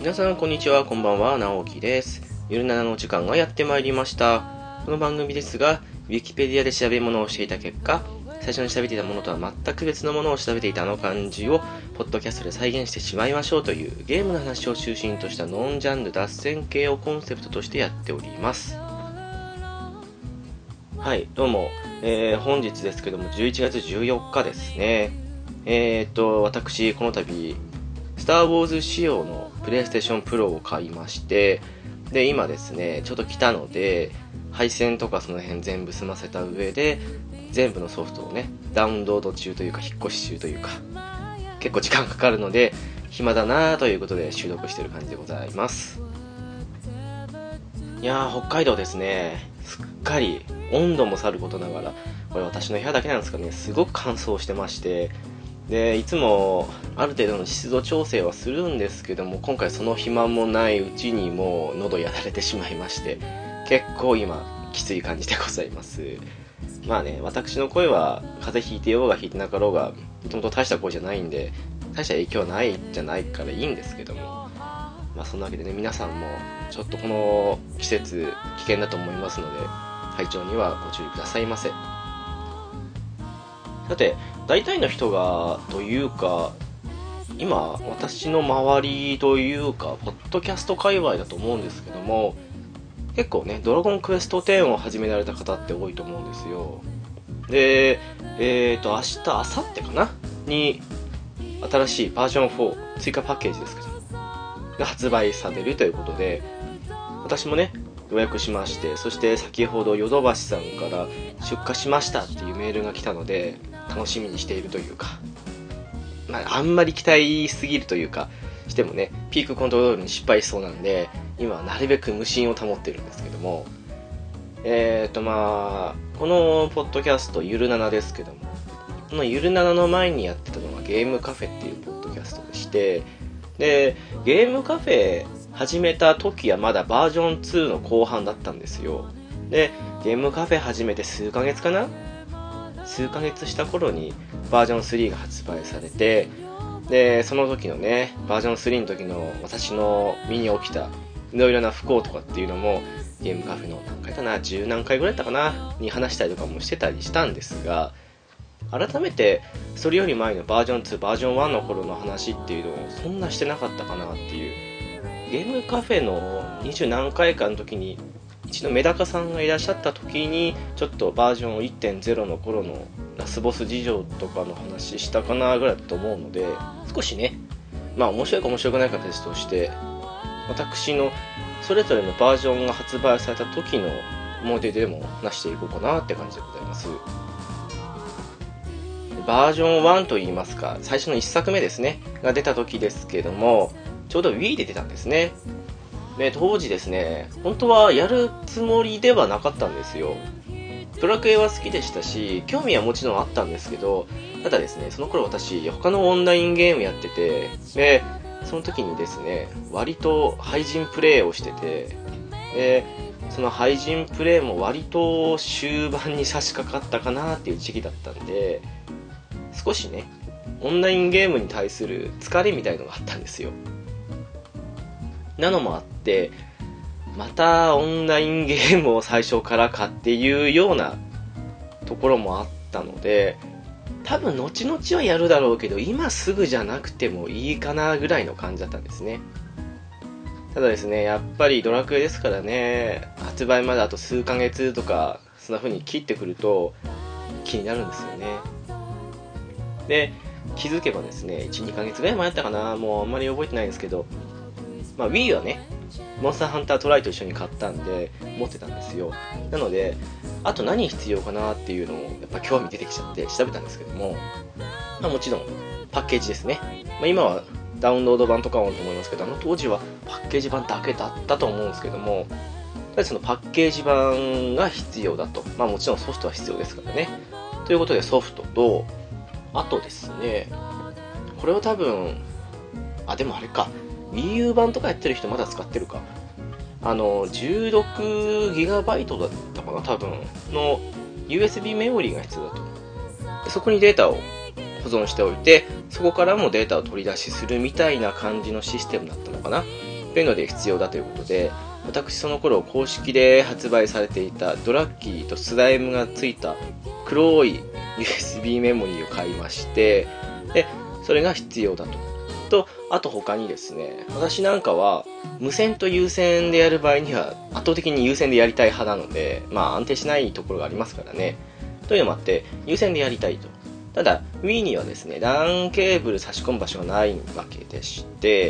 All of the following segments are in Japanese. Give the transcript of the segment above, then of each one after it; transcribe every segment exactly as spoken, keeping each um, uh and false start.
皆さんこんにちは、こんばんは、直樹です。ゆるななの時間がやってまいりました。この番組ですが、ウィキペディアで調べ物をしていた結果、最初に調べていたものとは全く別のものを調べていたあの感じをポッドキャストで再現してしまいましょうというゲームの話を中心としたノンジャンル脱線系をコンセプトとしてやっております。はい、どうも、えー、本日ですけどもじゅういちがつじゅうよっかですね。えーっと私この度スター・ウォーズ仕様のプレイステーションプロを買いまして、で今ですねちょっと来たので配線とかその辺全部済ませた上で全部のソフトをねダウンロード中というか引っ越し中というか結構時間かかるので暇だなということで収録している感じでございます。いやー北海道ですね、すっかり温度もさることながらこれ私の部屋だけなんですかね、すごく乾燥してまして、でいつもある程度の湿度調整はするんですけども、今回その暇もないうちにもう喉やられてしまいまして、結構今きつい感じでございます。まあね、私の声は風邪ひいてようがひいてなかろうがもともと大した声じゃないんで大した影響はないじゃないからいいんですけども、まあそんなわけでね、皆さんもちょっとこの季節危険だと思いますので体調にはご注意くださいませ。さて大体の人がというか今私の周りというかポッドキャスト界隈だと思うんですけども、結構ねドラゴンクエストテンを始められた方って多いと思うんですよ。でえーと明日明後日かなに新しいバージョンフォー追加パッケージですけどが発売されるということで、私もね予約しまして、そして先ほどヨドバシさんから出荷しましたっていうメールが来たので楽しみにしているというか、まあ、あんまり期待すぎるというかしてもねピークコントロールに失敗しそうなんで今はなるべく無心を保ってるんですけども、えーとまあこのポッドキャストゆるななですけども、このゆるななの前にやってたのがゲームカフェっていうポッドキャストでして、でゲームカフェ始めた時はまだバージョンツーの後半だったんですよ。でゲームカフェ始めて数ヶ月かな数ヶ月した頃にバージョンスリーが発売されて、でその時のねバージョンスリーの時の私の身に起きたいろいろな不幸とかっていうのもゲームカフェの何回かなじゅう何回ぐらいだったかなに話したりとかもしてたりしたんですが、改めてそれより前のバージョンツーバージョンワンの頃の話っていうのをそんなしてなかったかなっていう、ゲームカフェのにじゅう何回かの時に一度メダカさんがいらっしゃった時にちょっとバージョン いってんゼロ の頃のラスボス事情とかの話したかなぐらいだと思うので、少しねまあ面白いか面白くないか別として私のそれぞれのバージョンが発売された時の思い出でも話していこうかなって感じでございます。バージョンワンといいますか最初のいっさくめですねが出た時ですけども、ちょうど Wii で出たんですね。で当時ですね本当はやるつもりではなかったんですよ。ドラクエは好きでしたし興味はもちろんあったんですけど、ただですねその頃私他のオンラインゲームやってて、でその時にですね割と廃人プレイをしてて、でその廃人プレイも割と終盤に差し掛かったかなっていう時期だったんで、少しねオンラインゲームに対する疲れみたいのがあったんですよ。なのもあってまたオンラインゲームを最初からかっていうようなところもあったので、多分後々はやるだろうけど今すぐじゃなくてもいいかなぐらいの感じだったんですね。ただですねやっぱりドラクエですからね、発売まであと数ヶ月とかそんな風に切ってくると気になるんですよね。で気づけばですね いちにかげつぐらい前だったかな、もうあんまり覚えてないんですけど、まあ、Wii はねモンスターハンタートライと一緒に買ったんで持ってたんですよ。なのであと何必要かなっていうのをやっぱ興味出てきちゃって調べたんですけども、まあ、もちろんパッケージですね、まあ、今はダウンロード版とかもあると思いますけど、あの当時はパッケージ版だけだったと思うんですけども、ただそのパッケージ版が必要だと、まあもちろんソフトは必要ですからねということでソフトと、あとですねこれは多分あでもあれか WiiU 版とかやってる人まだ使ってるか、あの じゅうろくギガバイト だったかな多分の ユーエスビー メモリーが必要だと。でそこにデータを保存しておいてそこからもデータを取り出しするみたいな感じのシステムだったのかな。 ペンドで必要だということで、私その頃公式で発売されていたドラッキーとスライムがついた黒い ユーエスビー メモリーを買いまして、でそれが必要だと。とあと他にですね、私なんかは無線と有線でやる場合には圧倒的に有線でやりたい派なので、まあ安定しないところがありますからね。というのもあって有線でやりたいと。ただ Wii にはですね ラン ケーブル差し込む場所がないわけでして、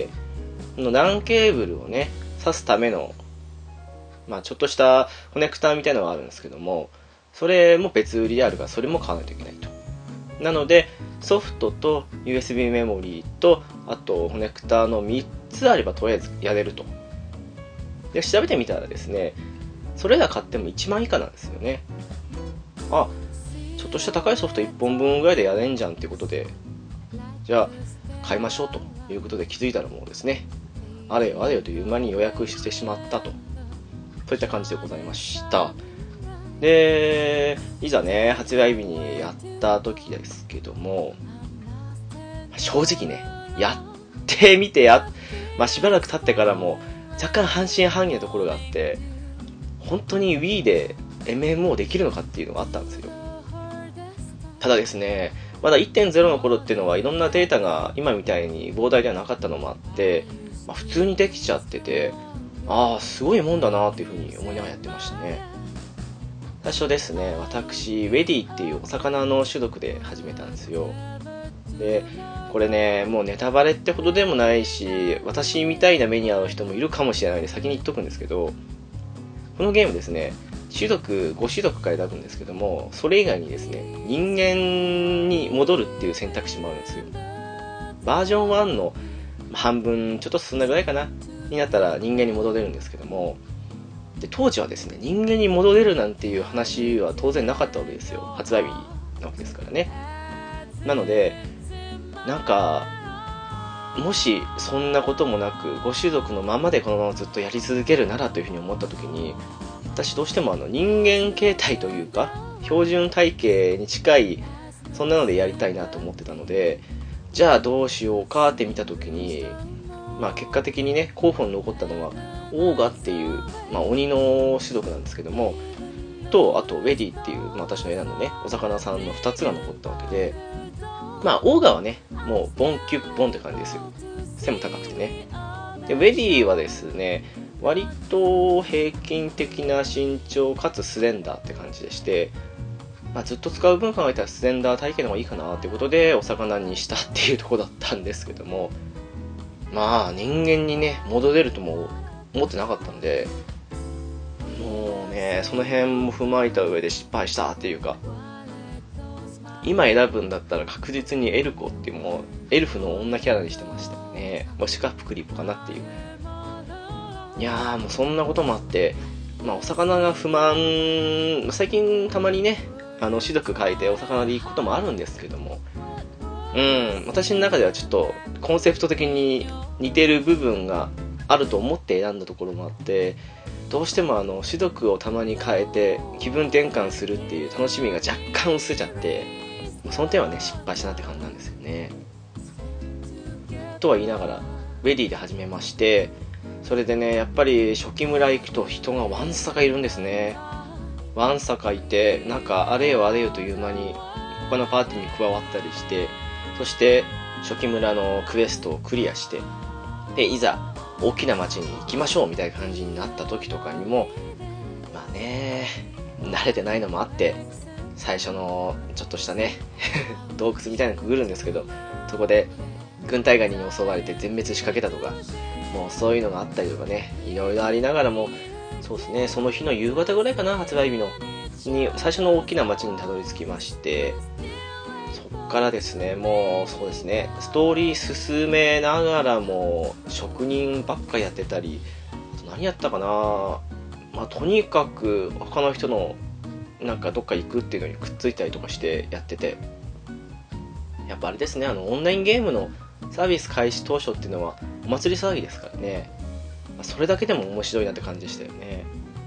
この ラン ケーブルをね挿すためのまあちょっとしたコネクターみたいなのがあるんですけども、それも別売りであるからそれも買わないといけないと。なのでソフトと ユーエスビー メモリーとあとコネクターのみっつあればとりあえずやれると。で調べてみたらですね、それら買ってもいちまん以下なんですよね。あ、ちょっとした高いソフトいっぽんぶんぐらいでやれんじゃんっていうことで、じゃあ買いましょうということで気づいたらもうですね、あれよあれよという間に予約してしまったと、そういった感じでございました。でいざね発売日にやった時ですけども、正直ねやってみてや、まあ、しばらく経ってからも若干半信半疑なところがあって、本当に Wii で エムエムオー できるのかっていうのがあったんですよ。ただですね、まだ いってんゼロ の頃っていうのはいろんなデータが今みたいに膨大ではなかったのもあって、まあ、普通にできちゃってて、ああすごいもんだなっていうふうに思いながらやってましたね。最初ですね、私ウェディっていうお魚の種族で始めたんですよ。でこれねもうネタバレってほどでもないし、私みたいな目に遭う人もいるかもしれないので先に言っとくんですけど、このゲームですね種族ご種族から選ぶんですけども、それ以外にですね人間に戻るっていう選択肢もあるんですよ。バージョンワンの半分ちょっと進んだぐらいかなになったら人間に戻れるんですけども、で当時はですね人間に戻れるなんていう話は当然なかったわけですよ。発売日なわけですからね。なのでなんかもしそんなこともなくご種族のままでこのままずっとやり続けるならというふうに思った時に、私どうしてもあの人間形態というか標準体型に近いそんなのでやりたいなと思ってたので、じゃあどうしようかって見た時に、まあ結果的にね候補に残ったのはオーガっていう、まあ、鬼の種族なんですけどもと、あとウェディっていう、まあ、私の選んだねお魚さんのふたつが残ったわけで、まあオーガはねもうボンキュッボンって感じですよ。背も高くてね。でウェディはですね割と平均的な身長かつスレンダーって感じでして、まあ、ずっと使う分考えたらスレンダー体型の方がいいかなっていうことでお魚にしたっていうところだったんですけども、まあ人間にね戻れるとも思ってなかったんで、もうねその辺も踏まえた上で失敗したっていうか、今選ぶんだったら確実にエルコっていうもうエルフの女キャラにしてましたよね。もしくはプクリポかなっていう。いやーもうそんなこともあって、まあお魚が不満、最近たまにねあの種族変えてお魚で行くこともあるんですけども、うん私の中ではちょっとコンセプト的に似てる部分があると思って選んだところもあって、どうしてもあの種族をたまに変えて気分転換するっていう楽しみが若干薄れちゃって、その点はね失敗したなって感じなんですよね。とは言いながらウェディで始めまして、それでねやっぱり初期村行くと人がわんさかいるんですね。わんさかいてなんかあれよあれよという間に他のパーティーに加わったりして、そして初期村のクエストをクリアして、でいざ大きな町に行きましょうみたいな感じになった時とかにも、まあね慣れてないのもあって最初のちょっとしたね洞窟みたいなのくぐるんですけど、そこで軍隊ガニに襲われて全滅しかけたとか、もうそういうのがあったりとかね、いろいろありながらも、そうですねその日の夕方ぐらいかな、発売日のに最初の大きな町にたどり着きまして、そっからですねもうそうですねストーリー進めながらも職人ばっかやってたり、あと何やったかな、まあとにかく他の人のなんかどっか行くっていうのにくっついたりとかしてやってて、やっぱあれですね、あのオンラインゲームのサービス開始当初っていうのはお祭り騒ぎですからね、それだけでも面白いなって感じでしたよね。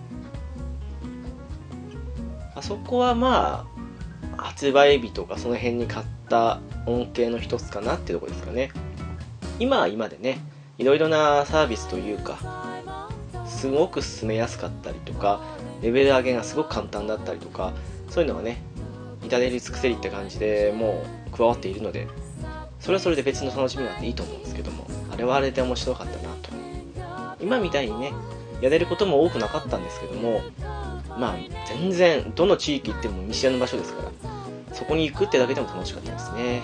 あそこはまあ発売日とかその辺に買った恩恵の一つかなってとこですかね。今は今でねいろいろなサービスというか、すごく進めやすかったりとか、レベル上げがすごく簡単だったりとか、そういうのがね、至れり尽くせりって感じでもう加わっているので、それはそれで別の楽しみがあっていいと思うんですけども、あれはあれで面白かったなと。今みたいにね、やれることも多くなかったんですけども、まあ全然どの地域行っても見知らぬ場所ですから、そこに行くってだけでも楽しかったですね。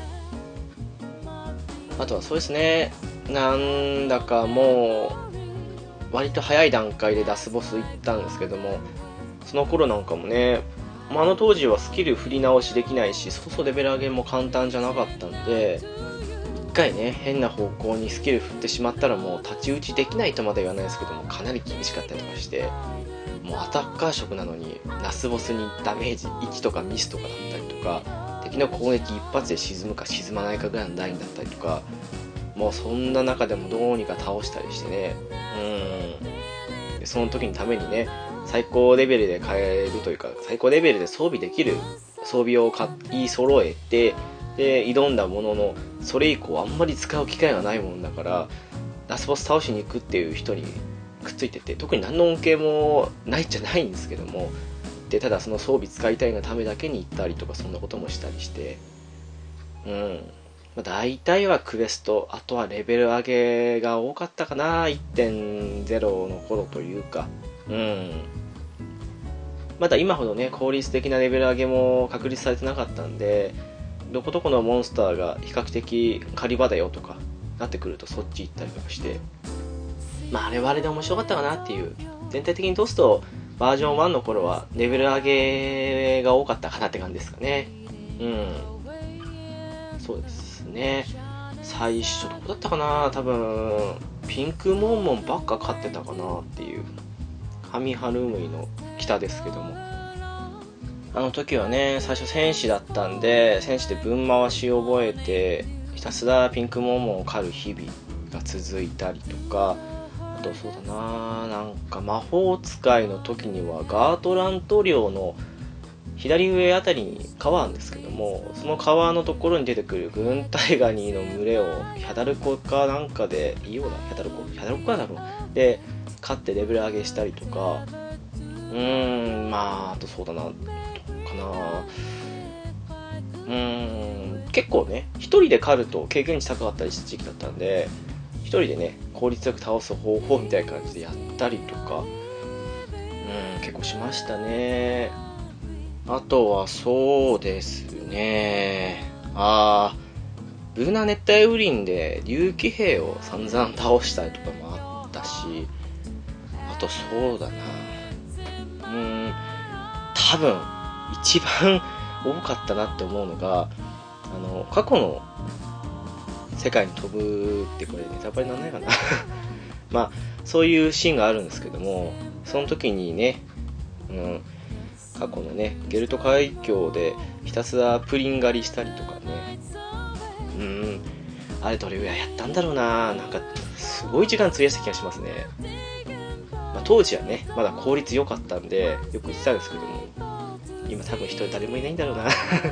あとはそうですね、なんだかもう割と早い段階でラスボス行ったんですけども、その頃なんかもね、あの当時はスキル振り直しできないし、そうそうレベル上げも簡単じゃなかったんで、一回ね変な方向にスキル振ってしまったらもう太刀打ちできないとまでは言わないですけども、かなり厳しかったりとかして、もうアタッカー色なのにラスボスにダメージいちとかミスとかだったりとか、敵の攻撃一発で沈むか沈まないかぐらいのラインだったりとか、もうそんな中でもどうにか倒したりしてね、うーんでその時のためにね、最高レベルで買えるというか、最高レベルで装備できる装備を買い揃えて、で挑んだものの、それ以降あんまり使う機会がないもんだから、ラスボス倒しに行くっていう人にくっついてて、特に何の恩恵もないじゃないんですけども、でただその装備使いたいがためだけに行ったりとか、そんなこともしたりして、うん、まあ、大体はクエスト、あとはレベル上げが多かったかな、 いってんゼロ の頃というか、うん、まだ今ほどね効率的なレベル上げも確立されてなかったんで、どこどこのモンスターが比較的狩り場だよとかなってくるとそっち行ったりとかして、まああれはあれで面白かったかなっていう。全体的に通すとバージョンワンの頃はレベル上げが多かったかなって感じですかね。うん、そうですね。最初どこだったかな、多分ピンクモンモンばっか買ってたかなっていう。上春向の北ですけども、あの時はね最初戦士だったんで、戦士で分回しを覚えてひたすらピンクモンモンを狩る日々が続いたりとか、あとそうだな、なんか魔法使いの時にはガートラント領の左上あたりに川あるんですけども、その川のところに出てくる軍隊ガニの群れをヒャダルコかなんかで、いいようなヒャダルコヒャダルコかだろうで勝ってレベル上げしたりとか、うーん、まああとそうだな、かな、うーん、結構ね一人で狩ると経験値高かったりした時期だったんで、一人でね効率よく倒す方法みたいな感じでやったりとか、うん、結構しましたね。あとはそうですね、あー、ブルナ熱帯雨林で竜騎兵を散々倒したりとかもあったし、あとそうだな、うーん、多分一番多かったなって思うのが、あの過去の世界に飛ぶって、これネタバレなんないかなまあそういうシーンがあるんですけども、その時にね、うん、過去のねゲルト海峡でひたすらプリン狩りしたりとかね、うん、あれどれぐらいやったんだろうな、なんかすごい時間費やした気がしますね。まあ、当時はねまだ効率良かったんでよく言ってたんですけども、今多分人誰もいないんだろうな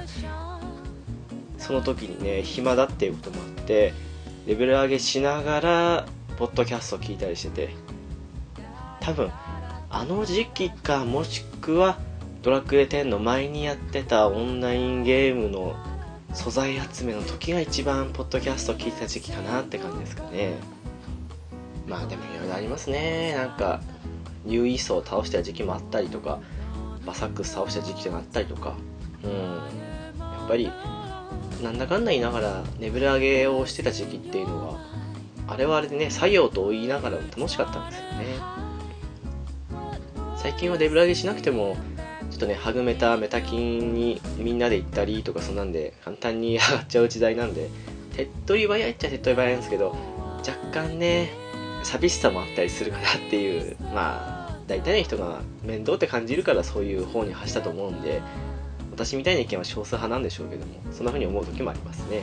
その時にね暇だっていうこともあってレベル上げしながらポッドキャスト聞いたりしてて、多分あの時期か、もしくはドラクエテンの前にやってたオンラインゲームの素材集めの時が一番ポッドキャスト聞いた時期かなって感じですかね。まあでもいろいろありますね。なんかニューイースを倒した時期もあったりとか、バサックス倒した時期があったりとか、うん、やっぱりなんだかんだ言いながらレベル上げをしてた時期っていうのはあれはあれでね作業と言いながらも楽しかったんですよね。最近はレベル上げしなくてもちょっとねはぐめたメタキンにみんなで行ったりとか、そんなんで簡単に上がっちゃう時代なんで手っ取り早いっちゃ手っ取り早いんですけど、若干ね寂しさもあったりするかなっていう、まあ大体の人が面倒って感じるからそういう方に走ったと思うんで、私みたいな意見は少数派なんでしょうけども、そんな風に思う時もありますね。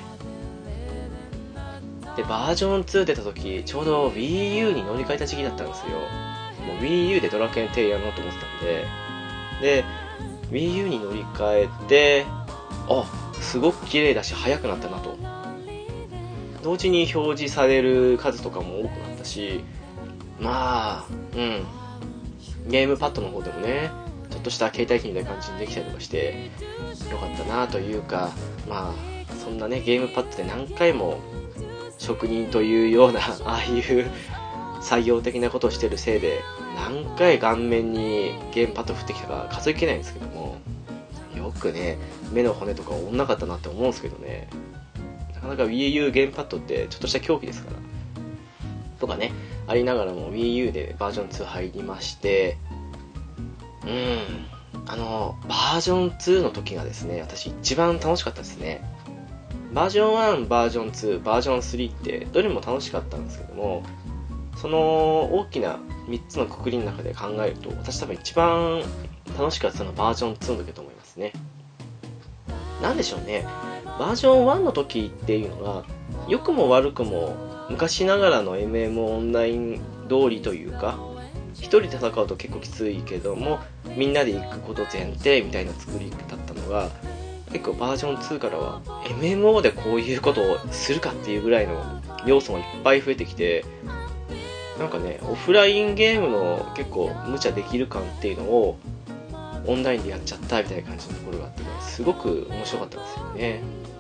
でバージョンツー出た時ちょうど WiiU に乗り換えた時期だったんですよ。もう WiiU でドラクエテンやろうと思ってたんで、で WiiU に乗り換えて、あ、すごく綺麗だし速くなったなと。 同時に表示される数とかも多くなったし、まあうんゲームパッドの方でもねちょっとした携帯機みたいな感じにできたりとかしてよかったなというか、まあそんなねゲームパッドで何回も職人というようなああいう作業的なことをしてるせいで何回顔面にゲームパッド振ってきたか数えきれないんですけども、よくね目の骨とか折んなかったなって思うんですけどね、なかなか WiiU ゲームパッドってちょっとした狂気ですからとかねありながらも WiiU でバージョンツー入りまして、うーんあのバージョンツーの時がですね私一番楽しかったですね。バージョンワン、バージョンツー、バージョンスリーってどれも楽しかったんですけども、その大きなみっつの括りの中で考えると私多分一番楽しかったのはバージョンツーの時だと思いますね。なんでしょうね、バージョンワンの時っていうのが良くも悪くも昔ながらの エムエム オンライン通りというか、一人で戦うと結構きついけどもみんなで行くこと前提みたいな作りだったのが、結構バージョンツーからは エムエムオー でこういうことをするかっていうぐらいの要素もいっぱい増えてきて、なんかねオフラインゲームの結構無茶できる感っていうのをオンラインでやっちゃったみたいな感じのところがあってね、すごく面白かったんですよね。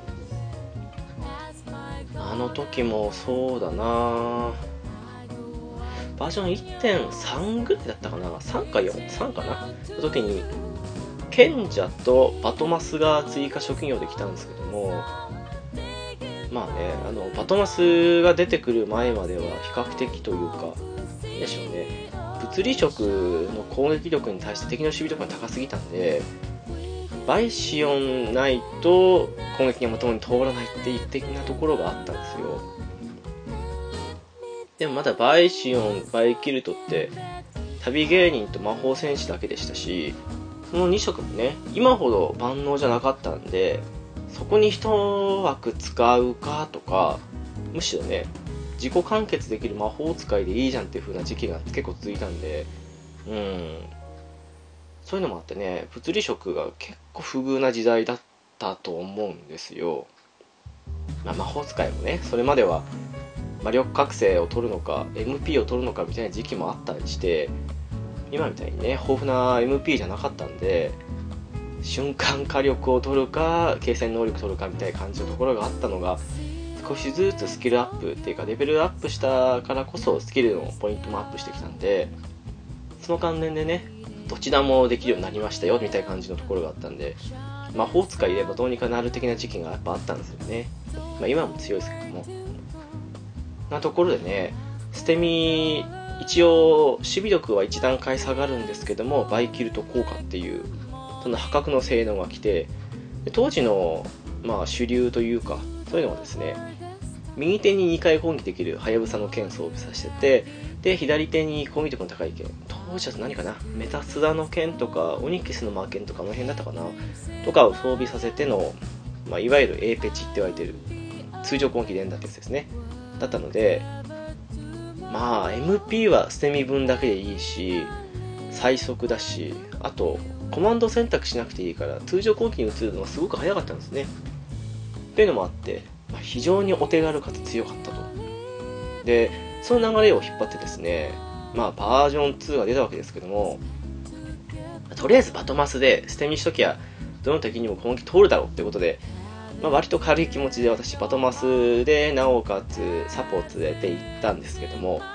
あの時もそうだな、バージョン いってんさん ぐらいだったかな、さんかよん、さんかなの時に賢者とバトマスが追加職業できたんですけども、まあねあのバトマスが出てくる前までは比較的というか何でしょうね、物理色の攻撃力に対して敵の守備力が高すぎたんで、バイシオンないと攻撃がまともに通らないっていう的なところがあったんですよ。でもまだバイシオン、バイキルトって旅芸人と魔法戦士だけでしたし、そのに色もね今ほど万能じゃなかったんで、そこに一枠使うかとか、むしろね自己完結できる魔法使いでいいじゃんっていう風な時期が結構続いたんで、うんそういうのもあってね物理色が結構不遇な時代だったと思うんですよ。まあ、魔法使いもねそれまでは魔力覚醒を取るのか エムピー を取るのかみたいな時期もあったりして、今みたいにね豊富な エムピー じゃなかったんで、瞬間火力を取るか継戦能力取るかみたいな感じのところがあったのが、少しずつスキルアップっていうかレベルアップしたからこそスキルのポイントもアップしてきたんで、その関連でねどちらもできるようになりましたよみたいな感じのところがあったんで、魔法使いいればどうにかなる的な時期がやっぱあったんですよね。まあ今も強いですけども、なところでね捨て身一応守備力はいち段階下がるんですけどもバイキルト効果っていうその破格の性能が来て、当時のまあ主流というかそういうのはですね、右手ににかい攻撃できるハヤブサの剣装備させてて、で左手に攻撃力の高い剣、当時は何かなメタスダの剣とかオニキスの魔剣とかあの辺だったかなとかを装備させての、まあ、いわゆる A ペチって言われてる通常攻撃連打ってやつですねだったので、まあ エムピー は捨て身分だけでいいし最速だし、あとコマンド選択しなくていいから通常攻撃に移るのがすごく早かったんですね。っていうのもあって、まあ、非常にお手軽かつ強かったと。でその流れを引っ張ってですね、まあバージョンツーが出たわけですけども、とりあえずバトマスで捨て身しときゃどの敵にも攻撃通るだろうってことで、まあ、割と軽い気持ちで私バトマスでなおかつサポーツで行ったんですけども、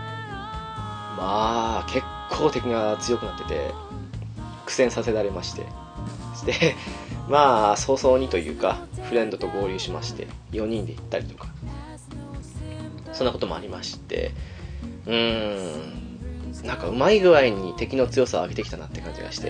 まあ結構敵が強くなってて苦戦させられまして、してまあ早々にというかフレンドと合流しましてよにんで行ったりとかそんなこともありまして、うーんなんかうまい具合に敵の強さを上げてきたなって感じがして、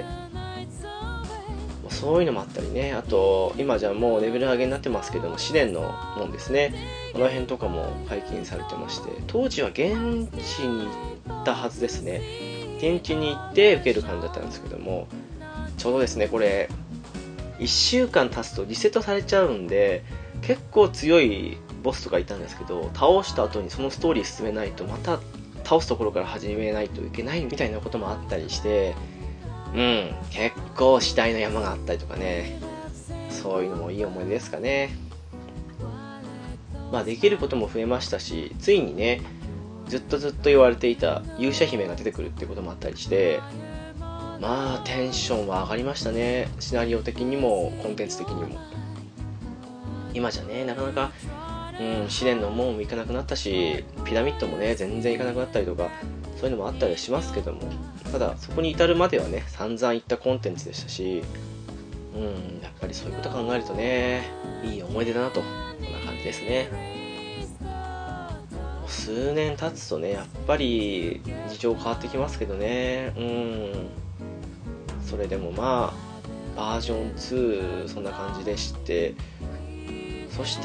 そういうのもあったりね、あと今じゃもうレベル上げになってますけども試練のもんですね、この辺とかも解禁されてまして、当時は現地に行ったはずですね。現地に行って受ける感じだったんですけども、ちょうどですねこれいっしゅうかん経つとリセットされちゃうんで、結構強いボスとかいたんですけど、倒した後にそのストーリー進めないとまた倒すところから始めないといけないみたいなこともあったりして、うん結構死体の山があったりとかね、そういうのもいい思い出ですかね。 まあできることも増えましたし、ついにね、ずっとずっと言われていた勇者姫が出てくるっていうこともあったりして、まあテンションは上がりましたね。シナリオ的にもコンテンツ的にも。今じゃね、なかなか、うん、試練の門も行かなくなったし、ピラミッドもね、全然行かなくなったりとか、そういうのもあったりはしますけども、ただそこに至るまではね、散々行ったコンテンツでしたし、うん、やっぱりそういうこと考えるとね、いい思い出だなと、こんな感じですね。数年経つとね、やっぱり事情変わってきますけどね。うん。それでもまあ、バージョンツー、そんな感じでして、そして、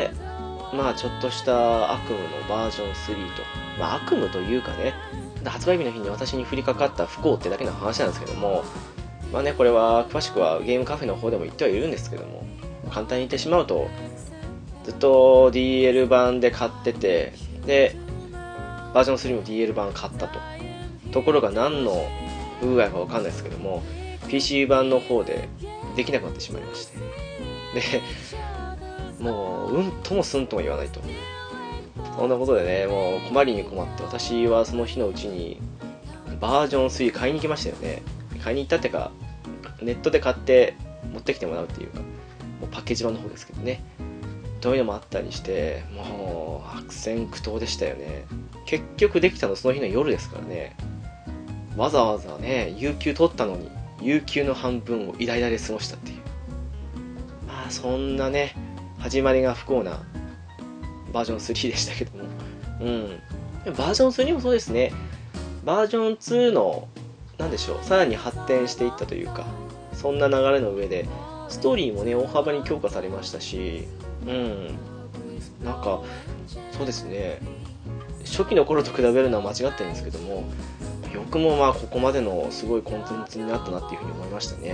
まあちょっとした悪夢のバージョンスリーと、まあ悪夢というかね、発売日の日に私に降りかかった不幸ってだけの話なんですけども、まあね、これは詳しくはゲームカフェの方でも言ってはいるんですけども、簡単に言ってしまうと、ずっと ディーエル 版で買ってて、で、バージョンスリーも ディーエル 版買ったと。ところが何の不具合かわかんないですけども、ピーシー 版の方でできなくなってしまいまして。で、もう、うんともすんとも言わないと。そんなことでね、もう困りに困って、私はその日のうちにバージョンスリー買いに行きましたよね。買いに行ったってか、ネットで買って持ってきてもらうっていうか、もうパッケージ版の方ですけどね。そういうのもあったりして、もう悪戦苦闘でしたよね。結局できたのその日の夜ですからね。わざわざね、有給取ったのに、有給の半分をイライラで過ごしたっていう。まあそんなね、始まりが不幸なバージョンスリーでしたけども。うん。バージョンスリーもそうですね。バージョンツーの、なんでしょう、さらに発展していったというか、そんな流れの上で、ストーリーもね、大幅に強化されましたし、うん。なんか、そうですね。初期の頃と比べるのは間違ってるんですけども、よくもまあここまでのすごいコンテンツになったなっていうふうに思いましたね。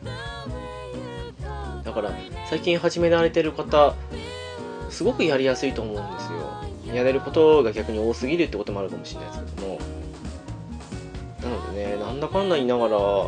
だから最近始められてる方、すごくやりやすいと思うんですよ。やれることが逆に多すぎるってこともあるかもしれないですけども、なのでね、なんだかんだ言いながら、うん、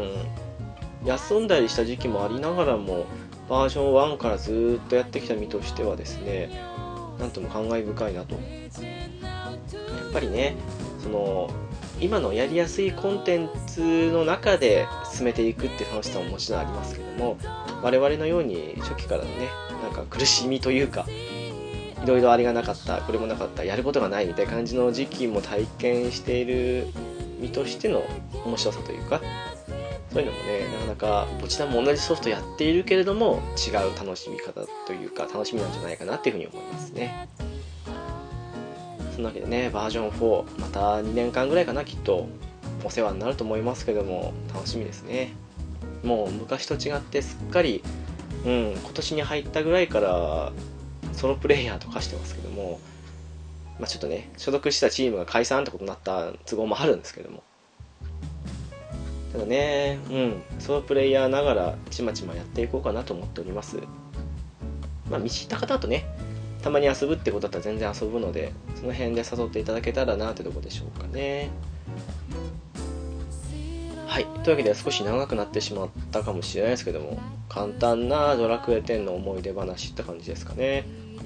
休んだりした時期もありながらも、バージョンワンからずーっとやってきた身としてはですね、なんとも感慨深いなと。やっぱりね、その今のやりやすいコンテンツの中で進めていくって楽しさももちろんありますけども、我々のように初期からのね、なんか苦しみというか、いろいろあれがなかった、これもなかった、やることがないみたいな感じの時期も体験している身としての面白さというか、そういうのもね、なかなかどちらも同じソフトやっているけれども違う楽しみ方というか楽しみなんじゃないかなっていうふうに思いますね。そんなわけでね、バージョンフォーまたにねんかんぐらいかな、きっとお世話になると思いますけども、楽しみですね。もう昔と違ってすっかり、うん、今年に入ったぐらいからソロプレイヤーとかしてますけども、まあ、ちょっとね、所属したチームが解散ってことになった都合もあるんですけども、ただね、うん、ソロプレイヤーながらちまちまやっていこうかなと思っております。まあ見知った方とね、たまに遊ぶってことだったら全然遊ぶので、その辺で誘っていただけたらなってとこでしょうかね。はい、というわけで少し長くなってしまったかもしれないですけども、簡単なドラクエテンの思い出話って感じですかね。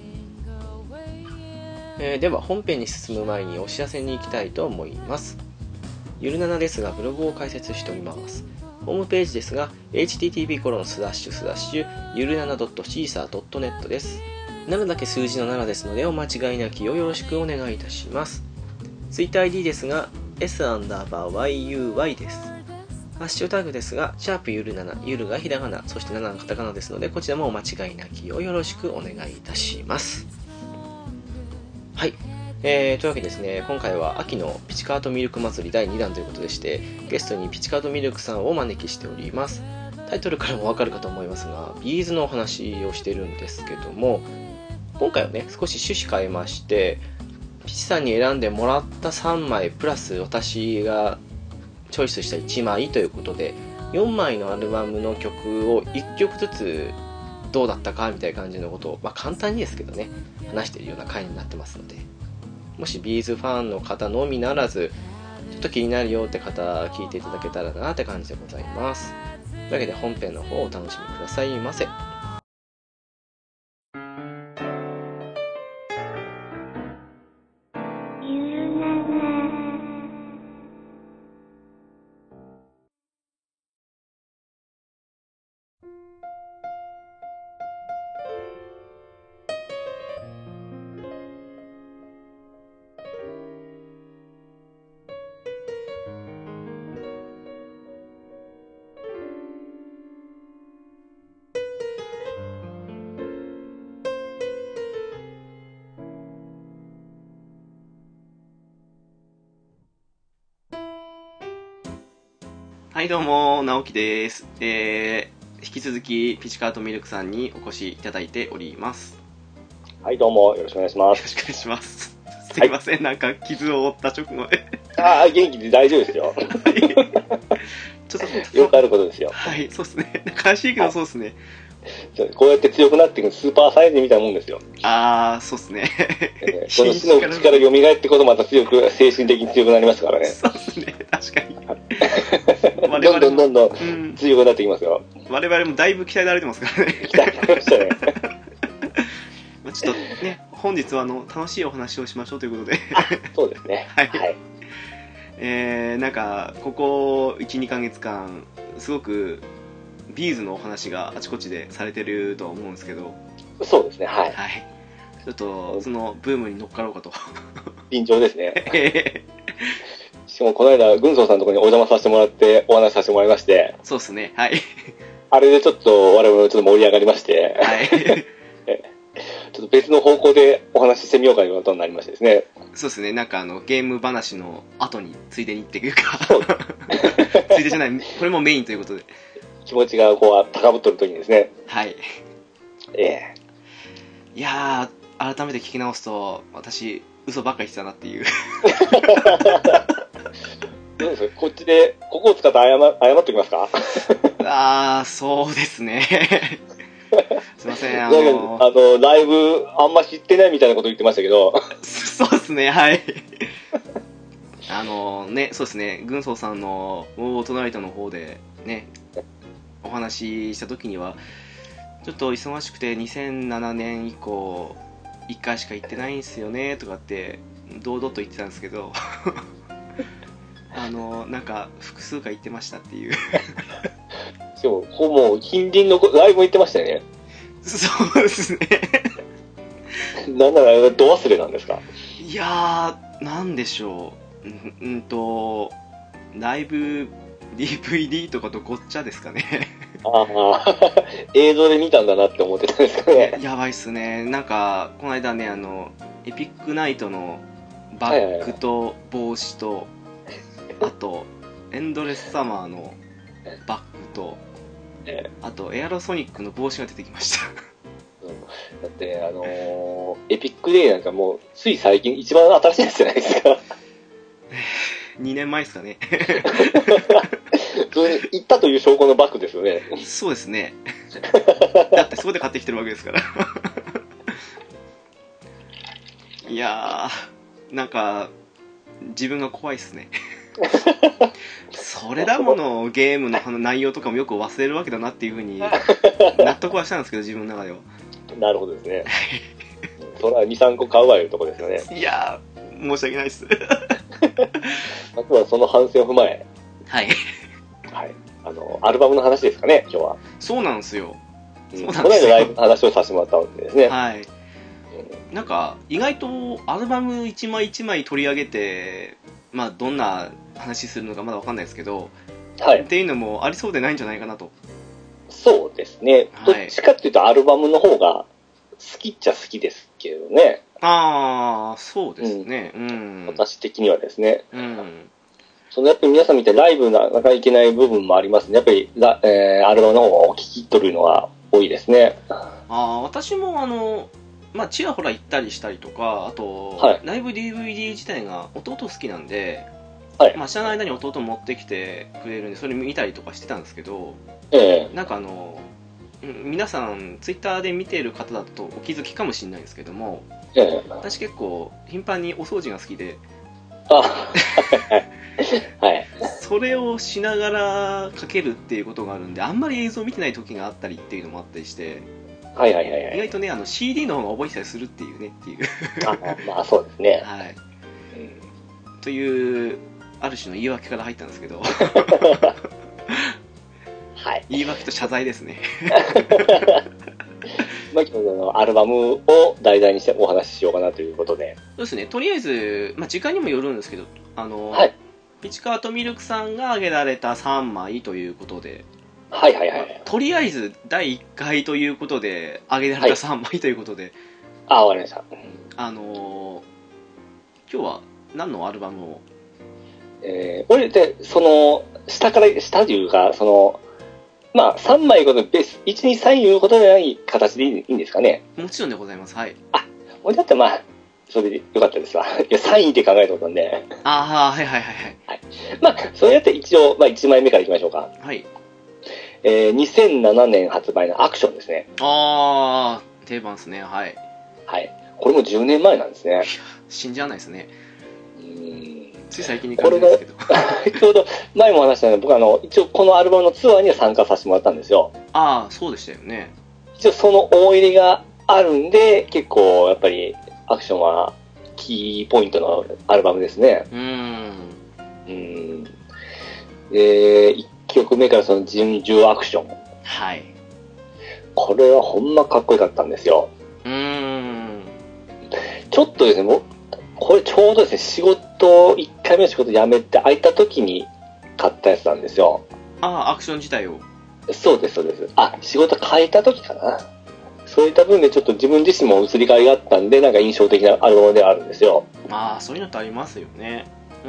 えー、では本編に進む前にお知らせに行きたいと思います。ゆるななですがブログを開設しております。ホームページですが エイチティーティーピーコロンスラッシュスラッシュゆるななドットシーサードットネット です。ななだけ数字のななですのでお間違いなきをよろしくお願いいたします。ツイッター アイディー ですが S アンダーバー ワイユーワイ です。ハッシュタグですが、シャープゆるなな、ゆるがひらがな、そしてなながカタカナですので、こちらもお間違いなきをよろしくお願いいたします。はい。えー、というわけですね、今回は秋のピチカートミルク祭りだいにだんということでして、ゲストにピチカートミルクさんをお招きしております。タイトルからもわかるかと思いますが、ビーズのお話をしてるんですけども、今回はね、少し趣旨変えまして、ピチさんに選んでもらったさんまい、プラス私がチョイスしたいちまいということで、よんまいのアルバムの曲をいっきょくずつどうだったかみたいな感じのことを、まあ簡単にですけどね、話しているような回になってますので、もしビーズファンの方のみならず、ちょっと気になるよって方聞いていただけたらなって感じでございます。というわけで本編の方をお楽しみくださいませ。 はい、どうも、直樹です。えー、引き続き、ピチカートミルクさんにお越しいただいております。 はい、どうも、よろしくお願いしまよろす。 しくお願いします。すいません、なんか傷を負った直後で。 ああ、元気で大丈夫ですよ。 ちょっと、 よくあることですよ。 はい、そうですね。悲しいけどそうですね。 こうやって強くなっていくスーパーサイヤ人みたいなもんですよ。 あー、そうですね。 えーこの死の口から蘇ってことまた強く、精神的に強くなりますからね。 そうですね、確かに。我どんどんどんどうんん、 強くなっていきますよ。 我々もだいぶ鍛えられてますからね。 期待されましたね。 まあちょっとね、本日はあの楽しいお話をしましょうということで。 そうですね。 はいはい。 えー、なんかここいち、にかげつかんすごくビーズのお話があちこちでされてるとは思うんですけど、 そうですね。はい。 はい、ちょっとそのブームに乗っかろうかと。 緊張ですね。しかもこの間、軍曹さんのところにお邪魔させてもらってお話しさせてもらいまして、 そうですね、はいあれでちょっと我々もちょっと盛り上がりまして、 はいちょっと別の方向でお話ししてみようかということになりましてですね。 そうですね、なんかあのゲーム話の後についでにっていうかついでじゃない、これもメインということで、 気持ちがこう高ぶっとる時にですね。 はい、 ええいやー改めて聞き直すと私嘘ばっかり言ってたなっていう。 どうですかこっちで、ここを使って謝、謝っておきますか？ ああ、そうですね。すいません、あなんかのあの、ライブあんま知ってないみたいなこと言ってましたけど。 そうですね、はい。あのね、そうですね、軍曹さんのオートナイトの方でね、お話しした時には、ちょっと忙しくてにせんななねん以降、いっかいしか行ってないんですよねとかって、堂々と言ってたんですけど、あのなんか複数回行ってましたっていう。 しかも、こうもう近隣のライブも行ってましたよね。 そうですね。 なんなら、ど忘れなんですか？ いやー、なんでしょう。うんうんと、ライブ ディーブイディー とかとごっちゃですかね。 ああ、映像で見たんだなって思ってたんですかね。 やばいっすね。なんか、この間ね、あの、エピックナイトのバッグと帽子と、あと、エンドレスサマーのバッグと、 ええあと、エアロソニックの帽子が出てきました。 だって、あのーエピックデイなんかもう、つい最近一番新しいやつじゃないですか。 にねんまえですかね。 それに行ったという証拠のバッグですよね。 そうですね。だってそこで買ってきてるわけですから。いやー、なんか、自分が怖いっすね。それだもの、ゲームの内容とかもよく忘れるわけだなっていうふうに納得はしたんですけど、自分の中では。 なるほどですね。それはに、さんこ買うわいうとこですよね。 いやー、申し訳ないっす。 あとはその反省を踏まえ、 はい。 はい。あの、アルバムの話ですかね、今日は。 そうなんですよ。 うん、 そうなんですよこの間ライブの話をさせてもらったわけですね。 はい。なんか、意外とアルバム一枚一枚取り上げて、まあ、どんな話するのかまだわかんないですけど、 はいっ。ていうのもありそうでないんじゃないかなと。 そうですね。 はいどっちかっていうとアルバムの方が好きっちゃ好きですけどね。 ああ、そうですね。うん。 私的にはですね。 うん。 そのやっぱり皆さんみたいにライブなかなかいけない部分もありますね。やっぱりラ、えー、アルバムの方を聴き取るのが多いですね。 ああ、私もあの、まあ、ちらほら行ったりしたりとか、あと、 はいライブ ディーブイディー 自体が弟好きなんで、 はい。 まあ、知らない間に弟持ってきてくれるんで、それ見たりとかしてたんですけど、 えなんかあの、うん皆さん、ツイッターで見ている方だとお気づきかもしれないんですけども、 えええ私結構頻繁にお掃除が好きで、 あ、はい。はい。 それをしながらかけるっていうことがあるんで、あんまり映像見てない時があったりっていうのもあったりして、 はいはいはいはい。 意外とね、あの シーディー の方が覚えてたりするっていうねっていう。 あまあそうですね。 はい。 うんという、ある種の言い訳から入ったんですけど、 はい。 言い訳と謝罪ですね。 まあ、今日のアルバムを題材にしてお話ししようかなということで。 そうですね、とりあえず、まあ、時間にもよるんですけど、あの、 はい。 ピチカートミルクさんが挙げられたさんまいということで、 はいはいはい。 とりあえずだいいっかいということで挙げられたさんまいということで、 あ、わかりました。 あのー今日は何のアルバムを？ えー、俺ってその下から下というかそのまあさんまいごとベースいちにさんいうことでない形でいいんですかね。 もちろんでございます。はい。 あ、俺だったらまあそれでよかったですわ。いやさんいって考えたことなんで。 ああ、はいはいはいはい。 はい、まあそれやって一応まあいちまいめからいきましょうか。 はい。 えー、にせんななねん発売のアクションですね。 ああ、定番ですね。はい。 はい。これもじゅうねんまえなんですね。 信じらないですね。 うーん。 つい最近に感じるんですけど。 ちょうど前も話したので、僕あの、一応このアルバムのツアーには参加させてもらったんですよ。 ああ、そうでしたよね。 一応その思い入れがあるんで、結構やっぱりアクションはキーポイントのアルバムですね。 うーん。 うーん。で、いっきょくめからその順序アクション。 はい。 これはほんまかっこよかったんですよ。 うーん。 ちょっとですね、もう、これちょうどですね、仕事、いっかいめの仕事辞めて空いた時に買ったやつなんですよ。 ああ、アクション自体を。 そうです、そうです。あ、仕事変えた時かな。そういった分でちょっと自分自身も移り変わりがあったんで、なんか印象的なアルバムではあるんですよ。 ああ、そういうのってありますよね。うん。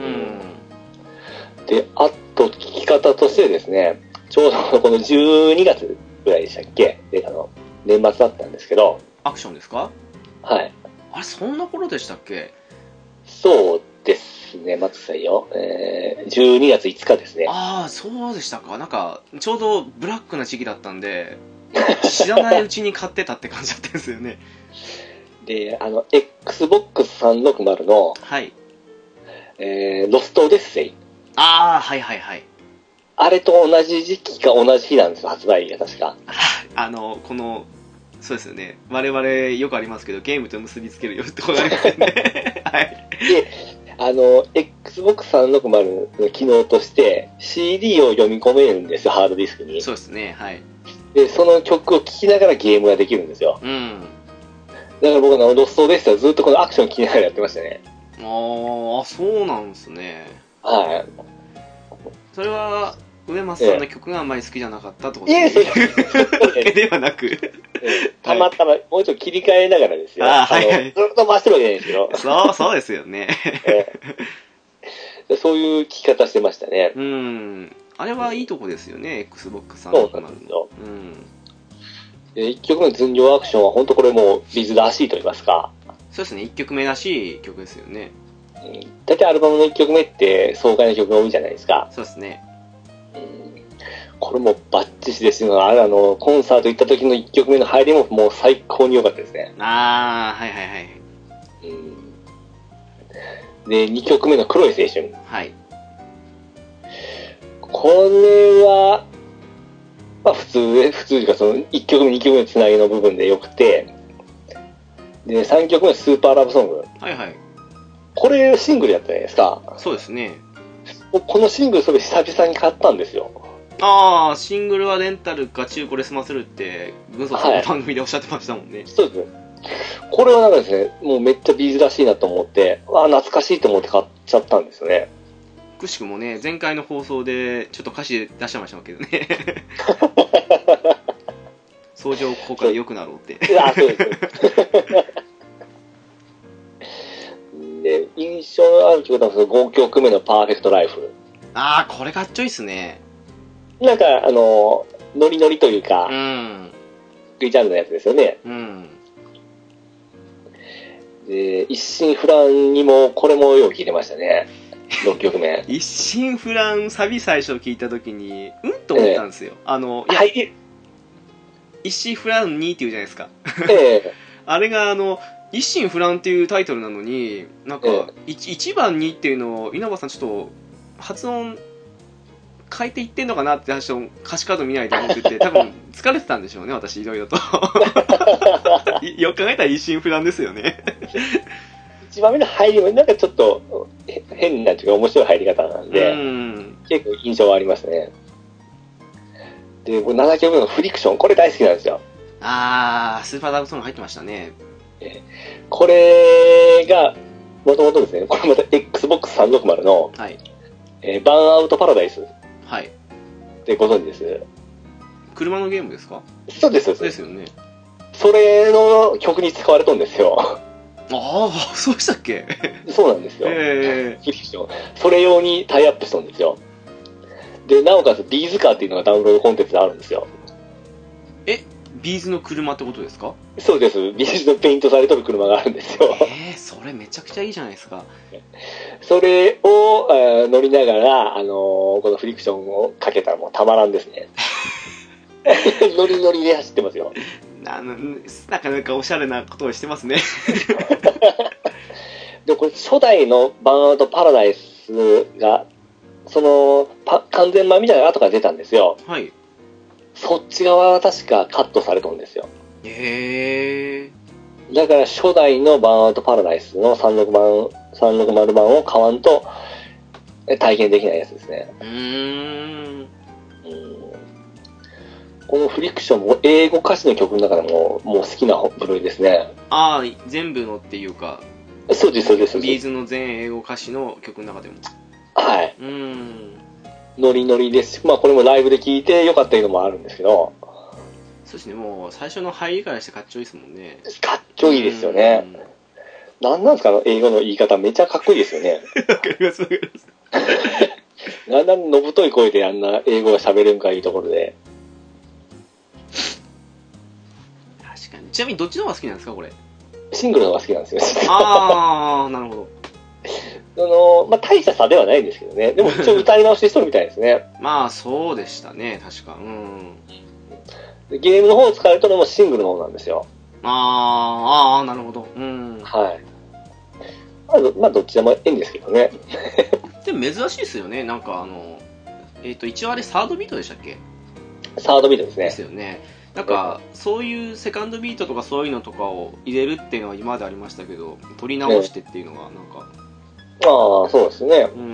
で、あと聞き方としてですね、ちょうどこのじゅうにがつぐらいでしたっけ、であの年末だったんですけど。 アクションですか？ はい。 あれ、そんな頃でしたっけ？ そうですね、待ってくださいよ。えー、じゅうにがついつかですね。 ああ、そうでしたか。なんか、ちょうどブラックな時期だったんで、知らないうちに買ってたって感じだったんですよね。 で、あの、エックスボックスさんびゃくろくじゅう の、 はい。 えー、ロストオデッセイ。 ああ、はいはいはい。 あれと同じ時期か同じ日なんですよ、発売が確か。 あの、この、そうですよね。我々よくありますけど、ゲームと結びつけるよってことありますよね。はい。 で、あの、エックスボックスさんびゃくろくじゅう の機能として、シーディー を読み込めるんですよ、ハードディスクに。 そうですね、はい。 で、その曲を聴きながらゲームができるんですよ。 うん。 だから僕のロストデッセイはずっとこのアクション聴きながらやってましたね。 ああ、そうなんですね。 はい。 それは、上松さんの曲があんまり好きじゃなかったってこといえ、そうわけではなく。 たまたま、もうちょっと切り替えながらですよ。 あ、はいはい、 ずっと回してるわけじゃないですけど。 そう、そうですよね。 えー、そういう聞き方してましたね。 うん。あれはいいとこですよね、Xbox さんそうなんですよ。 うん。 で、いっきょくめの寸上アクションは本当これもうビズらしいと言いますか。 そうですね、いっきょくめらしい曲ですよね。 うん、大体アルバムのいっきょくめって爽快な曲が多いじゃないですか。 そうですね。 うん、これもバッチシですよ。あれあの、コンサート行った時のいっきょくめの入りももう最高に良かったですね。 あー、はいはいはい。 うん、で、にきょくめの黒い青春。 はい。 これは、まあ普通で、普通というかそのいっきょくめ、にきょくめのつなぎの部分で良くて、で、さんきょくめのスーパーラブソング。 はいはい。 これシングルやったじゃないですか。 そうですね。 このシングルそれ久々に買ったんですよ。 ああ、シングルはレンタルか中古で済ませるって、軍曹さんの番組でおっしゃってましたもんね。はい、 そうです。これはなんかですね、もうめっちゃビーズらしいなと思って、ああ、懐かしいと思って買っちゃったんですよね。 くしくもね、前回の放送でちょっと歌詞出してましたけどね。相乗効果で良くなろうって。 あ、そうです。で、印象のある曲だとごきょくめのパーフェクトライフ。 ああ、これかっちょいいっすね。 なんか、あの、ノリノリというか、 うん。 ジャンルのやつですよね。 うん。 で、一心不乱にも、これもよく聴いてましたね。ろっきょくめ。 一心不乱、サビ最初聞いたときに、うんと思ったんですよ。ええ、あの、いや、はい、一心不乱にっていうじゃないですか。ええ、あれが、あの、一心不乱っていうタイトルなのに、なんか、ええ、一番にっていうのを、稲葉さんちょっと、発音、変えていってんのかなって話を歌詞カード見ないと思ってて、多分疲れてたんでしょうね、私いろいろと。よく考えたら一心不乱ですよね。 一番目の入りもなんかちょっと変なというか面白い入り方なんで、ん結構印象はありますね。で、ななきょくめのフリクション、これ大好きなんですよ。 あー、スーパーダブソング入ってましたね。 これが、もともとですね、これまた エックスボックスさんびゃくろくじゅう の、はい、えー、バーンアウトパラダイス。はい。でご存知です。 車のゲームですか？ そうです、そうです。 ですよね。 それの曲に使われたんですよ。 ああ、そうでしたっけ？ そうなんですよ。 えフリクション。それ用にタイアップしたんですよ。で、なおかつビーズカーっていうのがダウンロードコンテンツであるんですよ。 え、ビーズの車ってことですか？ そうです。ビーズのペイントされとる車があるんですよ。 えー、それめちゃくちゃいいじゃないですか。 それを、えー乗りながら、あのーこのフリクションをかけたらもうたまらんですね。ノリノリで走ってますよ。 ななかなかおしゃれなことをしてますね。 で、これ初代のバーンアウトパラダイスが、その、パ完全版みたいなのが後から出たんですよ。 はい。 そっち側は確かカットされたんですよ。 へえ。 だから初代のバーンアウトパラダイスのさんろくばん、さんろくまるばんを買わんとえ体験できないやつですね。 うーん。 うんこのフリクションも英語歌詞の曲の中でももう好きな部類ですね。 ああ、全部のっていうか、 そうです、そうです。 ビーズの全英語歌詞の曲の中でも。 はい。 うーん。 ノリノリですし、まあこれもライブで聴いて良かったいうのもあるんですけど、 そうですね、もう最初の入りからしてかっちょいいですもんね。 かっちょいいですよね。なんなんですか、あの英語の言い方めっちゃかっこいいですよね。 わかります、わかります。 なんだんのぶとい声であんな英語が喋れるかいうところで。 確かに。ちなみにどっちの方が好きなんですか、これ。 シングルの方が好きなんですよ。 あー、なるほど。 あの、まあ、大した差ではないんですけどね。でも一応歌い直ししとるみたいですね。 まあ、そうでしたね、確か。うん。 ゲームの方を使うとのもシングルの方なんですよ。 あー、あー、なるほど。うん。 はい。まあ、どまあ、どっちでもいいんですけどね。 でも珍しいですよね、なんかあの、えっ、と、一応あれサードビートでしたっけ？ サードビートですね。 ですよね。なんか、そういうセカンドビートとかそういうのとかを入れるっていうのは今までありましたけど、取り直してっていうのが、なんか、 ああ、そうですね。 うん。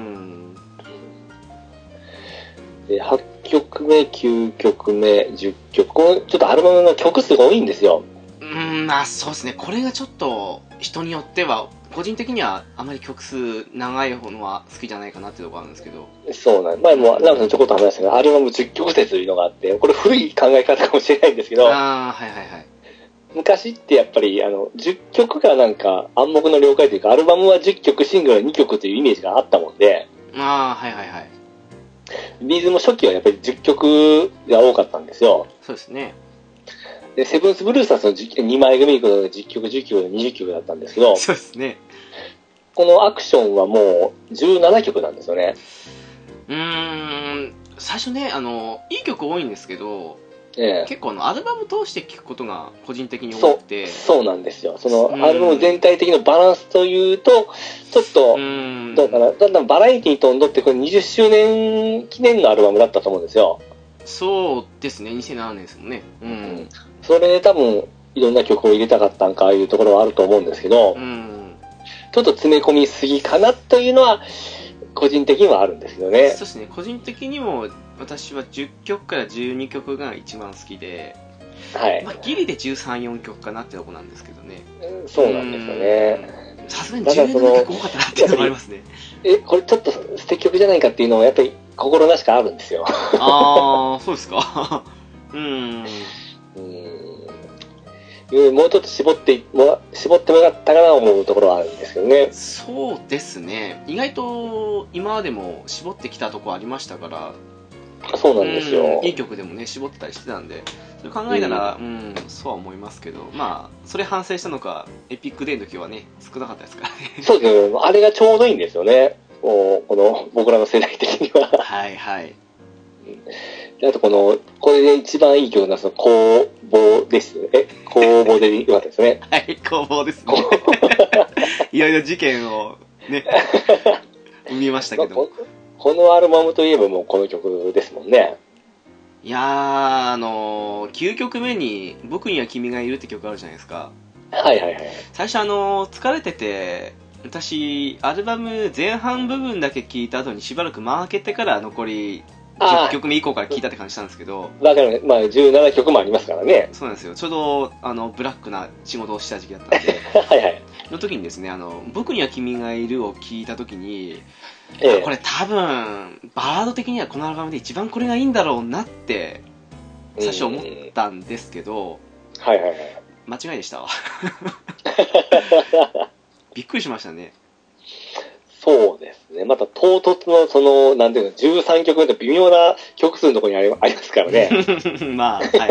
で、はちきょくめ、きゅうきょくめ、じゅっきょく。このちょっとアルバムの曲数が多いんですよ。 うーん、まあそうですね。これがちょっと人によっては、個人的にはあまり曲数長い方のは好きじゃないかなっていうところあるんですけど。 そうなん前も、なんかちょこっと話したけど、アルバムじゅっきょく説というのがあって、これ古い考え方かもしれないんですけど、 ああ、はいはいはい。 昔ってやっぱり、あの、じゅっきょくがなんか暗黙の了解というか、アルバムはじゅっきょく、シングルはにきょくというイメージがあったもんで、 ああ、はいはいはい。 ビーズも初期はやっぱりじゅっきょくが多かったんですよ。 そうですね。 で、セブンスブルースはそのにまい組のじゅっきょく、じゅっきょく、にじゅっきょくだったんですけど、 そうですね。 このアクションはもうじゅうななきょくなんですよね。 うーん、最初ね、あの、いい曲多いんですけど、 ええ、 結構あの、アルバム通して聴くことが個人的に多くて。 そう、そうなんですよ。その、 うんアルバム全体的なバランスというと、ちょっと、 うーん。 どうかな、だんだんバラエティーとんどってこれにじゅっしゅうねん記念のアルバムだったと思うんですよ。 そうですね、にせんななねんですもんね。うん。 うん、それで多分、いろんな曲を入れたかったんか、ああいうところはあると思うんですけど、 うん。 ちょっと詰め込みすぎかなというのは、個人的にはあるんですけどね。 そうですね、個人的にも私はじゅっきょくからじゅうにきょくが一番好きで、 はい。 まあ、ギリでじゅうさん、よんきょくかなってとこなんですけどね。 そうなんですよね。 さすがにじゅうななきょく多かったなっていうのがありますね。 え、これちょっと捨て曲じゃないかっていうのはやっぱり心なしかあるんですよ。 あー、そうですか。うーん。 うん。もうちょっと絞って、も絞ってもよかったかなと思うところはあるんですけどね。 そうですね。意外と今までも絞ってきたとこありましたから、 そうなんですよ。 いい曲でもね、絞ってたりしてたんで、それ考えたら、うん、うん、そうは思いますけど、まあ、それ反省したのか、エピックデーの時はね、少なかったですからね。 そうですね。あれがちょうどいいんですよね。こうこの、僕らの世代的には。 はいはい。 あとこの、これで一番いい曲なその工房です。え、工房でよかったですね。 はい、工房ですね。いろいろ事件をね、生みましたけど。 こ, このアルバムといえばもうこの曲ですもんね。 いやー、あのー、きゅうきょくめに、僕には君がいるって曲あるじゃないですか。 はいはいはい。 最初あのー、疲れてて、私、アルバム前半部分だけ聴いた後にしばらく間開けてから残りじゅっきょくめ以降から聴いたって感じしたんですけど。 わかる。まあじゅうななきょくもありますからね。 そうなんですよ。ちょうど、あの、ブラックな仕事をした時期だったんで。 はいはい。 の時にですね、あの、僕には君がいるを聴いた時に、 ええ、 これ多分、バラード的にはこのアルバムで一番これがいいんだろうなって、最初思ったんですけど、 はいはいはい。 間違いでしたわ。びっくりしましたね。 そうですね。また唐突のその、なんていうの、じゅうさんきょくめと微妙な曲数のところにあり、ありますからね。 まあ、はい。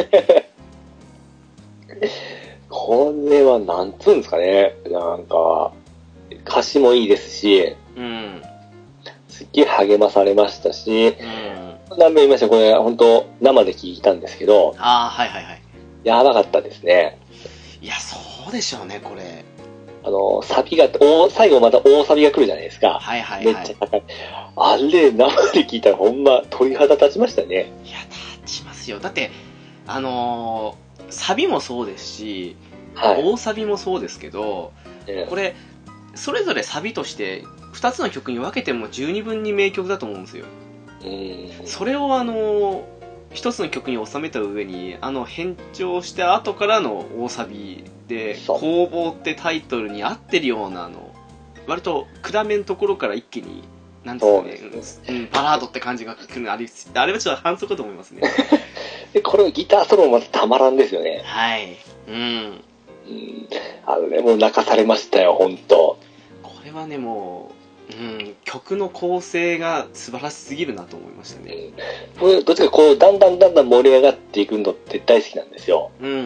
これはなんつうんですかね。なんか、歌詞もいいですし、 うん。 すっげえ励まされましたし、うん。何べん言いました、これ、本当生で聞いたんですけど、 ああ、はいはいはい。 やばかったですね。 いや、そうでしょうね、これ。 あの、サビが、大最後また大サビが来るじゃないですか。 はいはいはい。 めっちゃ高い。あれ、生で聞いたらほんま鳥肌立ちましたね。 いや、立ちますよ。だって、あのー、サビもそうですし、はい、大サビもそうですけど、ええ、これ、それぞれサビとしてふたつの曲に分けても十二分に名曲だと思うんですよ。うん、それをあのー、一つの曲に収めた上に、あの変調した後からの大サビで「工房」ってタイトルに合ってるような、あの割と暗めのところから一気になんですかね、うん、バラードって感じがくるの、あれあれはちょっと反則だと思いますね。 でこれギターソロもまたたまらんですよね。 はい、うん、うん、 あのね、もう泣かされましたよ、本当。 これはね、もううん、曲の構成が素晴らしすぎるなと思いましたね。 うん、どっちかこうだんだんだんだん盛り上がっていくのって大好きなんですよ。うんうん、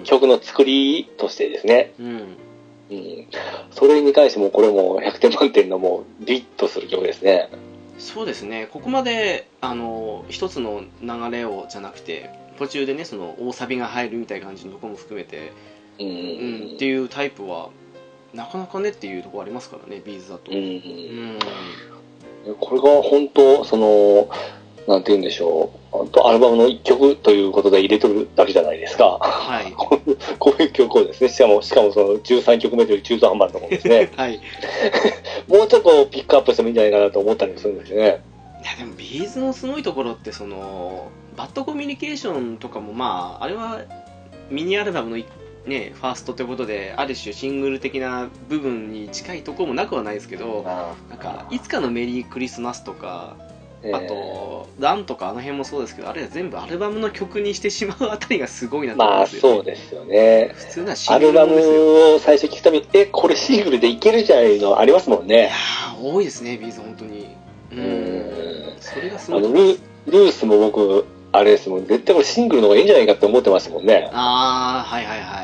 曲の作りとしてですね。うん、うん、それに関してもこれもひゃくてん満点のもうビッとする曲ですね。 そうですね。ここまであの一つの流れをじゃなくて途中でね、その大サビが入るみたいな感じのところも含めて、うん、うん、っていうタイプはなかなかねっていうところありますからね、ビーズだと。うん、うん、 これが本当そのなんて言うんでしょう、本当アルバムの一曲ということで入れとるだけじゃないですか。はい。こういう曲をですね、しかもしかもそのじゅうさんきょくめという中途半端なところですね。はい。もうちょっとピックアップしてもいいんじゃないかなと思ったりもするんですよね。 いやでもビーズのすごいところってそのバッドコミュニケーションとかもまああれはミニアルバムのね、ファーストということである種シングル的な部分に近いところもなくはないですけど、なんかいつかのメリークリスマスとか、あとランとかあの辺もそうですけど、あれは全部アルバムの曲にしてしまうあたりがすごいなと思いますよ、ね。 まあそうですよね。 普通なシングルですよ。 アルバムを最初聞くためにえこれシングルでいけるじゃないのありますもんね。いやー多いですね、ビーズ本当に。うん、それがすごい。 あの ル, ルースも僕あれですもん、絶対これシングルの方がいいんじゃないかって思ってましたもんね。 ああはいはいはい。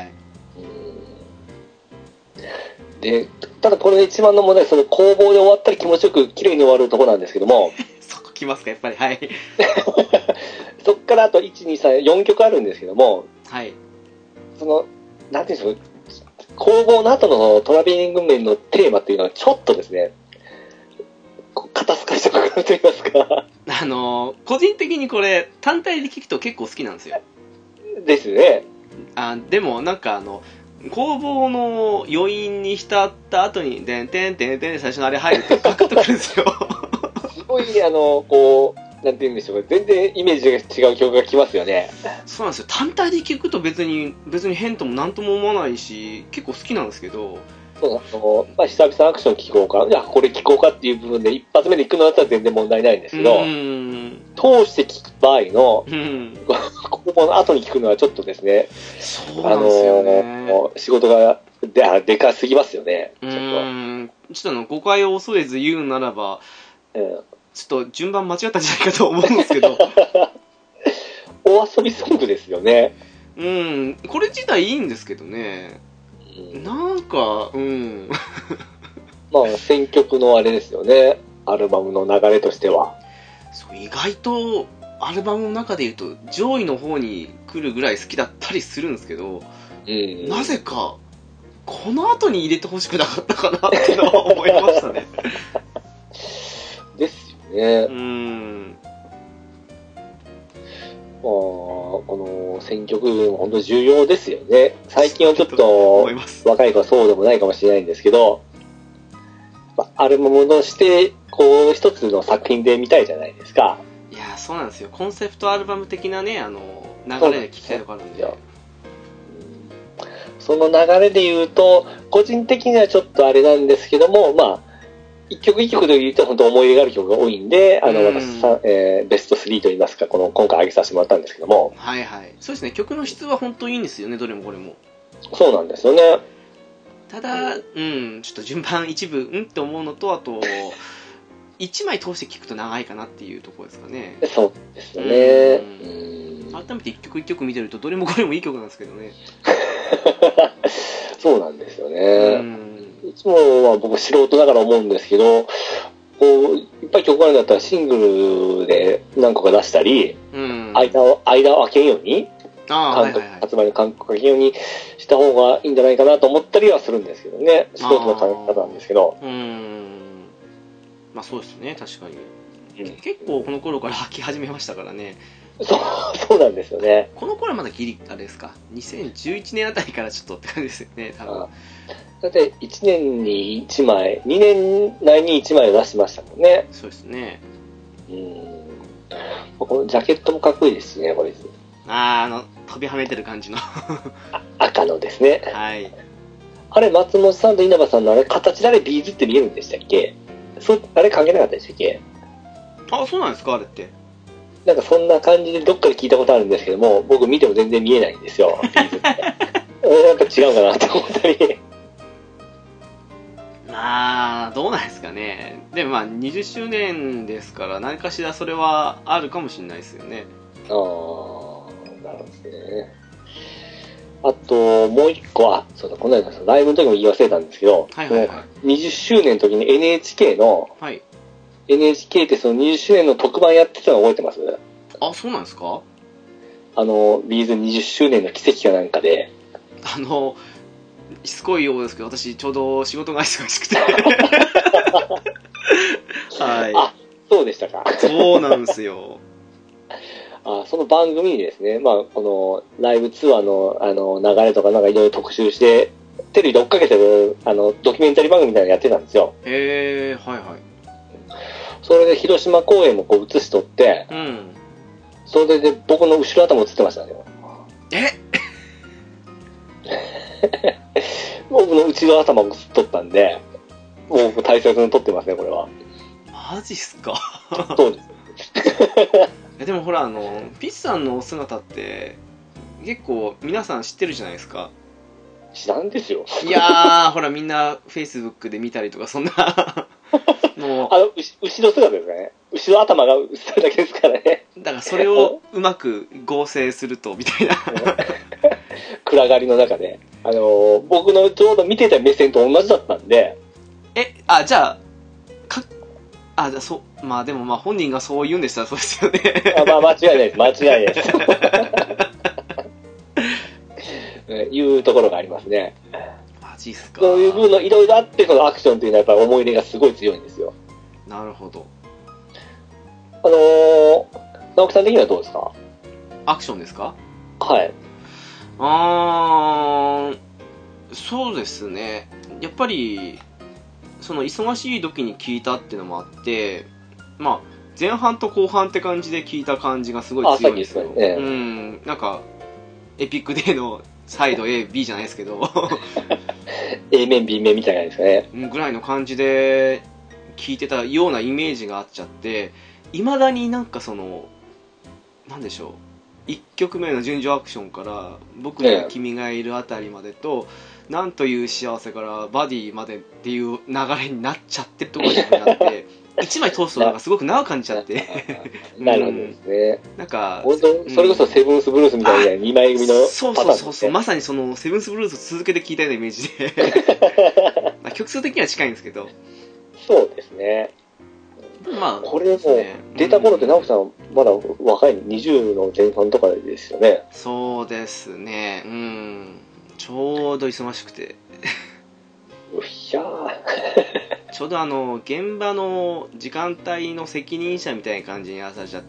でただこれ一番の問題はその工房で終わったら気持ちよく綺麗に終わるところなんですけどもそこ来ますかやっぱり。はい。 そっからあといち、に、さん、よんきょくあるんですけども、 はい。 そのなんていうんでしょう、工房の後のトラベリング面のテーマっていうのはちょっとですね、肩透かしてくると言いますか。 あの個人的にこれ単体で聞くと結構好きなんですよ。 ですね。 あでもなんかあの工房の余韻に浸った後にでんてんてんてんで最初のあれ入るとガクッとくるんですよ。 すごいあのこうなんて言うんでしょうか、全然イメージが違う曲が来ますよね。 そうなんですよ。単体で聞くと別に別に変ともなんとも思わないし結構好きなんですけど。 そうあの、まあ、久々アクション聴こうか、じゃあこれ聴こうかっていう部分で一発目で行くのだったら全然問題ないんですけど、通して聴く場合の、うん、ここの後に聴くのはちょっとですね、 そうなんですよね。 あの仕事がででかすぎますよね。 ちょっとうんちょっとあの誤解を恐れず言うならば、うん、ちょっと順番間違ったんじゃないかと思うんですけどお遊びソングですよね。 うん、これ自体いいんですけどね、うん、なんかうんまあ選曲のあれですよね、アルバムの流れとしては。 そう意外とアルバムの中でいうと上位の方に来るぐらい好きだったりするんですけど、うん、なぜかこの後に入れてほしくなかったかなっていうのは思いましたね。 ですよね。 うん。 まあ、この選曲も本当に重要ですよね。最近はちょっと若い子はそうでもないかもしれないんですけど、まあ、アルバムとしてこう一つの作品で見たいじゃないですか。 いやそうなんですよ。コンセプトアルバム的なね、あの流れで聴きたいところあるんで。 その流れで言うと個人的にはちょっとあれなんですけども、まあ一曲一曲で言うと本当思い出がある曲が多いんで、あの私さ、えー、ベストスリーといいますか、この今回挙げさせてもらったんですけども、 はいはい、そうですね。曲の質は本当いいんですよね、どれもこれも。 そうなんですよね。 ただ、うん、ちょっと順番一部、うんって思うのと、あと、いちまい通して聞くと長いかなっていうところですかね。 そうですよね。 うん。改めて一曲一曲見てると、どれもこれもいい曲なんですけどね。 そうなんですよね。いつもは僕素人だから思うんですけど、こう、いっぱい曲があるんだったらシングルで何個か出したり、うん、間を、間を空けんように、韓国、発売の韓国空けんようにした方がいいんじゃないかなと思ったりはするんですけどね。素人の考え方なんですけど。 うん。まあそうですね、確かに。うん、結構この頃から履き始めましたからね。 そう、そうなんですよね。 この頃はまだギリ、あれですか、にせんじゅういちねんあたりからちょっとって感じですよね、多分。あだっていちねんにいちまい、にねん内にいちまいを出しましたもんね。 そうですね。 うん。このジャケットもかっこいいですしね、これ。 あー、あの、飛びはめてる感じの赤のですね。 はい。 あれ、松本さんと稲葉さんのあれ、形だけビーズって見えるんでしたっけ？そあれ関係なかったでしたっけ？ あ、そうなんですか、あれって。 なんかそんな感じでどっかで聞いたことあるんですけども、僕見ても全然見えないんですよ、ビーズって。なんか違うかなと思ったり。 まあ、どうなんですかね。でもまあ、にじゅっしゅうねんですから、何かしらそれはあるかもしれないですよね。 ああ、なるほどね。あと、もう一個は、そうだ、この間、ライブの時も言い忘れたんですけど、 はいはいはい、 にじゅっしゅうねんの時に エヌエイチケー の、 はい、 エヌエイチケー ってそのにじゅっしゅうねんの特番やってたの覚えてます？ あ、そうなんですか？ あの、ビーズにじゅっしゅうねんの奇跡かなんかで。 あの、しつこいようですけど、私ちょうど仕事が忙しくて。はい。 あ、そうでしたか。 そうなんですよ。 あ、その番組にですね、まあ、このライブツアーのあの流れとかなんかいろいろ特集して、テレビで追っかけてるあのドキュメンタリー番組みたいなのやってたんですよ。 へー、はいはい。 それで広島公演もこう映しとって、うん。それで僕の後ろ頭映ってましたね。 え僕の内側頭も映っとったんで、もう大切に撮ってますね、これは。 マジっすか？ そうです。 えでもほら、あの、ピッチさんのお姿って、結構皆さん知ってるじゃないですか。 知らんですよ。 いやー、ほらみんな Facebook で見たりとか、そんなもう。あの、後ろ姿ですね。後ろ頭が映ってるだけですからね。 だからそれをうまく合成すると、みたいな。 暗がりの中で。あのー、僕のちょうど見てた目線と同じだったんで。 え、あ、じゃあ、か、あ、じゃあそう、まあでもまあ本人がそう言うんでしたらそうですよね。 あ、まあ間違いないです、間違いないです。いうところがありますね。 マジっすか。 そういう部分のいろいろあって、このアクションというのはやっぱり思い入れがすごい強いんですよ。 なるほど。 あのー、直樹さん的にはどうですか？ アクションですか？ はい。 あー、そうですね。やっぱり、その忙しい時に聞いたっていうのもあって、まあ、前半と後半って感じで聞いた感じがすごい強いんですよ。 あ、ね、 うん、なんか、エピックデーのサイド A、B じゃないですけど。 A 面、B 面みたいなですかね。 ぐらいの感じで聞いてたようなイメージがあっちゃって、いまだになんかその、なんでしょう。いっきょくめの純情アクションから僕が君がいるあたりまでと、ええ、なんという幸せからバディまでっていう流れになっちゃってるところになっていちまい通すとなんかすごく長く感じちゃってなるほどですね。 なんか本当それこそセブンスブルースみたいなにまい組のパターン、ね、 そうそうそうそう、まさにそのセブンスブルースを続けて聴いたようなイメージで曲数的には近いんですけど。 そうですね。まあ、これも出た頃って直樹さんまだ若いにじゅうの前半とかですよね。 そうですね。うん。ちょうど忙しくて。 うひゃー。 ちょうどあの現場の時間帯の責任者みたいな感じにやらされちゃって、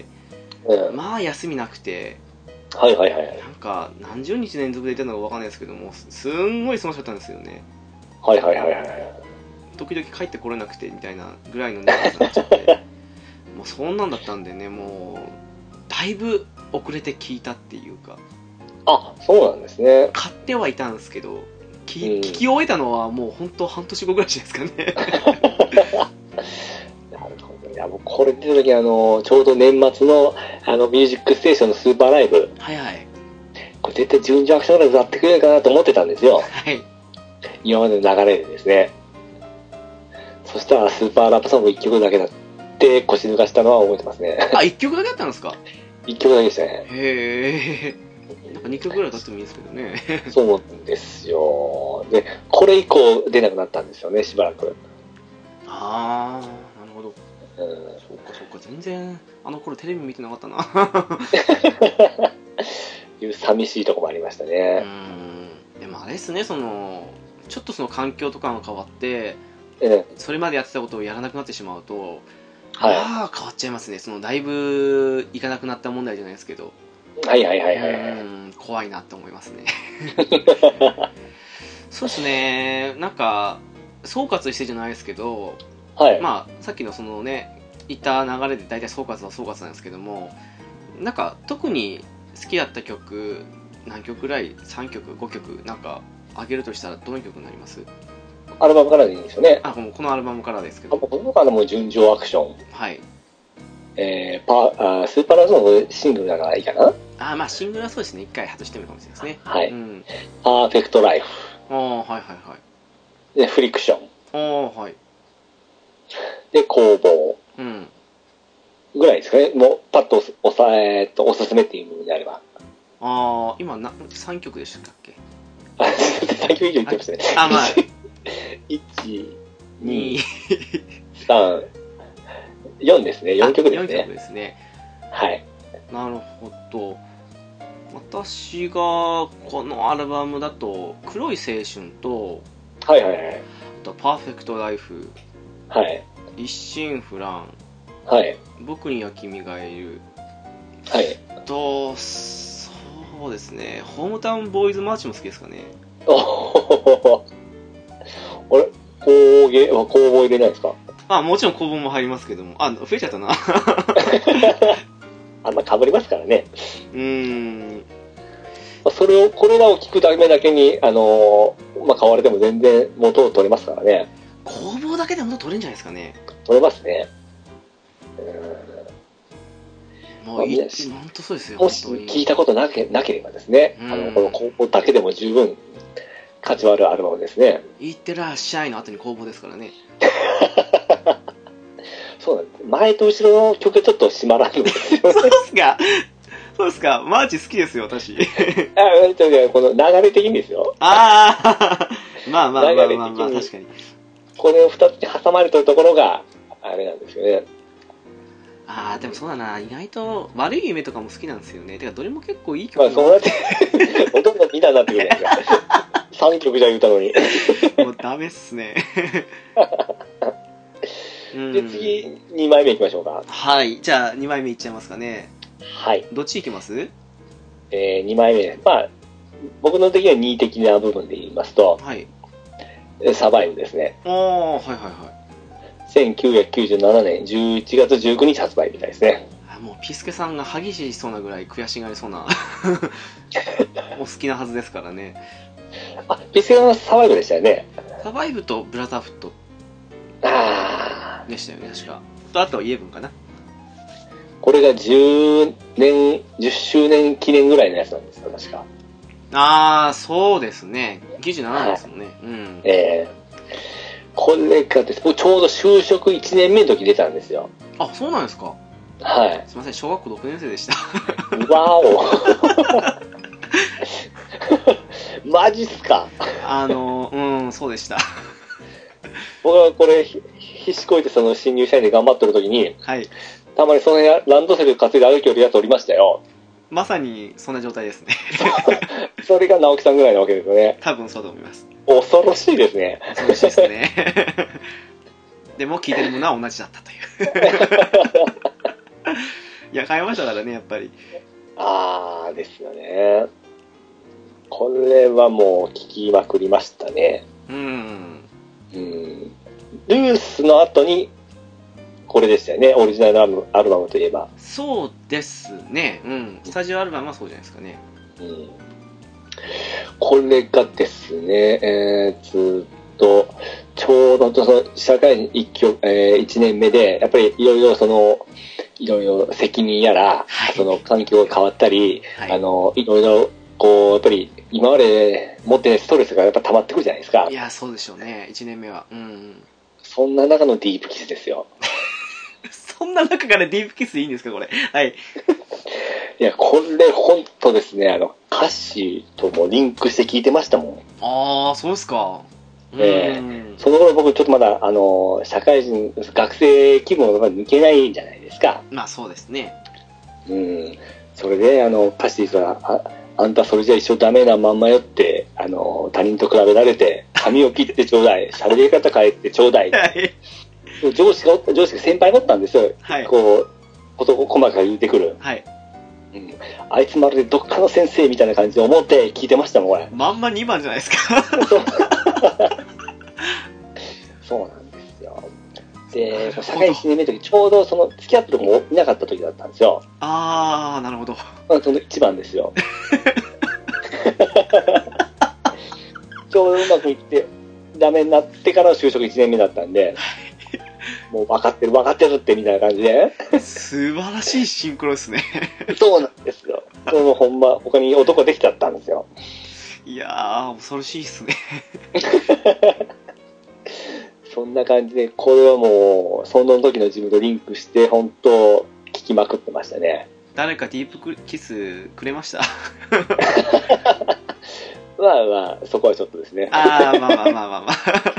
うん、まあ休みなくて。 はいはいはい。 なんか何十日連続でいたのかわかんないですけども、すんごい忙しかったんですよね。 はいはいはいはい。 時々帰ってこれなくてみたいなぐらいの長さになっちゃってもうそんなんだったんでね、もうだいぶ遅れて聞いたっていうか。 あ、そうなんですね。 買ってはいたんですけど、聞, 聞き終えたのはもう本当半年後ぐらいじゃないですかねなるほど。いや、もうこれ出た時あのちょうど年末のあのミュージックステーションのスーパーライブ、 はいはい、 こ絶対順序アクションぐらい歌ってくれるかなと思ってたんですよ。 はい。 今までの流れでですね。そしたらスーパーラップソングいっきょくだけだって腰抜かしたのは覚えてますね。 あ、いっきょくだけだったんですか？ いっ 曲だけでしたね。 へえ。なんかにきょくぐらい歌ってもいいですけどね。 そうなんですよ。で、これ以降出なくなったんですよね、しばらく。 あー、なるほど。 うん、 そうかそうか、全然あの頃テレビ見てなかったな。 いう寂しいとこもありましたね。 うん。でもあれですね、そのちょっとその環境とかが変わって、 うん、 それまでやってたことをやらなくなってしまうと、 はい、 ああ変わっちゃいますね。そのだいぶ行かなくなった問題じゃないですけど、 はいはいはいはい、 うん、怖いなって思いますね。そうですね、なんか総括してじゃないですけど、 はい、 まあさっきのそのね言った流れで大体総括は総括なんですけども、なんか特に好きだった曲何曲ぐらい、さんきょくごきょくなんかあげるとしたらどの曲になります？ アルバムからでいいんですよね。 あ、このこのアルバムからですけど。 このからも純情アクション。 はい。 えー、パあスーパーラゾーンのシングルだからいいかな。 あ、まあシングルはそうですね、一回外してみるかもしれないですね。 はい。 うん、 パーフェクトライフ。 ああ、はいはいはい。 で、フリクション。 ああ、はい。 で、工房。 うん。 ぐらいですかね。もう、パッとおさえっと、おすすめっていう部分であれば。 ああ、今な、さんきょくでしたっけ？ あ、さんきょく以上言ってましたね。 あ、まあ。 いち、に、さん、よんですね。よんきょくですね。 よんきょくですね。 はい。 なるほど。私がこのアルバムだと黒い青春と、 はいはいはい。 あとパーフェクトライフ、 はい。 一心不乱、 はい。 僕には君がいる、 はい。 と、そうですね、ホームタウンボーイズマーチも好きですかね。 おお。あれ、工芸は工房入れないですか？ あ、もちろん工房も入りますけども、あ、増えちゃったな。 あんま被りますからね。 うーん。 それを、これらを聞くためだけに、あのー、まあ、買われても全然元を取れますからね。 工房だけで元取れるんじゃないですかね。 取れますね。 うん。もういい、本当そうですよ。 もし聞いたことなけなければですね、あの、この工房だけでも十分価値はあるアルバムですね。 いってらっしゃいの後に工房ですからね。 そうなんです。前と後ろの曲ちょっと締まらんのですよ。 そうですか。そうですか。マーチ好きですよ、私。 あ、この流れ的にですよ。 ああ、まあまあまあまあまあ、まあ、確かに。 これを二つに挟まれてるところが、あれなんですよね。 ああ、でもそうだな。意外と悪い夢とかも好きなんですよね。てか、どれも結構いい曲まあ、そうなって、ほとんど見たなってくるんですよ。さんきょくじゃ言うたのに。 もうダメっすね。 で、次、にまいめいきましょうか。 はい。じゃあ、にまいめいっちゃいますかね。 はい。 どっちいきます？ えー、にまいめ。まあ、僕の的にはにい的な部分で言いますと、 はい。 サバイブですね。 ああ、はいはいはい。 せんきゅうひゃくきゅうじゅうななねんじゅういちがつじゅうくにち発売みたいですね。 あ、もうピスケさんが歯ぎしりしそうなぐらい悔しがりそうなお好きなはずですからね。 あ、ピスケさんはサバイブでしたよね。 サバイブとブラザーフットあでしたよね、確か。と、あとイエブンかな。 これがじゅうねん、じゅっしゅうねん記念ぐらいのやつなんですよ、確か。 ああ、そうですね。きゅうじゅうななねんですもんね。はい、うん。 えーこれがですね、ちょうど就職いちねんめの時出たんですよ。 あ、そうなんですか。 はい。 すいません、小学校ろくねん生でした。 わおマジっすか。 あの、うん、そうでした。 僕はこれ、必死こいてその新入社員で頑張ってる時に、 はい。 たまにそのランドセル担いで歩きよるやつおりましたよ。 まさにそんな状態ですね。 それが直樹さんぐらいなわけですよね。 多分そうだと思います。 恐ろしいですね。 恐ろしいですね。でも聞いてるものは同じだったという。いや、買いましたからね、やっぱり。 あーですよね。これはもう聞きまくりましたね。 うん。 うん。ルースの後に、これでしたよね、オリジナルアルバアルバムといえば。 そうですね。うん。スタジオアルバムはそうじゃないですかね。 うん。これがですね、えー、ずっと、ちょうどその社会人一挙、えー、いちねんめで、やっぱりいろいろその、いろいろ責任やら、はい、その環境が変わったり、はい、あの、いろいろこう、やっぱり今まで持ってないストレスがやっぱ溜まってくるじゃないですか。 いや、そうでしょうね。いちねんめは。うん。 そんな中のディープキスですよ。 そんな中からディープキスでいいんですか、これ。はい。 いや、これ本当ですね、あの、歌詞ともリンクして聞いてましたもん。 ああ、そうですか。 えー、その頃僕ちょっとまだ、あの、社会人、学生気分が抜けないんじゃないですか。 まあそうですね。 うん。それで、あの、歌詞でさ、あ、あんたそれじゃ一生ダメなまんまよって、あの、他人と比べられて、髪を切ってちょうだい、喋り方変えてちょうだい。はい、上司がおった、上司が先輩がおったんですよ。はい。こう、こと細かく言ってくる。はい。うん、あいつまるでどっかの先生みたいな感じで思って聞いてましたもん、これ。 まんまにばんじゃないですか。 そうなんですよ。で、社会いちねんめの時、ちょうどその付き合ってる子もいなかった時だったんですよ。 あー、なるほど。 まあ、その一番ですよ。ちょうどうまくいって、ダメになってからの就職いちねんめだったんで、もう分かってる分かってるってみたいな感じで。 素晴らしいシンクロですね。 そうなんですよ。そのほんま、他に男できちゃったんですよ。 いやー、恐ろしいっすね。 そんな感じで、これはもう、その時の自分とリンクして、本当聞きまくってましたね。 誰かディープキスくれましたまあまあ、そこはちょっとですね。 ああ、まあまあまあまあまあ。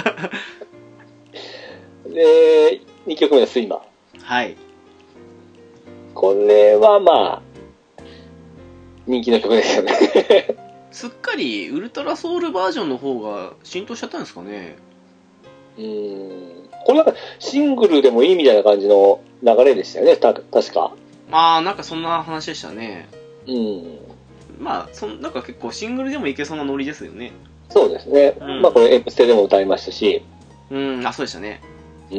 で、にきょくめのスイマー。 はい。 これはまあ、人気の曲ですよね。 すっかりウルトラソウルバージョンの方が浸透しちゃったんですかね。 うーん。これはシングルでもいいみたいな感じの流れでしたよね、た確か。 ああ、なんかそんな話でしたね。 うん。 まあ、そなんか結構シングルでもいけそうなノリですよね。 そうですね。うん、まあこれエプステでも歌いましたし。 うん、あ、そうでしたね。 うん。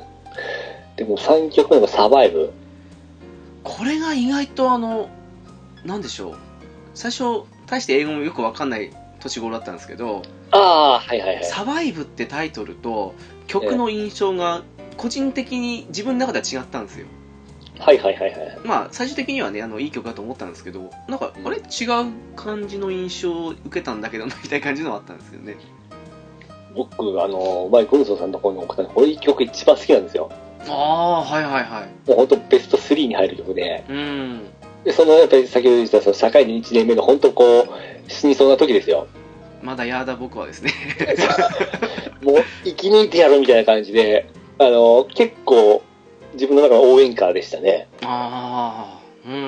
でもさんきょくめのサバイブ。 これが意外とあの、なんでしょう。最初、大して英語もよくわかんない年頃だったんですけど、 ああ、はいはいはい。 サバイブってタイトルと曲の印象が個人的に自分の中では違ったんですよ。 はいはいはいはい。 まあ、最終的にはね、あの、いい曲だと思ったんですけど、なんか、あれ違う感じの印象を受けたんだけどな、みたいな感じのはあったんですよね。 僕、あの、前、ゴルソンさんのところに送ったこれ曲一番好きなんですよ。 ああ、はいはいはい。 もう本当ベストスリーに入る曲で。 うん。 で、その、やっぱり先ほど言ったその社会人いちねんめの本当こう、死にそうな時ですよ。 まだやだ僕はですね。 もう、生き抜いてやるみたいな感じで、あの、結構、自分の中の応援歌でしたね。 ああ、うん、うん。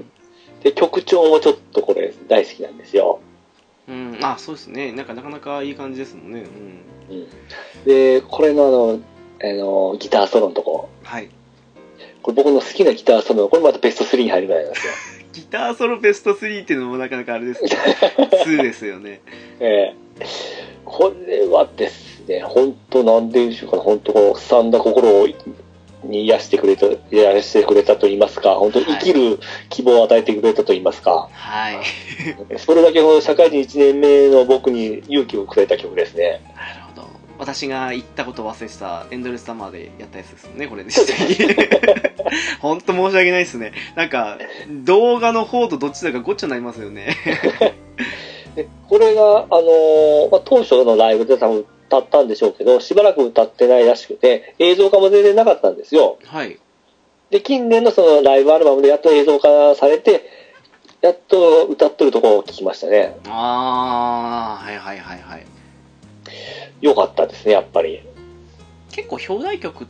で、曲調もちょっとこれ大好きなんですよ。 うん、あ、そうですね。なんかなかなかいい感じですもんね。うん。うん、 で、これのあの、あの、ギターソロのとこ。 はい。 これ僕の好きなギターソロ、これまたベストスリーに入るぐらいなんですよ。 ギターソロベストスリーっていうのもなかなかあれですね。ツーですよね。 ええー、これはですね、本当なんでしょうかね、本当こう、すさんだ心をに癒してくれた、癒してくれたと言いますか、本当に生きる希望を与えてくれたと言いますか。 はい。 それだけ社会人いちねんめの僕に勇気をくれた曲ですね。 なるほど。私が言ったことを忘れてたエンドレスサマーでやったやつですね、これね。本当申し訳ないですね。なんか、動画の方とどっちだかごっちゃになりますよね。 でこれが、あのーまあ、当初のライブで多分歌ったんでしょうけど、しばらく歌ってないらしくて、映像化も全然なかったんですよ。 はい。 で、近年のそのライブアルバムでやっと映像化されて、やっと歌っとるところを聞きましたね。 あー、はいはいはいはい。 よかったですね、やっぱり。 結構表題曲って、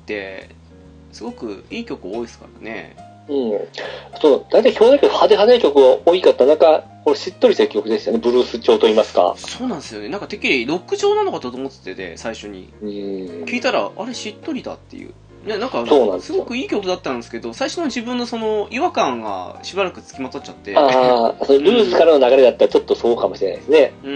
すごくいい曲多いですからね。 うん。そう、大体表題曲、派手派手な曲が多いかった、なんか、これしっとりした曲でしたね、ブルース調と言いますか。 そうなんですよね。なんかてっきりロック調なのかと思ってて、最初に。うん。聞いたら、あれしっとりだっていう。いや、なんか、すごくいい曲だったんですけど、最初の自分のその違和感がしばらくつきまとっちゃって。 ああ、そのルーズからの流れだったらちょっとそうかもしれないですね。 うん。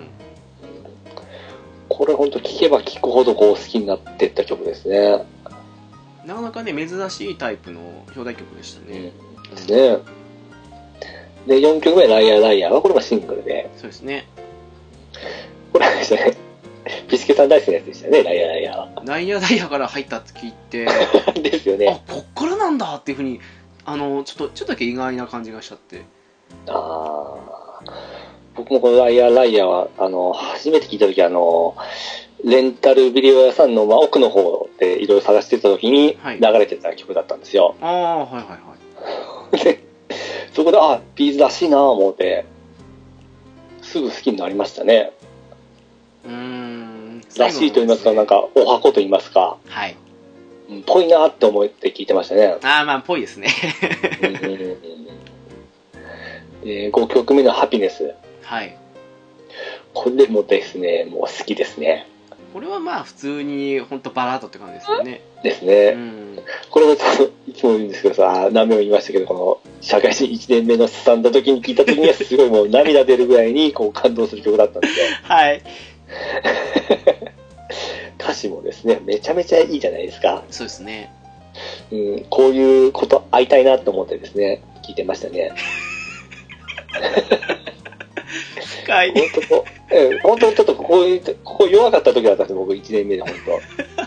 これ本当聴けば聴くほどこう好きになっていった曲ですね。 なかなかね、珍しいタイプの表題曲でしたね。 うん、ですね。で、よんきょくめ、ライアーライアーはこれもシングルで。 そうですね。 これでしたね。ピスケさん大好きなやつでしたね、ライアーライアーは。 ライアーライアーから入ったって聞いて。 ですよね。 あ、こっからなんだっていうふうに、あの、ちょっと、ちょっとだけ意外な感じがしちゃって。 ああ。 僕もこのライアーライアーは、あの、初めて聞いたときあの、レンタルビデオ屋さんの、まあ、奥の方でいろいろ探してたときに流れてた曲だったんですよ。 はい、ああ、はいはいはい。 で、そこで、あ、ビーズらしいなぁ思って、すぐ好きになりましたね。 うーん。 らしいと言いますか、なんか、お箱と言いますか。 はい。 ぽいなって思って聞いてましたね。 ああ、まあ、ぽいですね。 で、ごきょくめのハピネス。 はい。 これもですね、もう好きですね。 これはまあ、普通に、ほんとバラードって感じですよね。 ですね。うん、これもちょっと、いつも言うんですけどさ、何度も言いましたけど、この、社会人いちねんめのすさんだ時に聞いた時には、すごいもう涙出るぐらいに、こう、感動する曲だったんですよ。 はい。 歌詞もですね、めちゃめちゃいいじゃないですか。 そうですね。 うん、こういうこと会いたいなと思ってですね、聞いてましたね。 深い。 本当こう、え本当ちょっとここ、ここ弱かった時だったんです僕いちねんめで本当。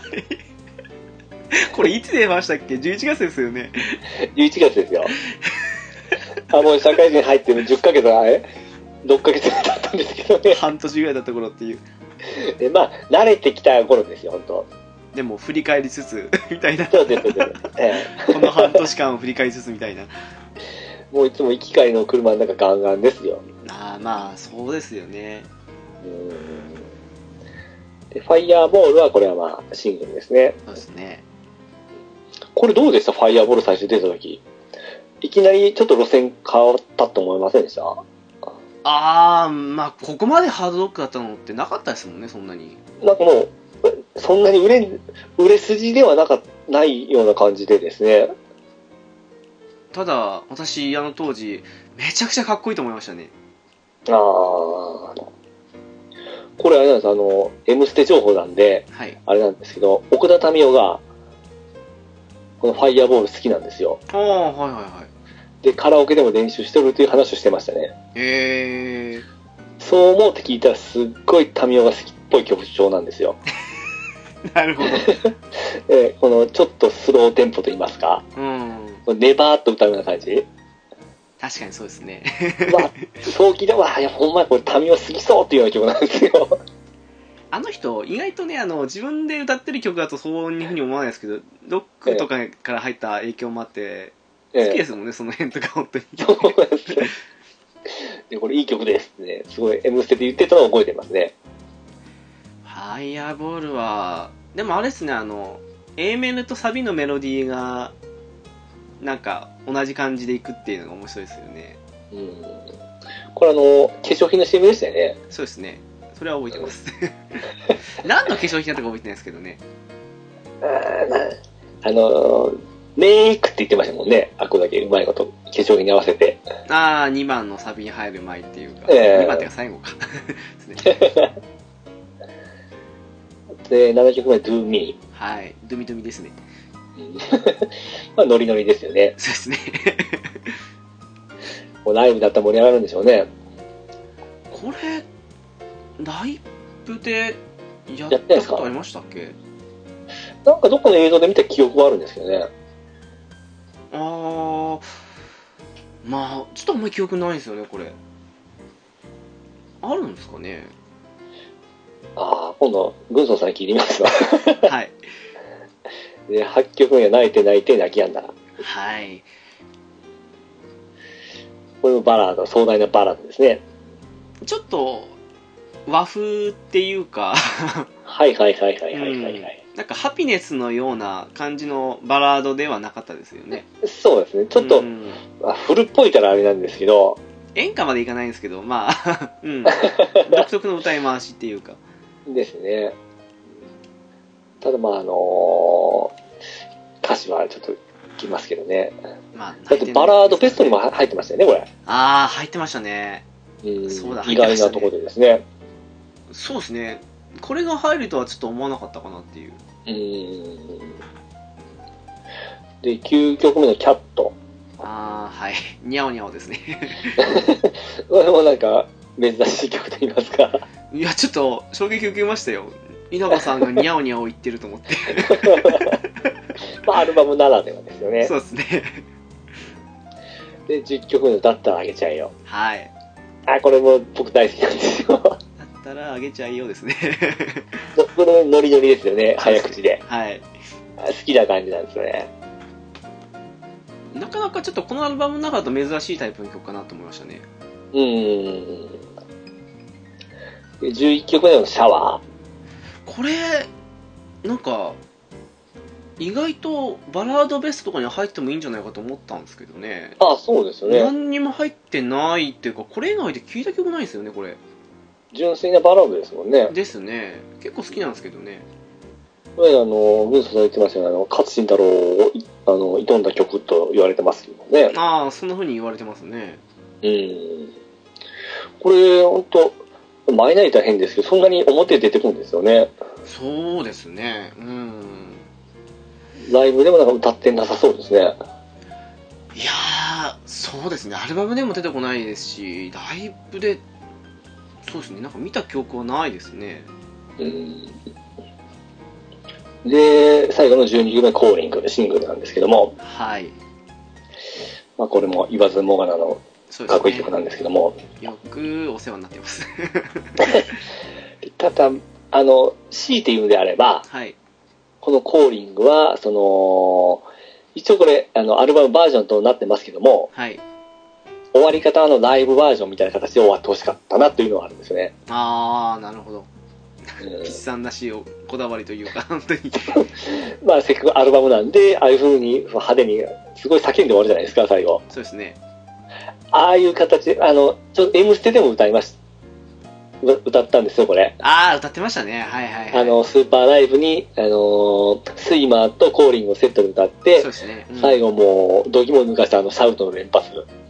これいつ出ましたっけ ?じゅういち 月ですよね。 じゅういちがつですよ。あ、もう社会人入ってじゅっかげつ、あれ ?ろっ ヶ月だったんですけどね。 半年ぐらいだった頃っていう。 で、まあ、慣れてきた頃ですよ、本当。 でも、振り返りつつ、みたいな。 そうです、そうです。ええ、この半年間を振り返りつつ、みたいな。 もういつも行き帰りの車の中ガンガンですよ。 ああ、まあ、そうですよね。 うんで、ファイヤーボールは、これはまあ、シングルですね。 そうですね。 これどうでしたファイヤーボール最初出た時。いきなりちょっと路線変わったと思いませんでした？ ああ、まあ、ここまでハードロックだったのってなかったですもんね、そんなに。 なんかもう、そんなに売れ、売れ筋ではなか、ないような感じでですね。 ただ、私、あの当時、めちゃくちゃかっこいいと思いましたね。 ああ。これあれなんです、あの、M ステ情報なんで、はい、あれなんですけど、奥田民生が、このファイヤーボール好きなんですよ。 ああ、はいはいはい。 で、カラオケでも練習してるという話をしてましたね。 へえ。 そう思うって聞いたら、すっごい民生が好きっぽい曲調なんですよ。 なるほど。 えこのちょっとスローテンポと言いますか。うん。ネバーっと歌うような感じ。 確かにそうですね。 わ、そう聞いて、わ、いや、ほんまにこれ民生好きそうっていうような曲なんですよ。 あの人、意外とね、あの、自分で歌ってる曲だとそういうふうに思わないですけど、ロックとかから入った影響もあって、ええ、好きですもんね、その辺とか、本当に。そうなんですよ。 で、これいい曲ですね。すごい、M ステで言ってたのを覚えてますね。 ファイヤーボールは、でもあれですね、あの、A メロとサビのメロディーが、なんか、同じ感じでいくっていうのが面白いですよね。 うん。これあの、化粧品の シーエム でしたよね。 そうですね。それは覚えてます。何の化粧品だったか覚えてないですけどね。 あまあ、あの、メイクって言ってましたもんね。あこだけうまいこと、化粧品に合わせて。 ああ、にばんのサビに入る前っていうか。えー、にばんっていうか最後か。 で、ななきょくめ、Do Me。 はい。ドゥミドゥミですね。 まあ、ノリノリですよね。 そうですね。 もうライブだったら盛り上がるんでしょうね。 これ、ライブでやったことありましたっけ？ なんかどっかの映像で見た記憶はあるんですけどね。 あー、まあ、ちょっとあんまり記憶ないんですよね、これ。あるんですかね？ ああ、今度、軍曹さんに聞いてみますわ。 はい。 で、はっきょくめは泣いて泣いて泣きやんだら。 はい。 これもバラード、壮大なバラードですね。 ちょっと、和風っていうかはいはいはいはいはいはい、はい、うん。 なんかハピネスのような感じのバラードではなかったですよね。 そうですね。ちょっと、うん、古っぽいからあれなんですけど。 演歌までいかないんですけど、まあ、うん。独特の歌い回しっていうか。 ですね。ただまああのー、歌詞はちょっときますけどね。まあ、だってバラードフェストにも入ってましたよね、これ。 ああ、入ってましたね。 うん、そうだ、意外なところでですね。 そうですね。これが入るとはちょっと思わなかったかなっていう。うーん。で、きゅうきょくめのキャット。 ああ、はい。ニャオニャオですね。 これもなんか、珍しい曲と言いますか。 いや、ちょっと衝撃受けましたよ。稲葉さんがニャオニャオ言ってると思って。 まあ、アルバムならではですよね。 そうですね。 で、じゅっきょくめのだったらあげちゃえよ。 はい。 あ、これも僕大好きなんですよ。だったらあげちゃいようですね。 これノリノリですよね、早口で。 はい。 好きな感じなんですよね。 なかなかちょっとこのアルバムの中だと珍しいタイプの曲かなと思いましたね。 うーん。じゅういっきょくめのシャワー。これ、なんか、意外とバラードベストとかに入ってもいいんじゃないかと思ったんですけどね。 ああ、そうですよね。 何にも入ってないっていうか、これ以外で聞いた曲ないですよね、これ。 純粋なバラードですもんね。 ですね。結構好きなんですけどね。 これ、あの、文章されてましたよね。あの、勝新太郎を、あの、挑んだ曲と言われてますよね。 ああ、そんな風に言われてますね。 うん。これ、本当マイナーに大変ですけど、そんなに表出てくるんですよね。 そうですね。うん。 ライブでもなんか歌ってなさそうですね。 いやー、そうですね。アルバムでも出てこないですし、ライブで、そうですね。なんか見た記憶はないですね。 うん。で、最後のじゅうにきょくめ、コーリング、シングルなんですけども。 はい。 まあ、これも言わずもがなのかっこいい曲なんですけども。 ね、よくお世話になっています。 ただ、あの、強いて言うんであれば、 はい。 このコーリングは、その、一応これ、あの、アルバムバージョンとなってますけども、 はい。 終わり方のライブバージョンみたいな形で終わってほしかったなというのがあるんですね。 あー、なるほど。 うん、 ピッサンなしをこだわりというか、本当に。 まあ、せっかくアルバムなんで、ああいう風に派手に、すごい叫んで終わるじゃないですか、最後。 そうですね。 ああいう形、あの、ちょっと M ステでも歌いました。歌ったんですよ、これ。 あー、歌ってましたね。はいはいはい。 あの、スーパーライブに、あのー、スイマーとコーリングをセットで歌って、 そうですね。うん、 最後もう、度肝抜かしたあの、シャウトの連発。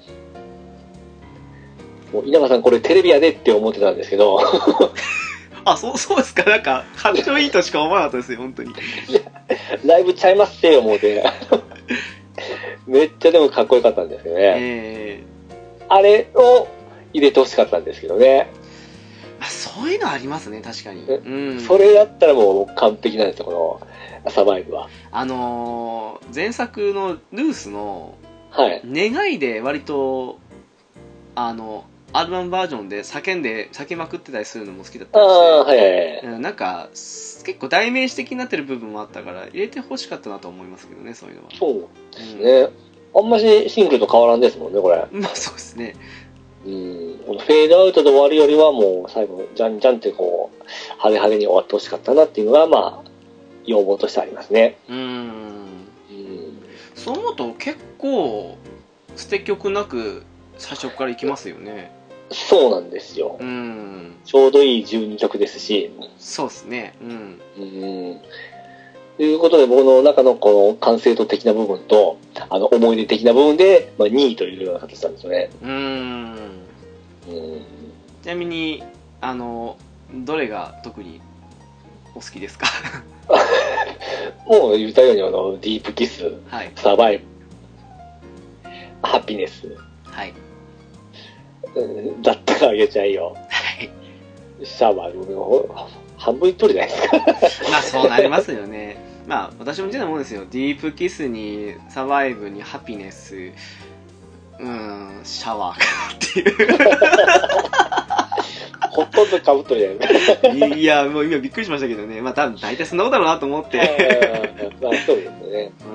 もう稲葉さんこれテレビやでって思ってたんですけどあ、そう、そうですか。なんか、感情いいとしか思わなかったですよ、本当に。 ライブちゃいますって思うてめっちゃでもかっこよかったんですよね。 えー、あれを入れてほしかったんですけどね。 あ、そういうのありますね、確かに。うん。 それだったらもう完璧なんですよ、このサバイブは。あのー、前作のルースの、 はい。 願いで割と、あの、アルバムバージョンで叫んで、叫まくってたりするのも好きだったんですああ、はいはいはい。 なんか、結構代名詞的になってる部分もあったから、入れてほしかったなと思いますけどね、そういうのは。 そうですね。うん、あんましシングルと変わらんですもんね、これ。 まあそうですね。 うん。フェードアウトで終わるよりはもう最後、じゃんじゃんってこう、派手派手に終わってほしかったなっていうのが、まあ、要望としてありますね。 うん。うん。そう思うと結構、捨て曲なく最初からいきますよね。 そうなんですよ。 うん。 ちょうどいいじゅうにきょくですし。 そうですね。うん。 うん。ということで、僕の中のこの完成度的な部分と、あの、思い出的な部分で、まあ、にいというような形なんですよね。 うーん。うん。ちなみに、あの、どれが特にお好きですか？ もう言ったように、あの、ディープキス、 はい、 サバイブ、ハピネス。 はい。 だったらあげちゃいよ。 はい。 シャワー、半分いっとるじゃないですか。 まあそうなりますよね。まあ私も似たようなもんですよ。ディープキスにサバイブにハピネス、うーん、シャワーかなっていう。 ほとんどかぶっとるじゃないですか。 いや、もう今びっくりしましたけどね。まあ多分大体そんなことだろうなと思って。 まあそうですね。 うん。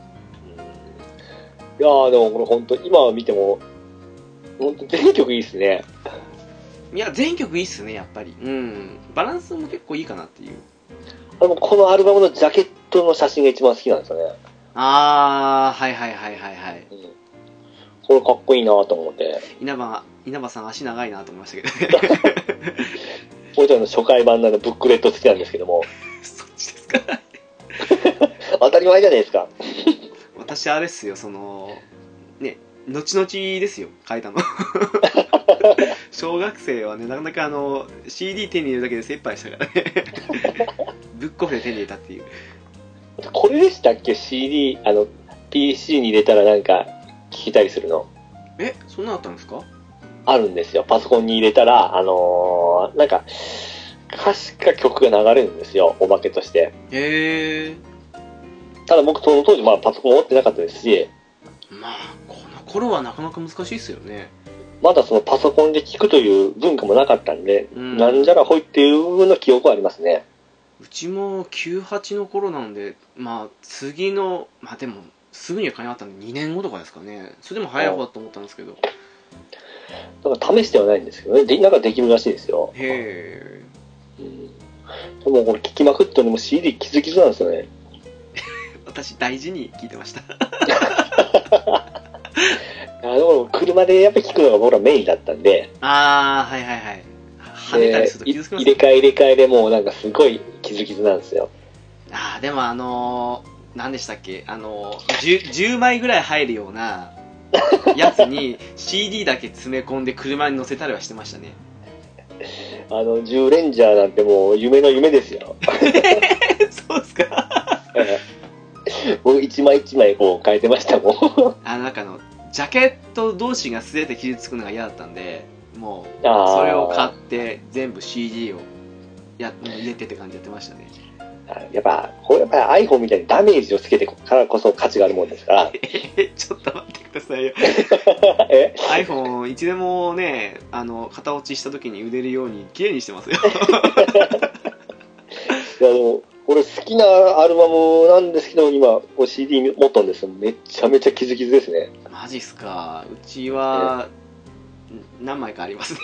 いやーでもこれ本当今見ても、本当全曲いいっすね。 いや、全曲いいっすね、やっぱり。うん。バランスも結構いいかなっていう。 でもこのアルバムのジャケットの写真が一番好きなんですよね。 あー、はいはいはいはいはい。うん、 これかっこいいなと思って。 稲葉、稲葉さん足長いなと思いましたけどね。 俺との初回版のブックレット好きなんですけども。 そっちですか？ 当たり前じゃないですか。 私あれっすよ、その、ね、後々ですよ、書いたの。小学生はね、なかなかあの、シーディー 手に入れるだけで精一杯したからね。ブックオフで手に入れたっていう。 これでしたっけ シーディー、あの、ピーシー に入れたらなんか、聞きたりするの。 え、そんなのあったんですか？ あるんですよ。パソコンに入れたら、あのー、なんか、歌詞か曲が流れるんですよ、おまけとして。 へー。 ただ僕その当時まあパソコン持ってなかったですし。 まあ、この頃はなかなか難しいっすよね。 まだそのパソコンで聞くという文化もなかったんで、 うん、 なんじゃらほいっていうの記憶はありますね。 うちもきゅうはちの頃なので、まあ次の、まあでもすぐには買えなかったんでにねんごとかですかね。それでも早い方だと思ったんですけど。 だから試してはないんですけどね、でなんかできるらしいですよ。 へえ。うん、でもこれ聞きまくってのも シーディー 気づきそうなんですよね。 私大事に聞いてました。 あの車でやっぱ聞くのが僕らメインだったんで。 ああ、はいはいはい。跳ねたりすると気づきますね。 入れ替え入れ替えでもうなんかすごい気づきずなんですよ。 ああ、でもあのー、何でしたっけ、あのー、10, じゅうまいぐらい入るようなやつに シーディー だけ詰め込んで車に乗せたりはしてましたね。 あの、じゅうレンジャーなんてもう夢の夢ですよ。 そうですか。 僕一枚一枚こう変えてましたもん。 あの、なんかあの、ジャケット同士が素手で傷つくのが嫌だったんで、もう、それを買って全部 シーディー をや入れてって感じやってましたね。 やっぱ、これやっぱり iPhone みたいにダメージをつけてからこそ価値があるもんですから。 え、ちょっと待ってくださいよ。 え iPhone いつでもね、あの、型落ちした時に売れるように綺麗にしてますよ。いや、でも、俺好きなアルバムなんですけど、今、シーディー 持ったんですよ。めちゃめちゃ気づきずですね。 マジっすか。うちは、何枚かありますね。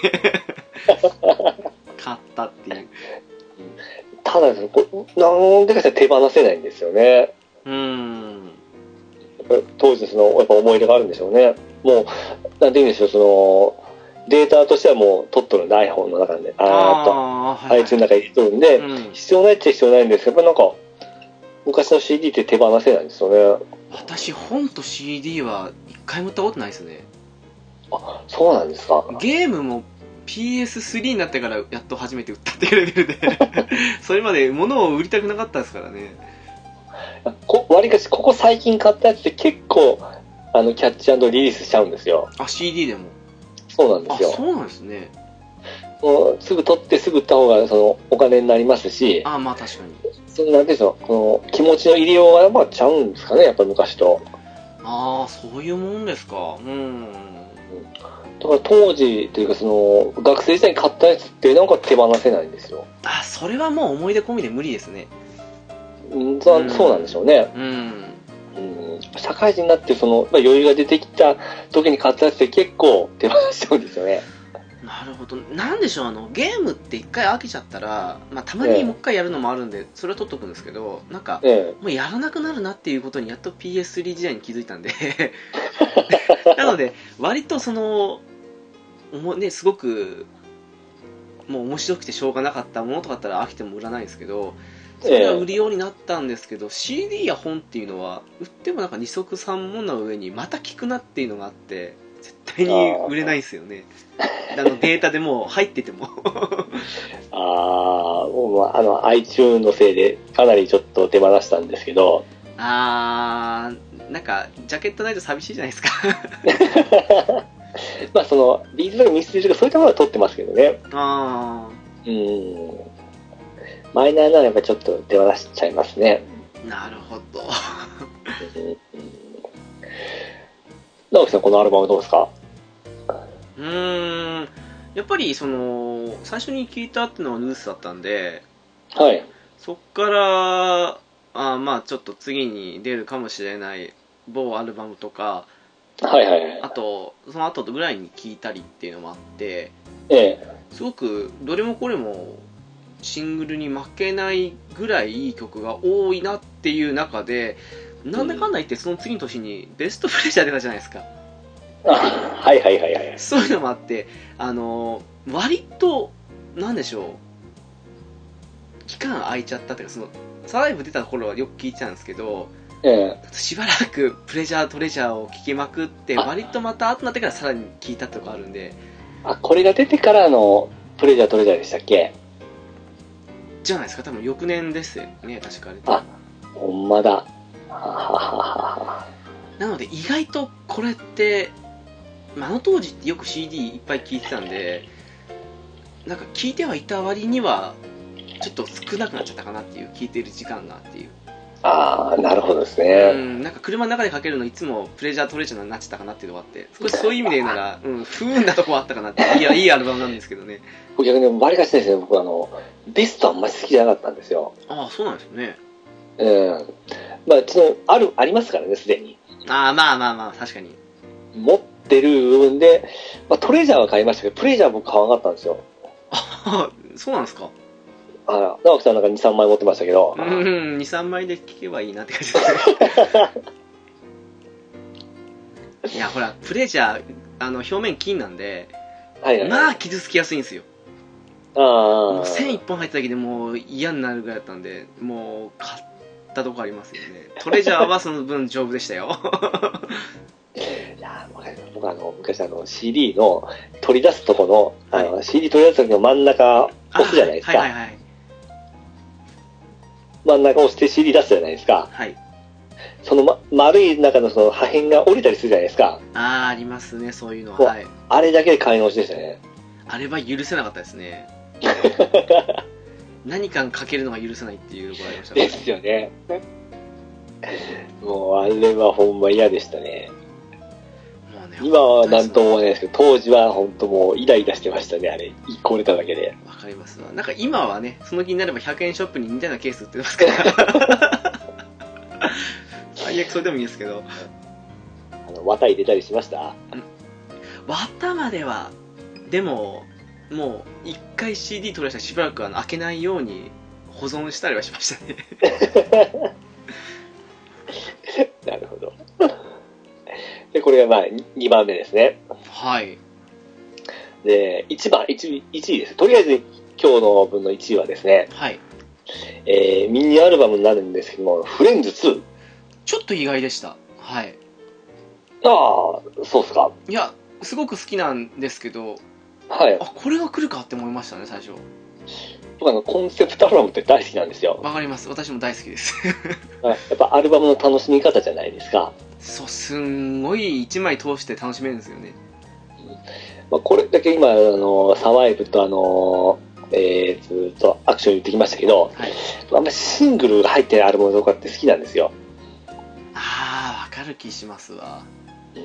買ったっていう。 ただ、なんでかしたら手放せないんですよね。 うーん。 当時その、やっぱ思い出があるんでしょうね。もう、なんて言うんでしょう、その、データとしてはもう取っとるんで iPhone の中で、あーっと、iTunes の中に入れとるんで、うん、必要ないっちゃ必要ないんですけど、なんか、昔の シーディー って手放せないんですよね。 私、本と シーディー は一回も売ったことないですね。 あ、そうなんですか。 ゲームも ピーエススリー になってからやっと初めて売ったってレベルでそれまで物を売りたくなかったですからね。 こわりかしここ最近買ったやつって結構あのキャッチ&リリースしちゃうんですよ。 あ、 シーディー でも。 そうなんですよ。 あ、そうなんですね。 もうすぐ取ってすぐ売った方がそのお金になりますし。 あ、まあ確かに。 そんなんですよ、この気持ちの入れようがまあちゃうんですかね、やっぱ昔と。 ああ、そういうもんですか。うん。 だから当時というかその学生時代に買ったやつってなんか手放せないんですよ。 あ、それはもう思い出込みで無理ですね。 うん、そうなんでしょうね。 うん。うんうん、社会人になってその、まあ、余裕が出てきた時に買ったやつって結構手放しちゃうんですよね。 なるほど。なんでしょう、あのゲームって一回飽きちゃったら、まあ、たまにもう一回やるのもあるんで、ええ、それを取っとくんですけど、なんか、ええ、もうやらなくなるなっていうことにやっと ピーエススリー 時代に気づいたんでなので割とそのもね、すごくもう面白くてしょうがなかったものとかだったら飽きても売らないんですけど、それが売るようになったんですけど、ええ、シーディー や本っていうのは売ってもなんか二足三門な上にまた聞くなっていうのがあって絶対に売れないんですよね。あのデータでもう入っててもああ、もうあの iTunes のせいでかなりちょっと手放したんですけど、 あー、なんかジャケットないと寂しいじゃないですかまあそのビーズとかミステリーとかそういったものは撮ってますけどね。 あー、うん、マイナーならやっぱちょっと手放しちゃいますね。 なるほど直樹さん、このアルバムどうですか？ うーん、やっぱりその最初に聞いたっていうのはヌースだったんで、 はい、 そっからあまあちょっと次に出るかもしれない某アルバムとか、 はいはいはい、 あとその後ぐらいに聞いたりっていうのもあって、 ええ、 すごくどれもこれもシングルに負けないぐらいいい曲が多いなっていう中で、なんだかんだ言ってその次の年にベストプレジャー出たじゃないですか。 あ、はいはいはいはい。 そういうのもあって、あの割となんでしょう、期間空いちゃったというか、そのサライブ出た頃はよく聞いてたんですけど、ええ、しばらくプレジャートレジャーを聞きまくって、割とまた後になってからさらに聞いたとかあるんで。 あ、これが出てからのプレジャートレジャーでしたっけ？ じゃないですか、多分翌年ですよね、確かに。 あ、ほんまだ。 なので意外とこれって、あの当時ってよく シーディー いっぱい聴いてたんで、なんか聴いてはいた割にはちょっと少なくなっちゃったかなっていう、聴いてる時間がっていう。 ああ、なるほどですね。 うん、なんか車の中でかけるのいつもプレジャートレジャーになっちゃったかなっていうのがあって、少しそういう意味で言うなら、うん、不運なとこはあったかなって。いや、いいアルバムなんですけどね。 逆に割りかしですね、僕あの、ベストあんまり好きじゃなかったんですよ。 ああ、そうなんですよね。 うん。まあ、ちの、ある、ありますからね、すでに。 ああ、まあまあまあ、確かに。 持ってる部分で、まあ、トレジャーは買いましたけど、プレジャー僕買わなかったんですよ。 あそうなんですか。 あら、直樹さんなんかに、さんまい持ってましたけど。 うん、に、さんまいで聴けばいいなって感じですね。いや、ほら、プレジャー、あの、表面金なんで、はいはいはい、まあ、傷つきやすいんですよ。あもう線一本入っただけでもう嫌になるぐらいだったんで、もう、買ったとこありますよね。トレジャーはその分丈夫でしたよ。 いや僕あの、昔あの、シーディー の取り出すとこの、はい、あの シーディー 取り出すときの真ん中押すじゃないですか。はいはいはい。真ん中押して シーディー 出すじゃないですか。はい。その、ま、丸い中のその破片が折れたりするじゃないですか。 ああ、ありますね、そういうのは。はい。 あれだけで買い直しでしたね。 あれは許せなかったですね。何かかけるのが許せないっていうところありましたね。 ですよね。もう、あれはほんま嫌でしたね。もうね、今は何とも思わないですけど、当時は本当もうイライラしてましたね、あれ。一個売れただけで。 わかりますわ。なんか今はね、その気になればひゃくえんショップに似たようなケース売ってますから。最悪それでもいいですけど。 あの、綿入れたりしました？ 綿までは、でも、もう一回 シーディー 取り出したらしばらくあの開けないように保存したりはしましたね。 なるほど。で、これがまあにばんめですね。 はい。 で、いちばん、いちい、いちいです。とりあえず今日の分のいちいはですね、はい。えー、ミニアルバムになるんですけども、フレンズツー。 ちょっと意外でした。はい。 ああ、そうっすか。 いや、すごく好きなんですけど、はい。あ、これが来るかって思いましたね、最初。 僕あの、コンセプトアルバムって大好きなんですよ。 わかります。私も大好きです。 やっぱアルバムの楽しみ方じゃないですか。 そう、すんごいいちまい通して楽しめるんですよね。 うんまあ、これだけ今、あの、サバイブとあの、えー、ずっとアクション言ってきましたけど、はい、あんまりシングルが入ってるアルバムとかって好きなんですよ。 ああ、わかる気しますわ。 うん。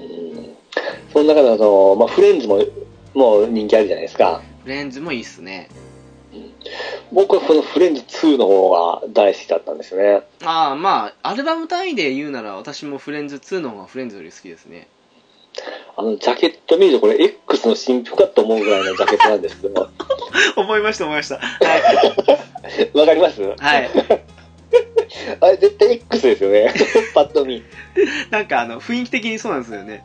その中であの、まあ、フレンズも、もう人気あるじゃないですか。 フレンズもいいっすね。 うん、僕はこのフレンズツーの方が大好きだったんですよね。 ああ、まあ、アルバム単位で言うなら私もフレンズツーの方がフレンズより好きですね。 あの、ジャケット見るとこれ X の新譜かと思うぐらいのジャケットなんですけど。 思いました思いました。はい。 わかります？はい。あれ絶対 X ですよね。パッと見。 なんかあの、雰囲気的にそうなんですよね。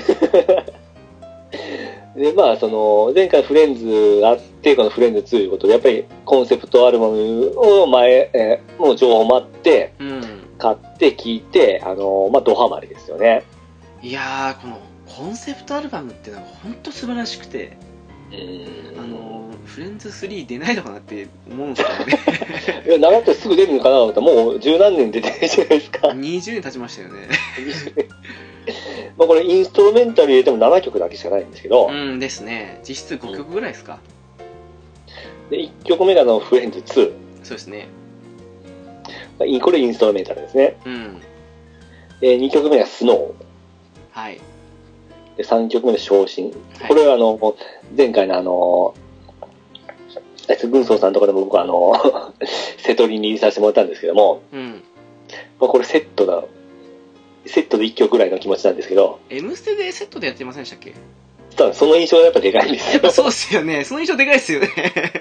で、まあ、その、前回フレンズあって、このフレンズツーということで、やっぱりコンセプトアルバムを前、えー、もう情報待って、うん、買って聞いて、あの、まあ、ドハマりですよね。 いやー、このコンセプトアルバムってのは本当素晴らしくて、あの、フレンズスリー出ないのかなって思うんですけどね。 いや、長くてすぐ出るのかなと思ったら、もう十何年出てるじゃないですか。 にじゅうねん経ちましたよね。 まあこれインストルメンタル入れてもななきょくだけしかないんですけど。 うんですね。実質ごきょくぐらいですか。 で、いっきょくめがのフレンズツー。 そうですね。 これインストルメンタルですね。うん。で、にきょくめがスノー。はい。で、さんきょくめの昇進。はい、これはあの、前回のあの、軍曹さんのところでも僕はあの、瀬戸りに入れさせてもらったんですけども、うん。まあこれセットだ。セットでいっきょくぐらいの気持ちなんですけど。 M ステでセットでやってませんでしたっけ？ その印象がやっぱでかいんですよ。 やっぱそうですよね。その印象でかいですよね。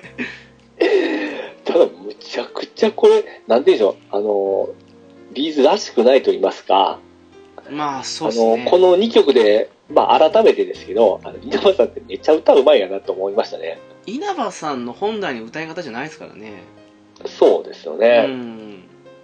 ただ、むちゃくちゃこれ、なんていうんでしょう、あの、ビーズらしくないと言いますか。 まあ、そうですね。 あの、このにきょくで、まあ、改めてですけど、あの、稲葉さんってめっちゃ歌うまいやなと思いましたね。 稲葉さんの本来の歌い方じゃないですからね。 そうですよね。うん。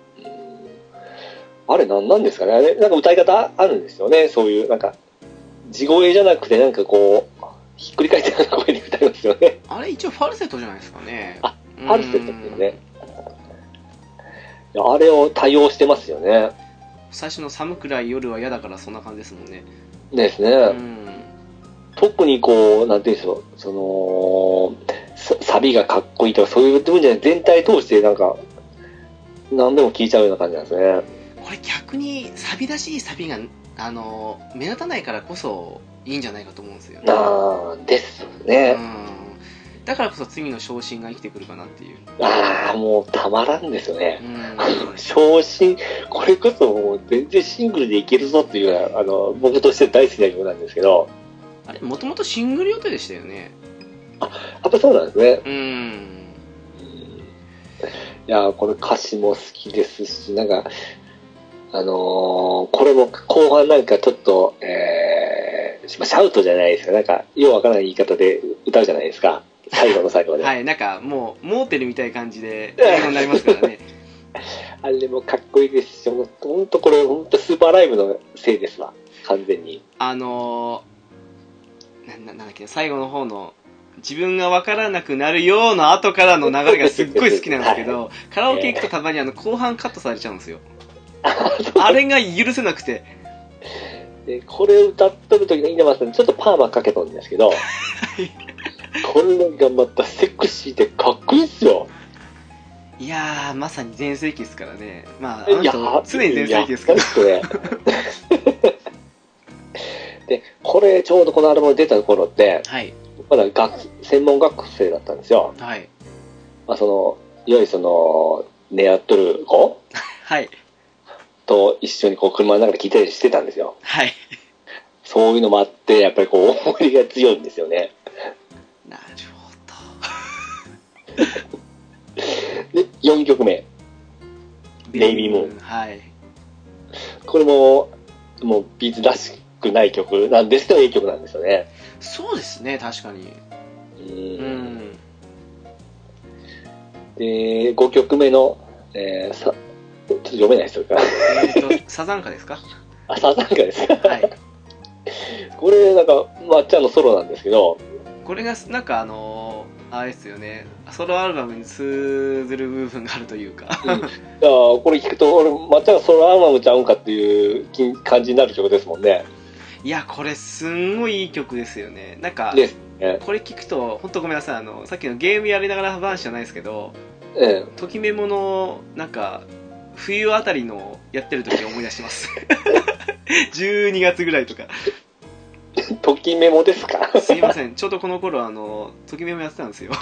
あれ何なんですかね。あれ、なんか歌い方あるんですよね。そういう、なんか、地声じゃなくて、なんかこう、ひっくり返ったような声で歌いますよね。 あれ一応ファルセットじゃないですかね。 あ、ファルセットですよね。いや、あれを多用してますよね。 最初の寒くらい夜は嫌だからそんな感じですもんね。 ですね。うん、特にこう、なんていうんでしょう、その、サビがかっこいいとかそういう部分じゃない、全体通してなんか、 何でも聴いちゃうような感じなんですね。 これ逆にサビらしいサビがあの目立たないからこそいいんじゃないかと思うんですよね。 ああ、ですね。 うん、だからこそ次の昇進が生きてくるかなっていう。 ああ、もうたまらんですよね。 うん、 昇進、これこそもう全然シングルでいけるぞっていうような、あの、僕として大好きな曲なんですけど。 あれ、もともとシングル予定でしたよね。 あ、やっぱそうなんですね。 うん。 いや、これ歌詞も好きですし、なんか、あのー、これも後半なんかちょっと、えー、シャウトじゃないですか。なんか、ようわからない言い方で歌うじゃないですか。最後の最後で。 はい、なんかもう、モーテルみたいな感じで英語になりますからね。 あれもかっこいいですし、ほんとこれ、ほんとスーパーライブのせいですわ。完全に。 あのー、な、ななんだっけ、最後の方の、自分が分からなくなるような後からの流れがすっごい好きなんですけど、はい、カラオケ行くとたまにあの後半カットされちゃうんですよ。あれが許せなくて。 でこれを歌っとる時の稲葉さん、ちょっとパーマかけとるんですけど、これがまたセクシーでかっこいいっすよ。 いやー、まさに全盛期ですからね。まあ、あの人常に全盛期ですから。 で、これちょうどこのアルバム出た頃って、 はい、 まだ学専門学生だったんですよ。 はい。 まあ、その、いわゆるその、狙っとる子はい。 と一緒にこう車の中で聴いたりしてたんですよ。 はい。 そういうのもあって、やっぱりこう、思いが強いんですよね。 なるほど。で、よんきょくめ。ベイビームーン。 はい。これも、もう、ビーズらしくない曲なんですけど、いい曲なんですよね。 そうですね、確かに。うん。 で、ごきょくめの、えー、さ、ちょっと読めないですよ。 えっと、サザンカですか？ あ、サザンカですか。 はい。 これ、なんか、まっちゃんのソロなんですけど、 これが、なんかあのー、あれですよね、ソロアルバムに通ずる部分があるというか。うん、いやこれ聞くと、俺、まっちゃんがソロアルバムちゃうんかっていう感じになる曲ですもんね。 いや、これすんごいいい曲ですよね。なんか、 ですね、 これ聞くと、本当ごめんなさい、あの、さっきのゲームやりながら話じゃないですけど、 ええ、 ときメモの、なんか、冬あたりのやってる時を思い出します。じゅうにがつぐらいとか。 ときメモですか？ すいません、ちょうどこの頃、あの、ときメモやってたんですよ。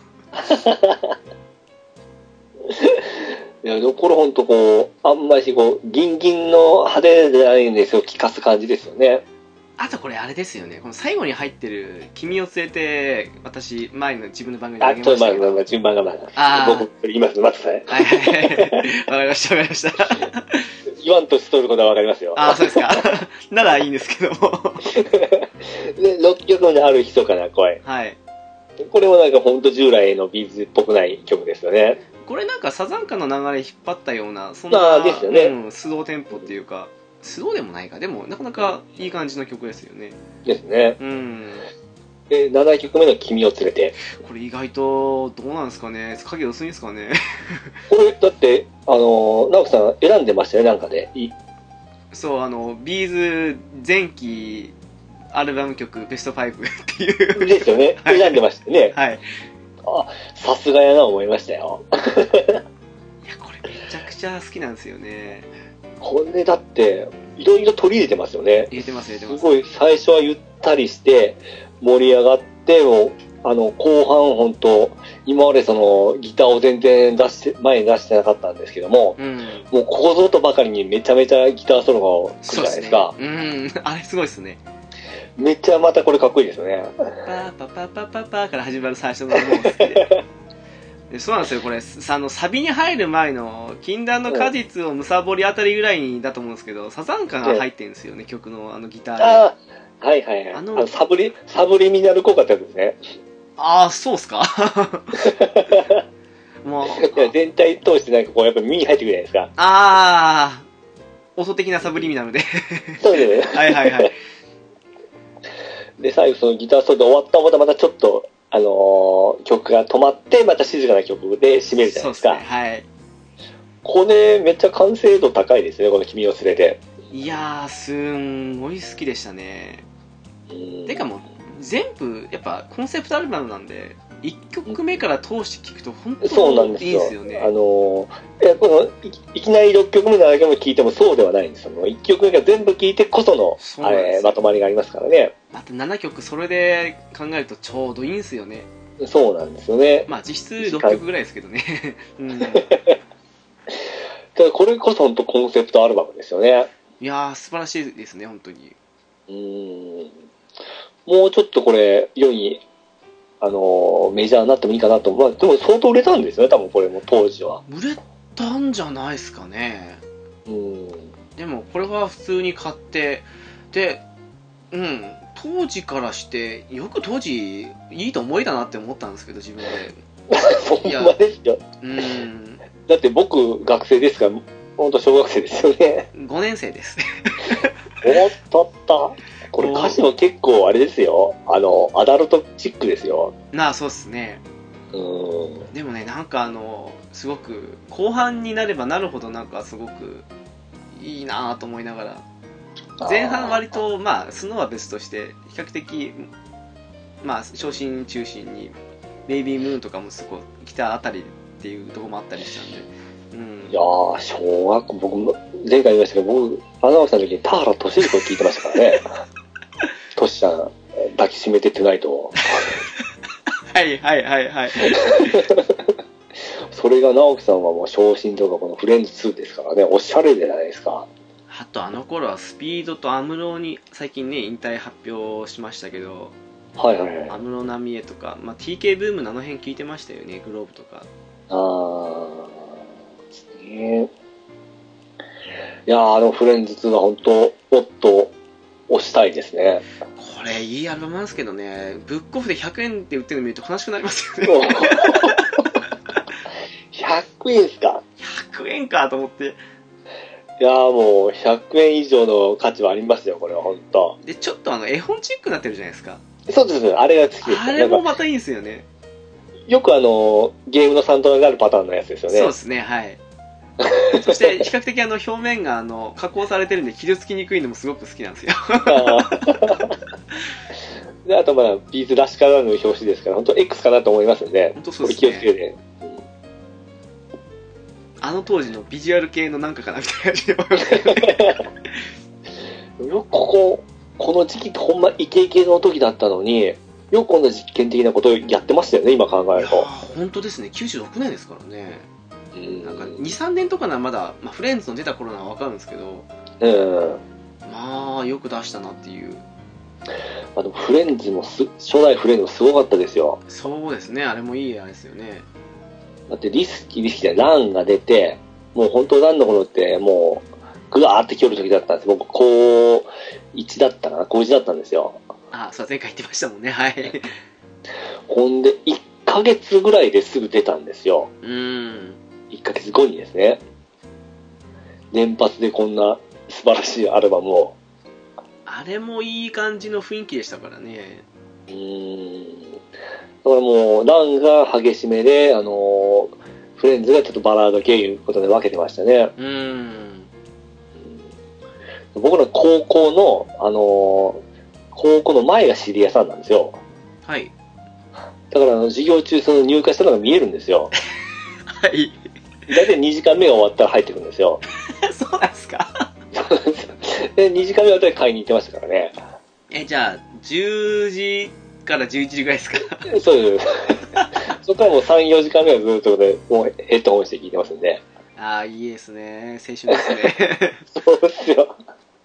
いや、これほんとこう、あんまりこう、ギンギンの派手じゃないんですよ、聴かす感じですよね。 あとこれあれですよね、この最後に入ってる「君を連れて」私前の自分の番組であげましたけど、 あ、ちょっと順番がまだあ僕言います、待ってください。 はいはいはいわかりましたわかりました言わんとしとることはわかりますよ。 ああそうですかならいいんですけどもでろっきょくめのある密かな声、 はい、 これもなんか本当従来のビーズっぽくない曲ですよね。 これなんかサザンカの流れ引っ張ったようなそんな、 あですよね、 うん、スローテンポっていうか、スローでもないか、でもなかなかいい感じの曲ですよね。 ですね。 うん。 で、ななきょくめの君を連れて。 これ意外とどうなんですかね、影薄いんですかね。 これだって、あの、直樹さん選んでましたよね、なんかで。いそう、あの、ビーズ前期アルバム曲ベストファイブっていう。 ですよね。選んでましたよね。 はい。 あ、さすがやな思いましたよ。 いや、これめちゃくちゃ好きなんですよね。 これだって、いろいろ取り入れてますよね。 入れてます、入れてます。 すごい、最初はゆったりして、盛り上がって、もう、あの、後半本当今までその、ギターを全然出して、前に出してなかったんですけども、うん、もうここぞとばかりにめちゃめちゃギターソロが来るじゃないですか。 う、ね、うん、あれすごいですね。 めっちゃまたこれかっこいいですよね。 パーパパパパパから始まる最初のものですね。そうなんですよ、これあのサビに入る前の禁断の果実をむさぼりあたりぐらいだと思うんですけど、サザンカが入ってるんですよね、うん、曲のあのギターで。ああ、 はいはいはい。あのあのサブリサブリミナル効果ってやつですね。 ああ、そうっすか。 もういや全体通してなんかこうやっぱ耳に入ってくるじゃないですか。ああ、音的なサブリミナルで。 そうですね。 はいはいはい。 で最後そのギターソロで終わった思ったらまたちょっと。あのー、曲が止まってまた静かな曲で締めるじゃないですか。そうですね、はい。これめっちゃ完成度高いですね、この君を連れて。 いやー、すんごい好きでしたね。てかもう全部やっぱコンセプトアルバムなんでいっきょくめから通して聞くと本当にいいんですよね。 あのいやこの い, いきなりろっきょくめななきょくめ聞いてもそうではないんですよ。いっきょくめが全部聞いてこそのあれまとまりがありますからね。 またななきょくそれで考えるとちょうどいいんですよね。 そうなんですよね。 まあ実質ろっきょくぐらいですけどね。うん、ただこれこそ本当コンセプトアルバムですよね。 いやー素晴らしいですね本当に。 うーんもうちょっとこれ世にあのメジャーになってもいいかなと思う。まあ、でも相当売れたんですよね多分これも当時は。 売れたんじゃないですかね。 うんでもこれは普通に買ってで、うん、当時からしてよく当時いいと思えたなって思ったんですけど自分で。 ほんまですよ。 うん。 だって僕学生ですから本当小学生ですよね。 ごねん生です。 おっとっと。これ歌詞も結構あれですよ。あのアダルトチックですよ。 なあそうっすね。 うんでもねなんかあのすごく後半になればなるほどなんかすごくいいなと思いながら、前半割とまあスノーは別として比較的まあ昇進中心にベイビームーンとかもすごい来たあたりっていうところもあったりしたんで、うん、 いやー小学校僕前回言いましたけど僕穴尾さんの時に田原俊彦聞いてましたからね。トシちゃん抱きしめてトゥナイトをはいはいはいはいそれが直樹さんはもう昇進とかこのフレンズツーですからね。おしゃれじゃないですか。 あとあの頃はスピードと安室に最近ね引退発表しましたけど、 はいはいはい、 安室奈美恵とか、まあ、ティーケー ブームのあの辺聞いてましたよね。グローブとかあーですね。いやーあのフレンズツーは本当もっと推したいですね。 これいいアルバムなんですけどね、ブックオフでひゃくえんで売ってるの見ると悲しくなりますよね。 ひゃくえんですか。 ひゃくえんかと思って。 いやーもうひゃくえん以上の価値はありますよこれは本当。 でちょっとあの絵本チックになってるじゃないですか。 そうです、あれが好きです。 あれもまたいいんですよね。 よくあのゲームのサントラになるパターンのやつですよね。 そうですね、はい。そして比較的あの表面があの加工されてるんで傷つきにくいのもすごく好きなんですよ。 であとまあビーズらしからぬ表紙ですから本当 X かなと思いますんで、 本当そうですね。 これ気をつけて、うん、 あの当時のビジュアル系のなんかかなみたいな感じでよくこここの時期ってほんまイケイケの時だったのによくこんな実験的なことをやってましたよね今考えると。 本当ですね。きゅうじゅうろくねんですからね。 うん、 なんかに、さんねんとかならまだ、まあ、フレンズの出た頃ならわかるんですけど、 うん、 まあよく出したなっていう。 あのフレンズもす初代フレンズもすごかったですよ。 そうですね、あれもいいあれですよね。 だってリスキーリスキーでランが出てもう本当ランの頃ってもうグワーって来る時だったんです。僕高いちだったかな高いちだったんですよ。 あ、そう前回言ってましたもんね。はいほんでいっかげつぐらいですぐ出たんですよ。 うーんいっかげつごにですね年発でこんな素晴らしいアルバムを。 あれもいい感じの雰囲気でしたからね。 うーんだからもうランが激しめであのフレンズがちょっとバラード系いうことで分けてましたね。 うーん僕ら高校のあの高校の前が シーディー 屋さんなんですよ。 はい。 だからあの授業中その入荷したのが見えるんですよ。 はいだいたいにじかんめが終わったら入ってくるんですよ。 そうなんですか。 でにじかんめ終わったら買いに行ってましたからね。 えじゃあじゅうじからじゅういちじぐらいですか。 そうですそこからもうさん、よじかんめはずっとでもうヘッドホンして聞いてますんで。 ああいいですね、青春ですね。 そうですよ。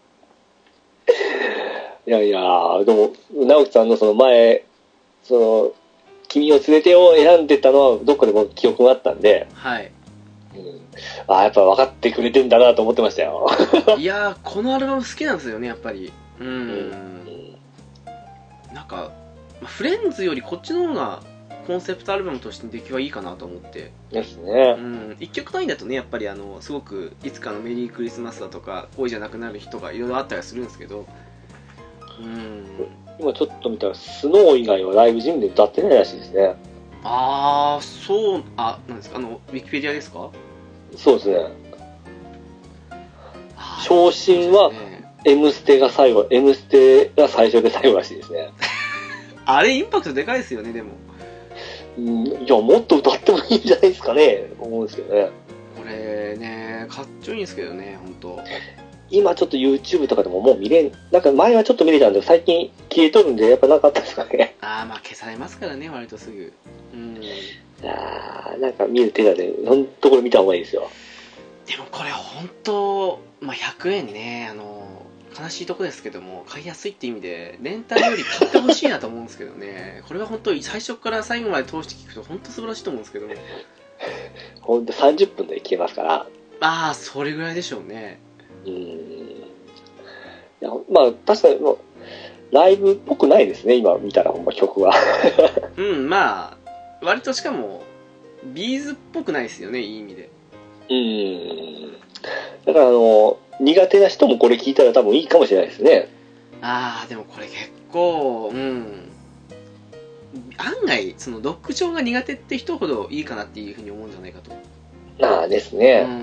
いやいやでも直樹さんのその前その君を連れてを選んでたのはどっかで僕記憶があったんで、 はい、 うん、ああやっぱ分かってくれてんだなと思ってましたよ。 いやーこのアルバム好きなんですよねやっぱり。うん、うん、なんかフレンズよりこっちの方がコンセプトアルバムとして出来はいいかなと思ってですね。 うん、いっきょく単位だとねやっぱりあのすごくいつかのメリークリスマスだとか恋じゃなくなる人がいろいろあったりするんですけど、うん、 今ちょっと見たらスノー以外はライブジムで歌ってないらしいですね。 ああそうあなんですかあのウィキペディアですか。 そうですね。昇進は M ステが最後 M ステが最初で最後らしいですね。 あれインパクトでかいですよね。でもうん、いや、もっと歌ってもいいんじゃないですかね、思うんですけどね。 これね、かっちょいいんですけどね、ほんと。 今ちょっと YouTube とかでももう見れん、なんか前はちょっと見れたんで、最近消えとるんで、やっぱなかったですかね。 ああ、まあ消されますからね、割とすぐ。うん。 いやー、なんか見る手だね、ほんとこれ見た方がいいですよ。 でもこれほんと、まあひゃくえんね、あの、悲しいとこですけども、買いやすいって意味で、レンタルより買ってほしいなと思うんですけどね。これは本当、最初から最後まで通して聞くと、本当素晴らしいと思うんですけど。 ほんとさんじゅっぷんで消えますから。 ああ、それぐらいでしょうね。 うーん。いや、まあ、確かにもう、ライブっぽくないですね、今見たら、ほんま曲は。 うん、まあ、割としかも、ビーズっぽくないですよね、いい意味で。 うーん。だから、あの、苦手な人もこれ聞いたら多分いいかもしれないですね。 ああ、でもこれ結構、うん。案外、その、ロック調が苦手って人ほどいいかなっていうふうに思うんじゃないかと。 ああですね。 うん。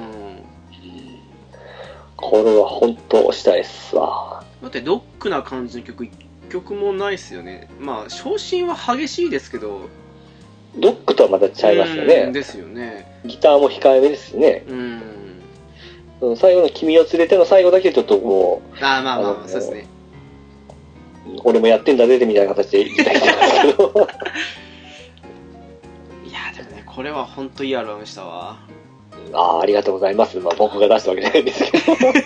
これは本当したいっすわ。 だってロックな感じの曲一曲もないっすよね。まあ昇進は激しいですけど、 ロックとはまたちゃいますよね。 ですよね。 ギターも控えめですしね。 うん。 最後の君を連れての最後だけちょっともう、ああまあまあ、そうですね。 俺もやってんだぜみたいな形で言いたいんですけど。 いやでもね、これは本当いいアルバムでしたわ。 ああ、ありがとうございます。まあ僕が出したわけじゃないんですけど。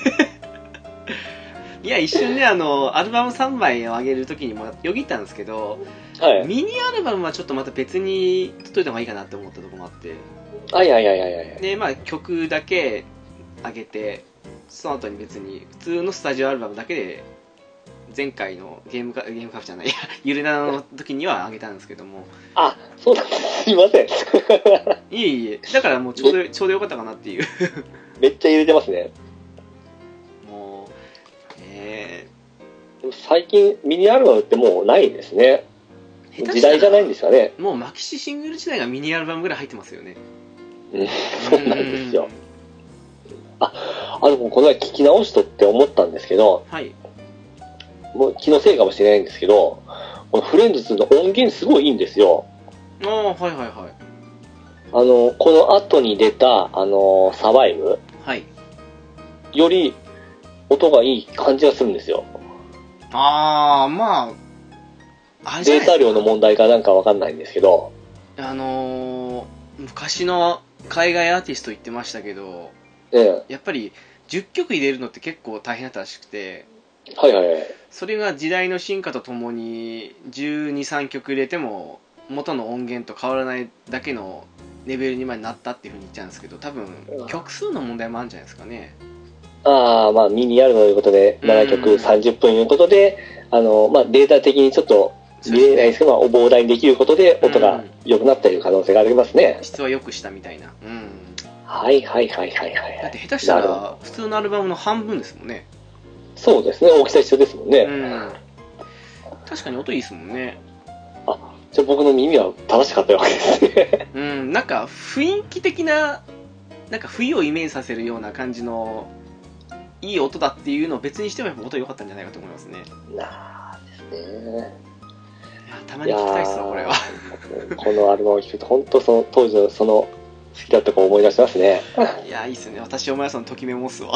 いや、一瞬ね、あの、アルバムさんまいを上げるときにもよぎったんですけど、はい、ミニアルバムはちょっとまた別に撮っといた方がいいかなって思ったところもあって。 はいはいはいはいはい。 で、まあ曲だけ上げて、その後に別に普通のスタジオアルバムだけで、前回のゲームカ、ゲームカフェじゃない、ゆるなの時には上げたんですけども。 あ、そうなんです。すいません。 いえいえ、だからもうちょうど、ちょうどよかったかなっていう。 めっちゃ入れてますね。 もう、えー、最近ミニアルバムってもうないんですね。時代じゃないんですかね。 もうマキシシングル時代がミニアルバムぐらい入ってますよね。 うん、そうなんですよ。あ、あの、この前聞き直しとって思ったんですけど、はい。もう気のせいかもしれないんですけど、このフレンズツーの音源すごいいいんですよ。 ああ、はいはいはい。 あの、この後に出た、あの、サバイブ。はい。より、音がいい感じがするんですよ。 ああ、まあ、 あれデータ量の問題かなんかわかんないんですけど。 あのー、昔の海外アーティスト言ってましたけど、ええ、やっぱりじゅっきょく入れるのって結構大変だったらしくて、 はいはいはい。 それが時代の進化とともにじゅうに、さんきょく入れても元の音源と変わらないだけのレベルにまでなったっていうふうに言っちゃうんですけど、多分曲数の問題もあるんじゃないですかね。 ああ、まあミニアルバムということでななきょくさんじゅっぷんということで、あの、まあデータ的にちょっと見れないですけど、まあ、膨大にできることで音が良くなったという可能性がありますね。 質は良くしたみたいな。うん。 はいはいはいはいはい。 だって下手したら普通のアルバムの半分ですもんね。 そうですね、大きさ一緒ですもんね。うん。 確かに音いいですもんね。 あ、じゃあ僕の耳は正しかったわけですね。 うん、なんか雰囲気的な、なんか冬をイメージさせるような感じのいい音だっていうのを別にしてもやっぱ音良かったんじゃないかと思いますね。 なあですね。いやたまに聞きたいっすわこれは。 このアルバムを聴くと本当その当時のその好きだった子を思い出しますね。 いやいいっすね。私お前さんときめもっすわ。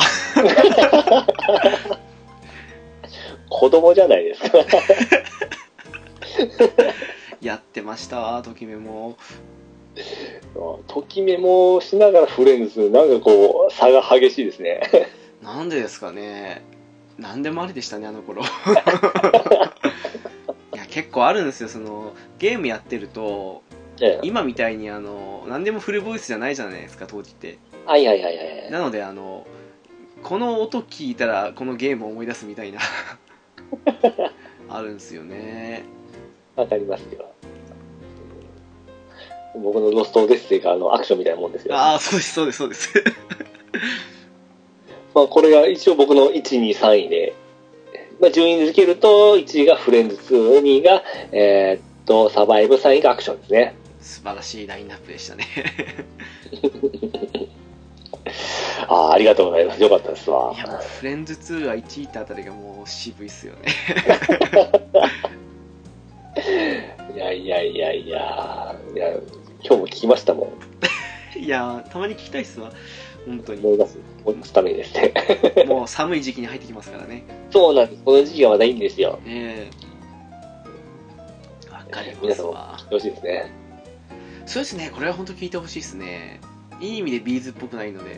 子供じゃないですか。 やってましたわ、ときメモ。 ときメモしながらフレンズ、なんかこう、差が激しいですね。 なんでですかね。なんでもありでしたね、あの頃。いや、結構あるんですよ、その、ゲームやってると、ええ、今みたいにあの、何でもフルボイスじゃないじゃないですか、当時って。 はいはいはいはい。 なので、あの、この音聞いたら、このゲームを思い出すみたいな。あるんですよね。 わかりますよ。僕のロストオデッセイがあのアクションみたいなもんですよ。 ああ、そうです、そうです、そうです。 まあこれが一応僕のいち、に、さんいで、まあ、順位付けると、いちいがフレンズツー、にいが、えー、っと、サバイブ、さんいがアクションですね。 素晴らしいラインナップでしたね。 ああ、ありがとうございます。よかったですわ。 いや、もうフレンズツーはいちいってあたりがもう渋いっすよね。 いやいやいやいや、 いや、今日も聞きましたもん。いや、たまに聞きたいっすわ。本当に。 思います。思いますためにですね。 もう寒い時期に入ってきますからね。 そうなんです。この時期がまだいいんですよ。 ええー。わかりますわ。 皆さんも聞いてほしいですね。 そうですね。これは本当聞いてほしいですね。いい意味でビーズっぽくないので。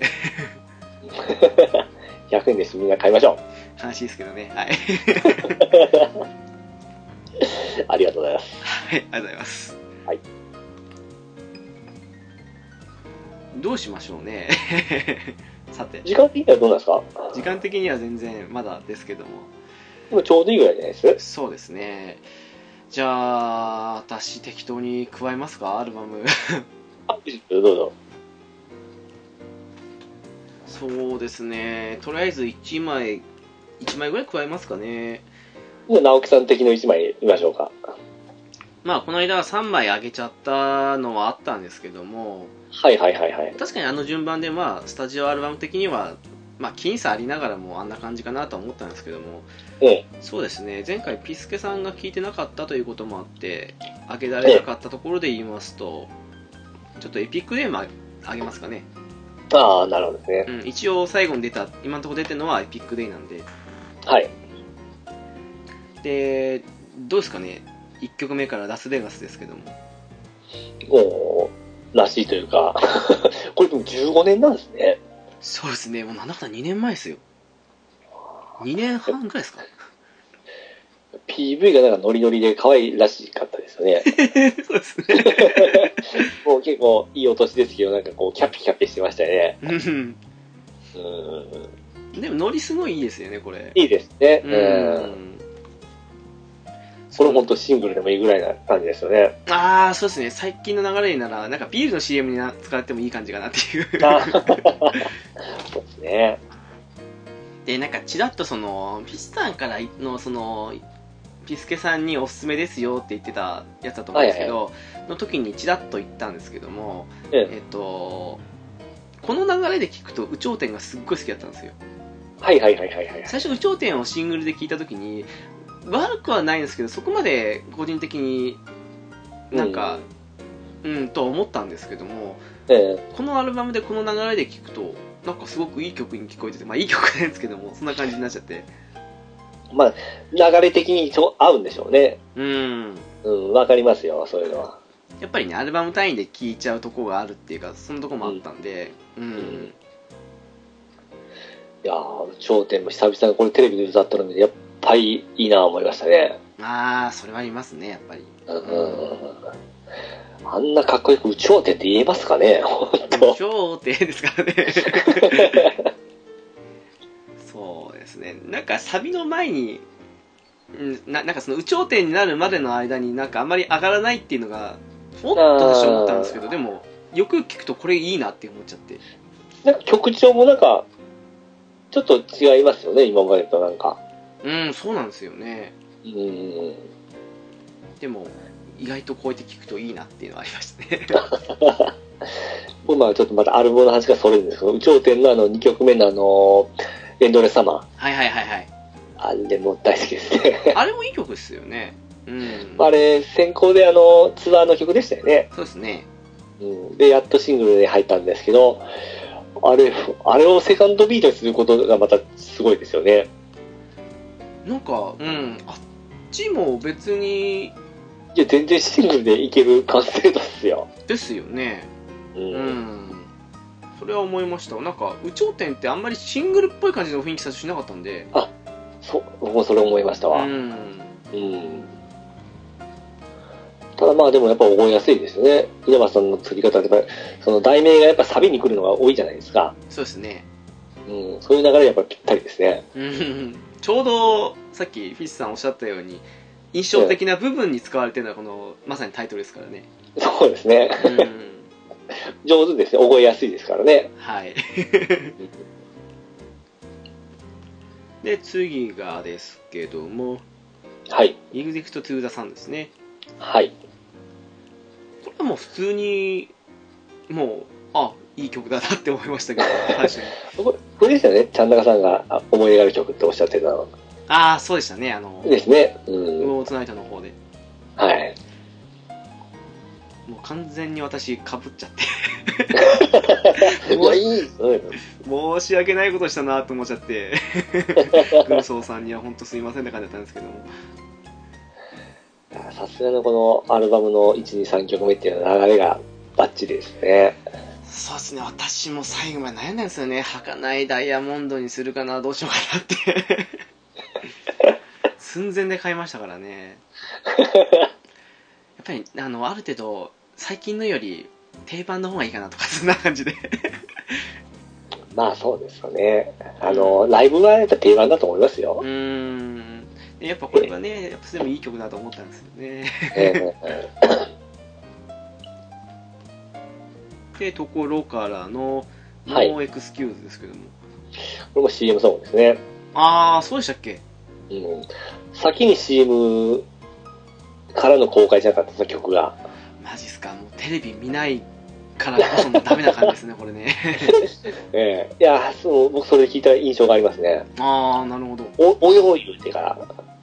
ひゃくえんです。みんな買いましょう。悲しいですけどね。はい。 ありがとうございます。 はい、ありがとうございます。 はい。 どうしましょうね。さて。 時間的にはどうなんですか？ 時間的には全然まだですけども。 今ちょうどいいぐらいじゃないです？ そうですね。じゃあ、私適当に加えますか、アルバム。 あ、どうぞ。 そうですね。とりあえずいちまい、いちまいぐらい加えますかね。 じゃあ、直樹さん的のいちまい見ましょうか。 まあ、この間はさんまいあげちゃったのはあったんですけども、 はいはいはいはい。 確かにあの順番で、まあ、スタジオアルバム的には、まあ、僅差ありながらもあんな感じかなとは思ったんですけども、 ええ、 そうですね、前回ピスケさんが聞いてなかったということもあって、あげられなかったところで言いますと、ちょっとエピックデームあげますかね。 ああ、なるほどですね。 うん、一応最後に出た、今のところ出てるのはエピックデイなんで。 はい。 で、どうですかね、いっきょくめからラスベガスですけども。 おー、らしいというか、これでもじゅうごねんなんですね。 そうですね、もうなんだかんだにねんまえですよ。にねんはんくらいですか。 ピーブイ がなんかノリノリで可愛らしかったですよね。 そうですね。 もう結構いいお年ですけど、なんかこうキャピキャピしてましたよね。 うん。 うん。 でもノリすごいいいですよね、これ。 いいですね。 うん。 ん。 これ本当シングルでもいいぐらいな感じですよね。 ああ、そうですね。最近の流れなら、なんかビールの シーエム にな使ってもいい感じかなっていう。 そうですね。 で、なんかちらっとその、ピスさんからのその、ピスケさんにおすすめですよって言ってたやつだと思うんですけど、はいはいはい、の時にちらっと言ったんですけども、えっ、えっと、この流れで聞くと、有頂天がすっごい好きだったんですよ。 はいはいはいはいはい。 最初、有頂天をシングルで聞いた時に、悪くはないんですけど、そこまで個人的になんか、うん、うん、と思ったんですけども、えー、このアルバムでこの流れで聞くと、なんかすごくいい曲に聞こえてて、まあいい曲なんですけども、そんな感じになっちゃって。 まあ、流れ的にそう合うんでしょうね。 うん。 うん、わかりますよ、そういうのは。 やっぱりね、アルバム単位で聴いちゃうとこがあるっていうか、そのとこもあったんで、うん。うん、 いやー、頂点も久々にこれテレビで歌ったので、やっぱりいいなと思いましたね。 あー、それはありますね、やっぱり。うん。うん、 あんなかっこよく、頂点って言えますかね、本当。 頂点ですからね。そうですね。なんかサビの前に、な, なんかその有頂天になるまでの間になんかあんまり上がらないっていうのがおっと私は思ったんですけど、でもよく聞くとこれいいなって思っちゃって、 なんか曲調もなんかちょっと違いますよね、今までと。なんかうん、そうなんですよね。うん、でも意外とこうやって聞くといいなっていうのはありましたね。 僕はちょっとまたアルバムの話がそれるんですけど、有頂天のあのにきょくめのあのエンドレスサマー、 はいはいはいはい、 あれも大好きですね。 あれもいい曲ですよね。うん、 あれ先行であのツアーの曲でしたよね。 そうですね。 うん、でやっとシングルで入ったんですけど、あれあれをセカンドビートにすることがまたすごいですよね。 なんか、うん、あっちも別にいや全然シングルでいける完成度ですよ。 ですよね。うん、うん、それは思いました。なんか有頂天ってあんまりシングルっぽい感じの雰囲気最初しなかったんで、 あ、そう、僕もそれ思いましたわ。うん。うん。ただまあでもやっぱ覚えやすいですよね。稲葉さんの作り方で、その題名がやっぱサビに来るのが多いじゃないですか。 そうですね。 うん、そういう流れやっぱぴったりですね。 うん。ちょうどさっきフィッシュさんおっしゃったように、印象的な部分に使われてるのはこの、まさにタイトルですからね。 そうですね。うん、上手ですね。覚えやすいですからね。 はい。で、次がですけども、 はい。 エグゼクトトゥーザさんですね。 はい。 これはもう普通に、もう、あ、いい曲だなって思いましたけど、最初に。 これですよね、ちゃんなかさんが思い描る曲っておっしゃってたの。 ああ、そうでしたね、あの、 ですね。うん。 ウォーツナイトの方で。 はい。 もう完全に私かぶっちゃっていや、いい、 申し訳ないことしたなと思っちゃって軍曹さんには本当すいませんって感じだったんですけども、 さすがのこのアルバムのいち、に、さんきょくめっていうの流れがバッチリですね。 そうですね、私も最後まで悩んだんですよね。儚いダイヤモンドにするかな、どうしようかなって寸前で買いましたからねやっぱりあのある程度最近のより定番の方がいいかなとかそんな感じでまあそうですよね。あのライブはやっぱ定番だと思いますよ。 うーん、やっぱこれはね、やっぱでもいい曲だと思ったんですよねえー、でところからのノーエクスキューズですけども、はい、 これも シーエム ソングですね。 ああ、そうでしたっけ。 うん、先に シーエム からの公開じゃなかった曲が。 マジっすか。もうテレビ見ないからこそもダメな感じですねこれねええ、いや、そう、僕それで聞いた印象がありますね。 ああ、なるほど。 お、およ言うてから、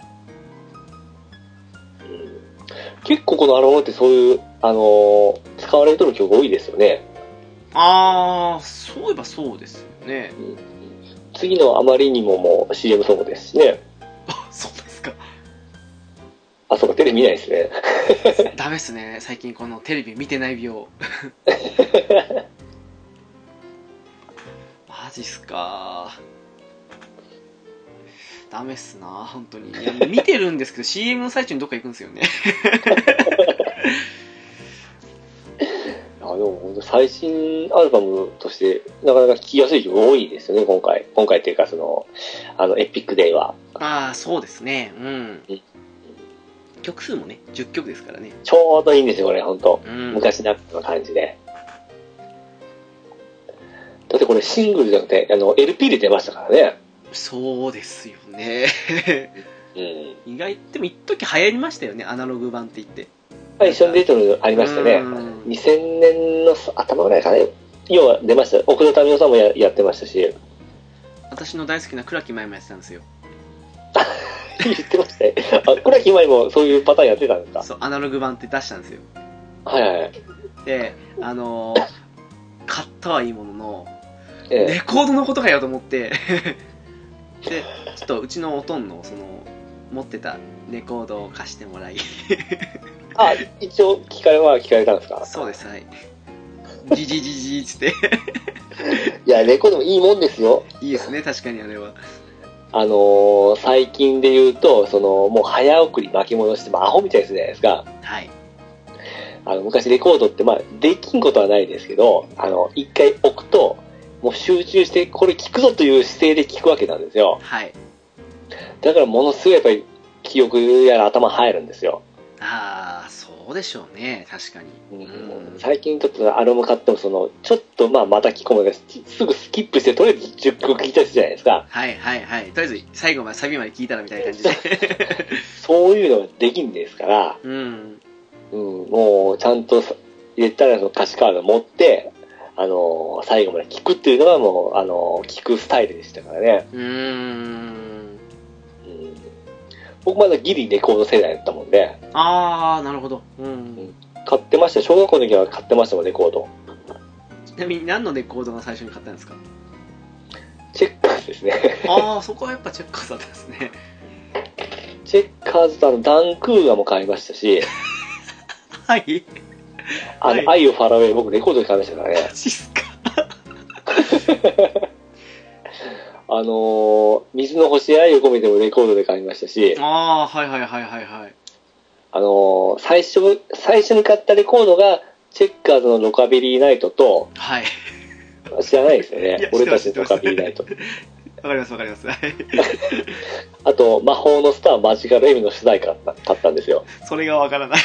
うん、結構このアルバムってそういう、あのー、使われてる曲多いですよね。 ああ、そういえばそうですよね、うん、 次のあまりにもも シーエム ソングですしね。 あ、そうですか。 あ、そうか、テレビ見ないですねダメっすね、最近このテレビ見てない病マジっすか。ダメっすな本当に。いや、見てるんですけどシーエム の最中にどっか行くんですよねあ、でも本当最新アルバムとしてなかなか聴きやすい曲多いですよね、今回。今回っていうか、その、あの、エピックデイは。 ああ、そうですね。うん。うん、曲数もね、じゅっきょくですからね。 ちょうどいいんですよ、これ、本当、うん、昔なった感じで。だってこれシングルじゃなくて、あの、エルピー で出ましたからね。 そうですよね。うん、意外、でも一時流行りましたよね、アナログ版って言って。 一緒に出てるのありましたね。にせんねんの頭ぐらいかね。要は出ました。奥田民生さんも や, やってましたし。 私の大好きな倉木舞もやってたんですよ。 言ってましたね。あ、倉木舞もそういうパターンやってたんですか。 そう、アナログ版って出したんですよ。 はいはい。 で、あのー、買ったはいいものの、ええ、レコードのことかよと思ってで、ちょっとうちのおとんのその持ってたレコードを貸してもらいあ、一応聞かれは聞かれたんですか。 そうです、はい。じじじじっつっていや、レコードもいいもんですよ。 いいですね、確かにあれは。 あのー、最近で言うと、その、もう早送り巻き戻して、まあ、アホみたいですじゃないですか。 はい。 あの、昔レコードって、まあ、できんことはないですけど、あの、一回置くと、もう集中して、これ聞くぞという姿勢で聞くわけなんですよ。 はい。 だから、ものすごいやっぱり、記憶やら頭入るんですよ。 ああ、そうでしょうね、確かに。 うん、最近ちょっとアルバム買っても、その、ちょっとまあまた聞こうです。すぐスキップして、とりあえずじゅっきょく聞いたりするじゃないですか。 はいはいはい。とりあえず最後までサビまで聞いたらみたいな感じで。 そういうのができんですから、うん。うん、もうちゃんと入れたらその歌詞カード持って、あのー、最後まで聞くっていうのがもう、あのー、聞くスタイルでしたからね。うーん。僕まだギリレコード世代だったもんで。 あー、なるほど。うん。うん、 買ってました。小学校の時は買ってましたもん、レコード。 ちなみに何のレコードが最初に買ったんですか。 チェッカーズですね。 あー、そこはやっぱチェッカーズだったんですね。 チェッカーズとあの、ダンクーガも買いましたし。 はい。 あの、はい、愛をファラウェイ僕レコードで買いましたからね。 マジっすか。 あのー、水の星愛を込めてもレコードで買いましたし。 ああ、はいはいはいはいはい。 あのー、最初、最初に買ったレコードが、チェッカーズのロカビリーナイトと、 はい。 知らないですよね。俺たちのロカビリーナイト。 わかりますわかります。 あと、魔法のスターマジカルエミの主題歌買ったんですよ。 それがわからない。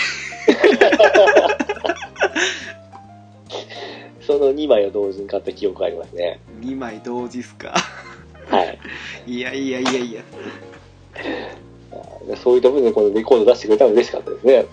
そのにまいを同時に買った記憶がありますね。 にまい同時っすか。 はい。 いやいやいやいや。 そういった部分でこのレコード出してくれたの嬉しかったですね。うん、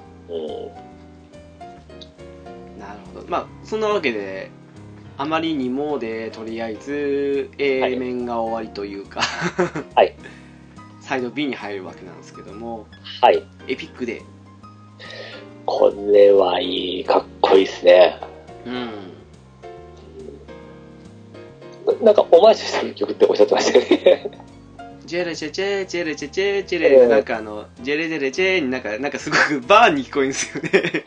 なるほど。まあそんなわけであまりにもでとりあえず A 面が終わりというか、はい、サイド B に入るわけなんですけども、 はい、 エピックデー。 ここれはいい、かっこいいですね。 うん。 な, なんかオマージュした曲っておっしゃってましたよね。 ジェレチェチェ、ジェレチェチェ、ジェレ、なんかあの、ジェレジェレチェになんか、なんかすごくバーに聞こえるんですよね。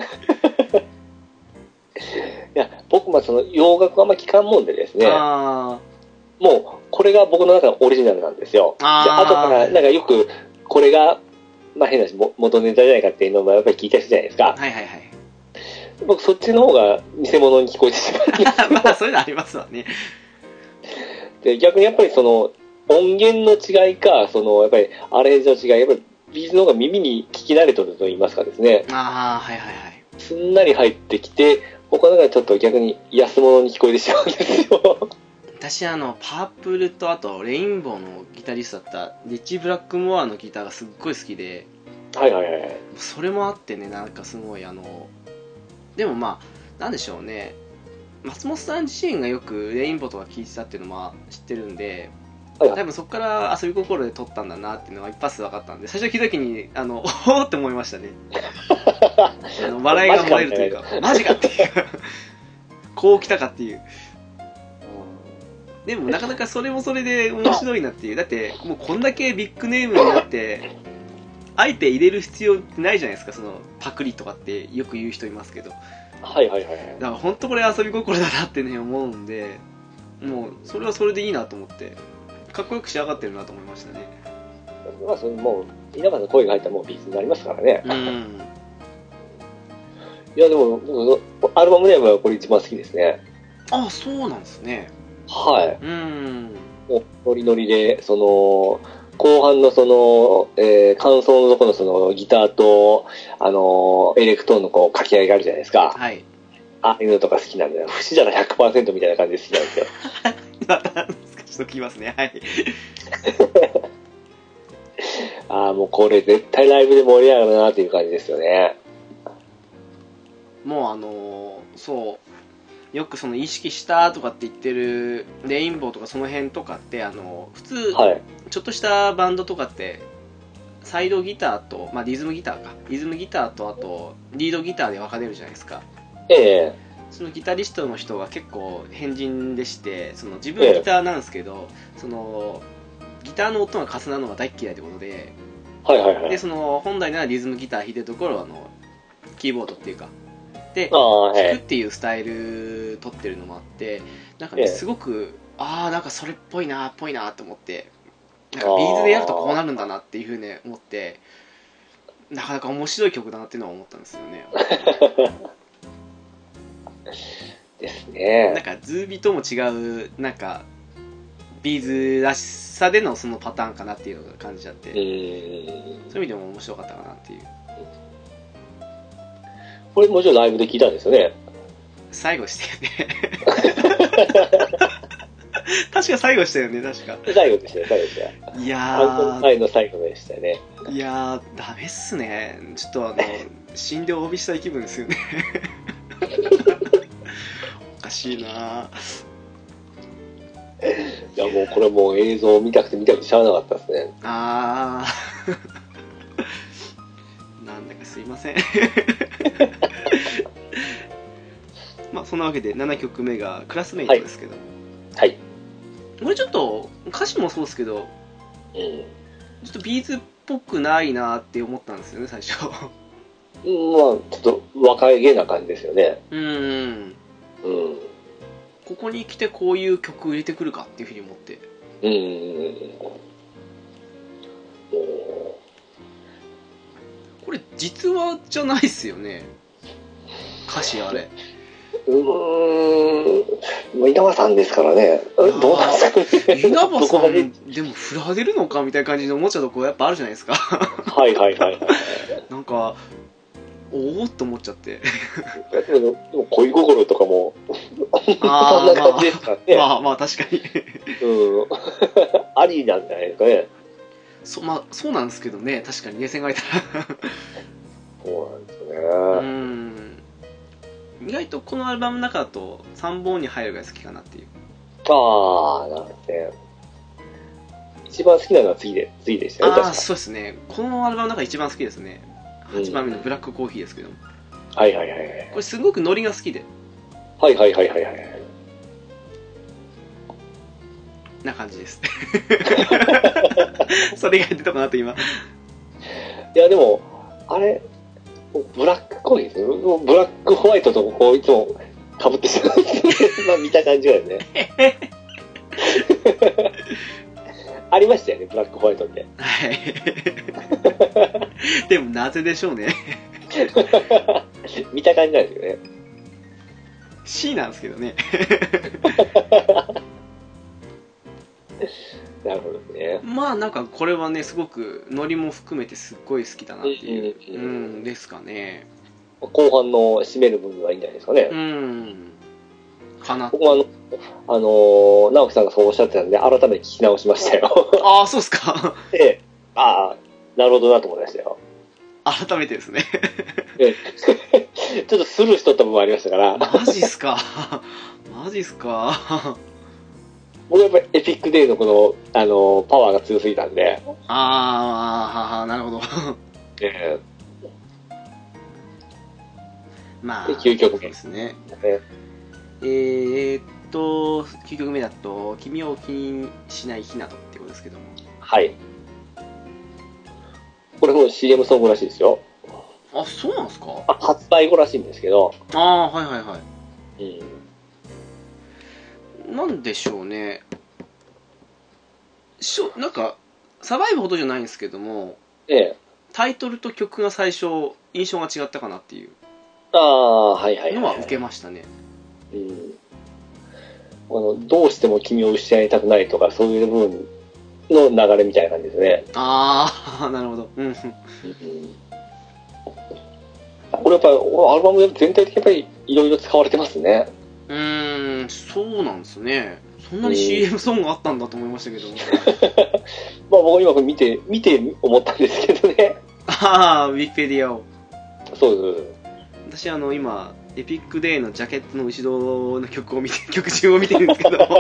いや、僕もその洋楽あんま聞かんもんでですね。 あもう、これが僕の中のオリジナルなんですよ。 あで、後から、なんかよく、これが、まあ変な話、元ネタじゃないかっていうのもやっぱり聞いたりするじゃないですか。 はいはいはい。 僕そっちの方が偽物に聞こえてしまうんですよ。 まあそういうのありますわね。 で、逆にやっぱりその、音源の違いか、その、やっぱりアレンジの違い、やっぱりビーズの方が耳に聞き慣れとると言いますかですね。 ああ、はいはいはい。 すんなり入ってきて、他のがちょっと逆に安物に聞こえてしまうんですよ。 私あの、パープルとあとレインボーのギタリストだったリッチ・ブラックモアのギターがすっごい好きで、 はいはいはい。 それもあってね、なんかすごいあの、でもまあ、なんでしょうね、松本さん自身がよくレインボーとか聴いてたっていうのも知ってるんで、 はいはい、 多分そこから遊び心で撮ったんだなっていうのが一発で分かったんで、最初聞いた時に、あの、おおって思いましたね。あの笑いが漏れるというか、マジかっていうこう来たかっていう。でもなかなかそれもそれで面白いなっていう。だってもうこんだけビッグネームになってあえて入れる必要ってないじゃないですか。そのパクリとかってよく言う人いますけど、 はいはいはい。 だから本当これ遊び心だなってね思うんで、もうそれはそれでいいなと思ってかっこよく仕上がってるなと思いましたね。 まあそのもう稲葉さんの声が入ったらもうビーズになりますからね。 うん。 いやでもアルバムネームはこれ一番好きですね。 ああ、そうなんですね。 はい。 うん。 もうノリノリで、その、後半のその、えー、感想のところのそのギターと、あのー、エレクトーンのこう掛け合いがあるじゃないですか。 はい。 ああいうのとか好きなんで、不死者の ひゃくパーセント みたいな感じで好きなんですよ。 また、ちょっと聞きますね。はい。 ああ、もうこれ絶対ライブで盛り上がるなっていう感じですよね。 もうあのー、そう。よくその意識したとかって言ってるレインボーとかその辺とかってあの普通、はい、ちょっとしたバンドとかってサイドギターと、まあ、リズムギターかリズムギターとあとリードギターで分かれるじゃないですか。 ええ。 そのギタリストの人が結構変人でしてその自分はギターなんですけど、ええ、そのギターの音が重なるのが大嫌いってことで、 はいはいはい、 でその本来ならリズムギター弾いてるところはあのキーボードっていうかで弾くっていうスタイル取ってるのもあってなんかねすごくああなんかそれっぽいなっぽいなと思ってなんかビーズでやるとこうなるんだなっていうふうに思ってなかなか面白い曲だなっていうのは思ったんですよね。 ですね。 なんかズービとも違うなんかビーズらしさでのそのパターンかなっていうのが感じちゃってそういう意味でも面白かったかなっていう。 これもちろんライブで聞いたんですよね。 最後したよね。確か最後したよね、確か。 最後でしたよ、最後でした。 いやー。 最後の最後でしたよね。 いやー、ダメっすね。ちょっとあの、死んでお詫びしたい気分ですよね。おかしいないや、もうこれもう映像を見たくて見たくてしゃあなかったですね。 あー。なんだかすいません。まあそんなわけでななきょくめがクラスメイトですけど、 はい、はい、これちょっと歌詞もそうですけど、うん、ちょっとビーズっぽくないなって思ったんですよね最初。うん、まあちょっと若いげな感じですよね。 うん、うん、ここに来てこういう曲入れてくるかっていうふうに思って、うん、これ実話じゃないっすよね歌詞あれ。 うーん、稲葉さんですからね。どうなんですかね。 稲葉さんでも振られるのかみたいな感じで思っちゃうとこやっぱあるじゃないですか。 はいはいはいはい。 なんかおおっと思っちゃって。 でも恋心とかもあそんな感じですからね。 まあまあ、まあ、確かに。うん。 ありなんじゃないですかね。 そまあそうなんですけどね、確かにね考えたら。 そうなんですよね。 うん。意外とこのアルバムの中だとさんぼんに入るぐらい好きかなっていう。 ああ、なるほどね。一番好きなのは次で、次でしたね。 ああ、そうですね。このアルバムの中一番好きですね。はちばんめのブラックコーヒーですけども。 はいはいはいはい。 これすごくノリが好きで。 はいはいはいはいはい。 な感じです。それが出たかなと今。 いやでも、あれ、ブラックっぽいですね。ブラックホワイトとこういつも被ってしまう。まあ見た感じはね。ありましたよね、ブラックホワイトって。 はい。でもなぜでしょうね。 見た感じなんですよね。 C なんですけどね。 なるほどね。 まあなんかこれはね、すごくノリも含めてすっごい好きだなっていう、うん、うん、ですかね。 後半の締める部分はいいんじゃないですかね。 うん。かな。 僕もあの、あのー、直樹さんがそうおっしゃってたんで、改めて聞き直しましたよ。 ああ、そうっすか。 ええ。ああ、なるほどなと思いましたよ。 改めてですね。 ええ。ちょっとスルーしとった部分もありましたから。 マジっすか。マジっすか。 僕やっぱりエピックデイのこの、あのー、パワーが強すぎたんで。 ああ、なるほど。 ええ。 まあ、 きゅうきょくめですね。 ええー、っと、きゅうきょくめだと、君を気にしないひなとってことですけども。 はい。これも シーエム ソングらしいですよ。 あ、そうなんですか？ あ、発売後らしいんですけど。 ああ、はいはいはい。 うん。 なんでしょうね。しょ、なんか、サバイブほどじゃないんですけども、 ええ。 タイトルと曲が最初、印象が違ったかなっていうああ、はいはいはい、はい。 のは受けましたね。 うん。あの、どうしても君を失いたくないとか、そういう部分の流れみたいな感じですね。 ああ、なるほど。うん。うん、 これやっぱり、アルバム全体的にやっぱりいろいろ使われてますね。 うーん、そうなんですね。そんなに シーエム ソングあったんだと思いましたけども。 まあ僕今これ見て、見て思ったんですけどね。 ああ、ウィキペディアを。 そうです。 私あの、今、エピックデーのジャケットの後ろの曲を見て、曲中を見てるんですけど。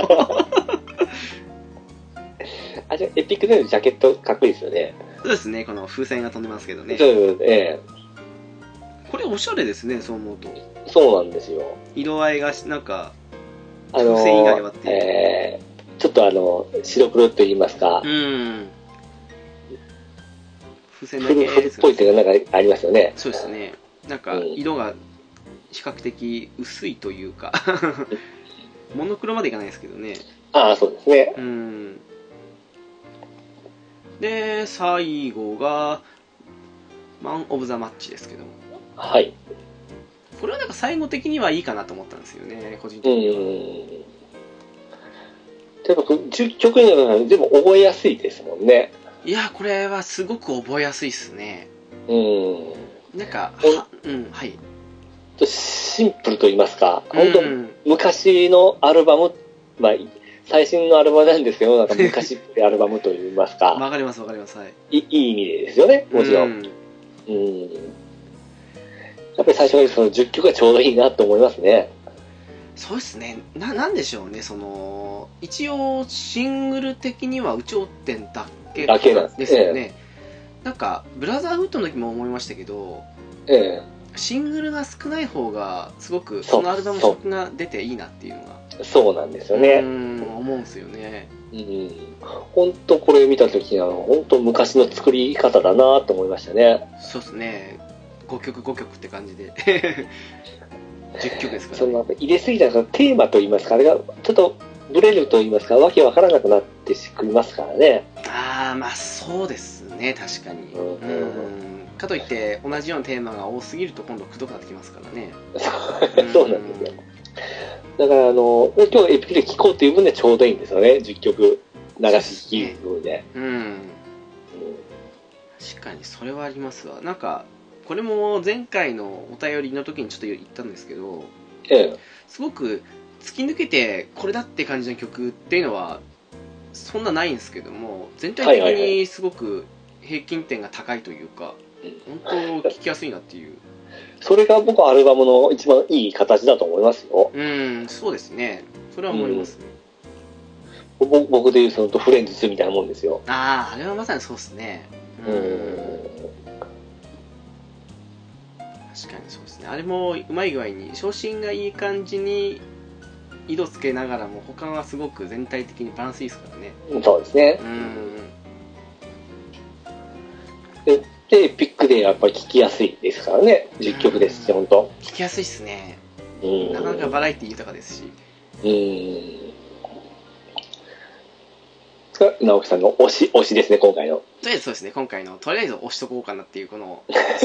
あ、じゃあエピックデーのジャケットかっこいいですよね。 そうですね、この風船が飛んでますけどね。 そうです、ええ。 これおしゃれですね、そう思うと。 そうなんですよ。 色合いがなんか、 あのー、 風船以外はっていう、 えー、ちょっとあの、白黒と言いますか。 うん。風船だけけっぽいっていうのがなんかありますよね。 そうですね。なんか、色が比較的薄いというか、モノクロまでいかないですけどね。 ああ、そうですね。 うん。で、最後が、マン・オブ・ザ・マッチですけども。 はい。 これはなんか最後的にはいいかなと思ったんですよね、個人的には。うん。 やっぱじゅっきょくになるのは全部覚えやすいですもんね。 いや、これはすごく覚えやすいっすね。 うん。 なんか、は、うん、はい。 シンプルと言いますか、本当、うん、昔のアルバム、まあ、最新のアルバムなんですけど、なんか昔ってアルバムと言いますか。 わかりますわかります、はい。 いいい意味でですよね、もちろん。うん。うん、やっぱり最初にそのじゅっきょくがちょうどいいなと思いますね。 そうですね。な、なんでしょうね、その、一応シングル的には有頂天だけだけなんですよね。ええ、なんか、ブラザーフットの時も思いましたけど、 ええ、 シングルが少ない方が、すごくそのアルバム色が出ていいなっていうのが。 そうなんですよね。 うん、思うんですよね。 うん。本当これ見た時には、本当昔の作り方だなと思いましたね。 そうですね。ごきょくごきょくって感じで。じゅっきょくですから、ね。 その入れすぎたらテーマといいますか、あれがちょっとブレるといいますか、わけわからなくなってくりますからね。 ああ、まあそうですね、確かに。うん、うん、かといって、同じようなテーマが多すぎると今度くどくなってきますからね。 そうなんですよ。だからあの、今日エピクで聴こうという分でちょうどいいんですよね、じゅっきょく流し聴く分で。うん、うん。 確かにそれはありますわ。なんか、これも前回のお便りの時にちょっと言ったんですけど、 ええ、 すごく突き抜けてこれだって感じの曲っていうのはそんなないんですけども、全体的にすごく平均点が高いというか、はいはいはい、本当聴きやすいなっていう。 それが僕はアルバムの一番いい形だと思いますよ。 うん、そうですね。それは思いますね。 うん、僕で言うそのとフレンズツーみたいなもんですよ。 ああ、あれはまさにそうですね。うん。 確かにそうですね。あれもうまい具合に昇進がいい感じに色つけながらも他はすごく全体的にバランスいいですからね。 そうですね。うん。で、エピックでやっぱり聞きやすいですからね。じゅっきょくですし、本当。 聞きやすいっすね。 うん。 なかなかバラエティ豊かですし。 うん。直樹さんの推し、推しですね、今回の。 とりあえずそうですね、今回の、とりあえず推しとこうかなっていう、この。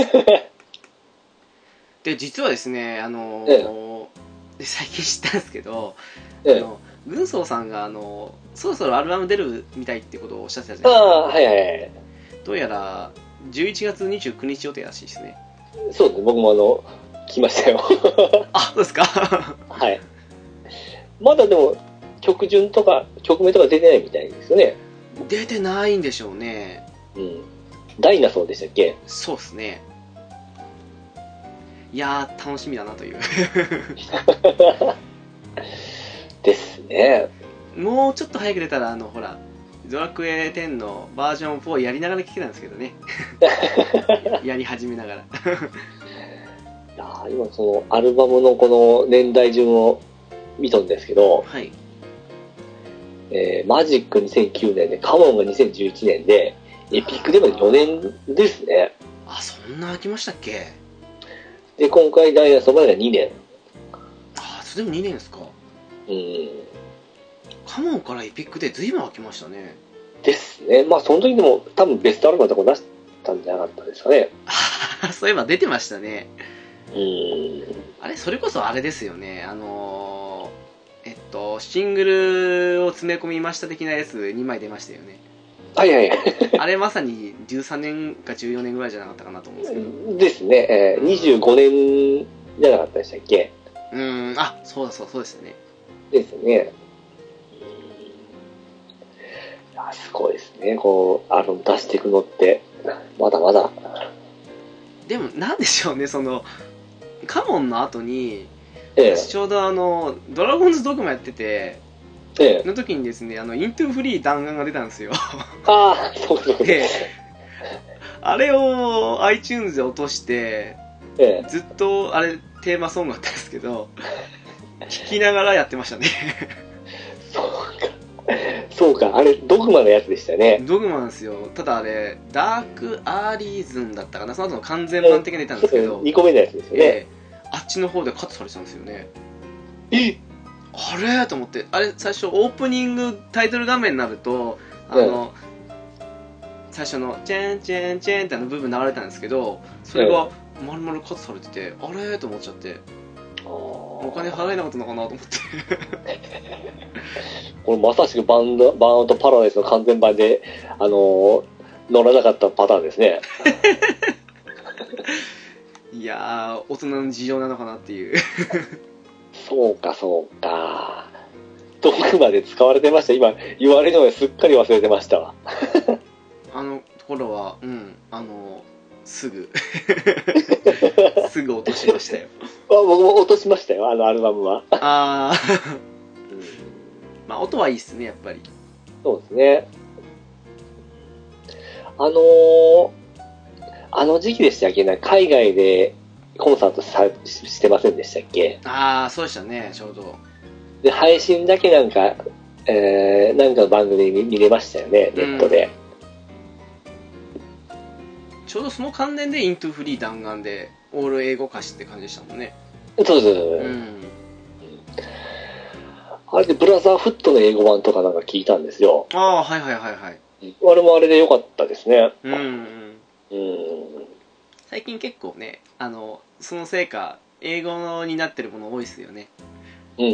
で、実はですね、あのーええ、最近知ったんですけど、ええ、あの軍曹さんが、あのそろそろアルバム出るみたいってことをおっしゃってたじゃないですか。ああ、はいはいはい。どうやら、じゅういちがつにじゅうくにち予定らしいですね。 そうですね、僕もあの、来ましたよ。 あ、そうですか。 はい。まだでも、曲順とか、曲名とか出てないみたいですよね。 出てないんでしょうね。 うん。ダイナソーでしたっけ？ そうですね。いやー、楽しみだなという。 ですね。 もうちょっと早く出たら、あの、ほら、ドラクエテンのバージョンフォーやりながら聴けたんですけどね。やり始めながら。いや今そのアルバムのこの年代順を見とんですけど、はい。えー、マジックにせんきゅうねんで、カモンがにせんじゅういちねんで、エピックでもよねんですね。 あ、そんな空きましたっけ？ で、今回ダイヤそばがにねん。 あ、それでもにねんですか。うん。カモンからエピックで随分空きましたね。 ですね。まあ、その時でも多分ベストアルバムとか出したんじゃなかったですかね。 そういえば出てましたね。 うん。 あれ、それこそあれですよね。あのー、えっと、シングルを詰め込みました的なやつにまい出ましたよね。 はいはい。 あれまさにじゅうさんねんかじゅうよねんぐらいじゃなかったかなと思うんですけど。 ですね。えー、にじゅうごねんじゃなかったでしたっけ？ うーん、あ、そうだそう、そうですね。 ですね。いや、すごいですね。こう、アルバム出していくのって、まだまだ。 でも、なんでしょうね、その、カモンの後に、ええ、ちょうどあの、ドラゴンズドグマやってて、ええ、の時にですね、あの、イントゥフリー弾丸が出たんですよ。 ああ、そうそう。 で、あれを iTunes で落として、ええ、ずっとあれテーマソングだったんですけど、聴きながらやってましたね。 そうか。そうか、あれ、ドグマのやつでしたね。 ドグマなんですよ。ただあれ、ダークアーリーズンだったかな、その後の完全版的に出たんですけど、 にこめのやつですよね。えー、あっちの方でカットされてたんですよね。えあれと思って、あれ、最初、オープニングタイトル画面になると、あの、うん、最初の、チェンチェンチェンってあの部分流れたんですけど、それが、丸々カットされてて、あれと思っちゃって、お金払えなかったのかなと思って。 これまさしくバンド、バーンとパラダイスの完全版で、あのー、乗らなかったパターンですね。 いやー、大人の事情なのかなっていう。 そうか、そうか。どこまで使われてました？今、言われるのですっかり忘れてましたわ。 あの頃は、うん、あの、すぐ、すぐ落としましたよ。 僕も落としましたよ、あのアルバムは。あー。うん、まあ、音はいいっすね、やっぱり。 そうですね。あのー、あの時期でしたっけね、海外でコンサートさしてませんでしたっけ？ ああ、そうでしたね、ちょうど。 で、配信だけなんか、えー、なんかの番組見見れましたよね、ネットで。 うん、ちょうどその関連でイントゥフリー弾丸で、オール英語歌詞って感じでしたもんね。 そうそうそう。うん。あれでブラザーフットの英語版とかなんか聞いたんですよ。 ああ、はいはいはいはい。 あれもあれで良かったですね。うん。うん。 最近結構ね、あの、そのせいか、英語になってるもの多いですよね。 うん。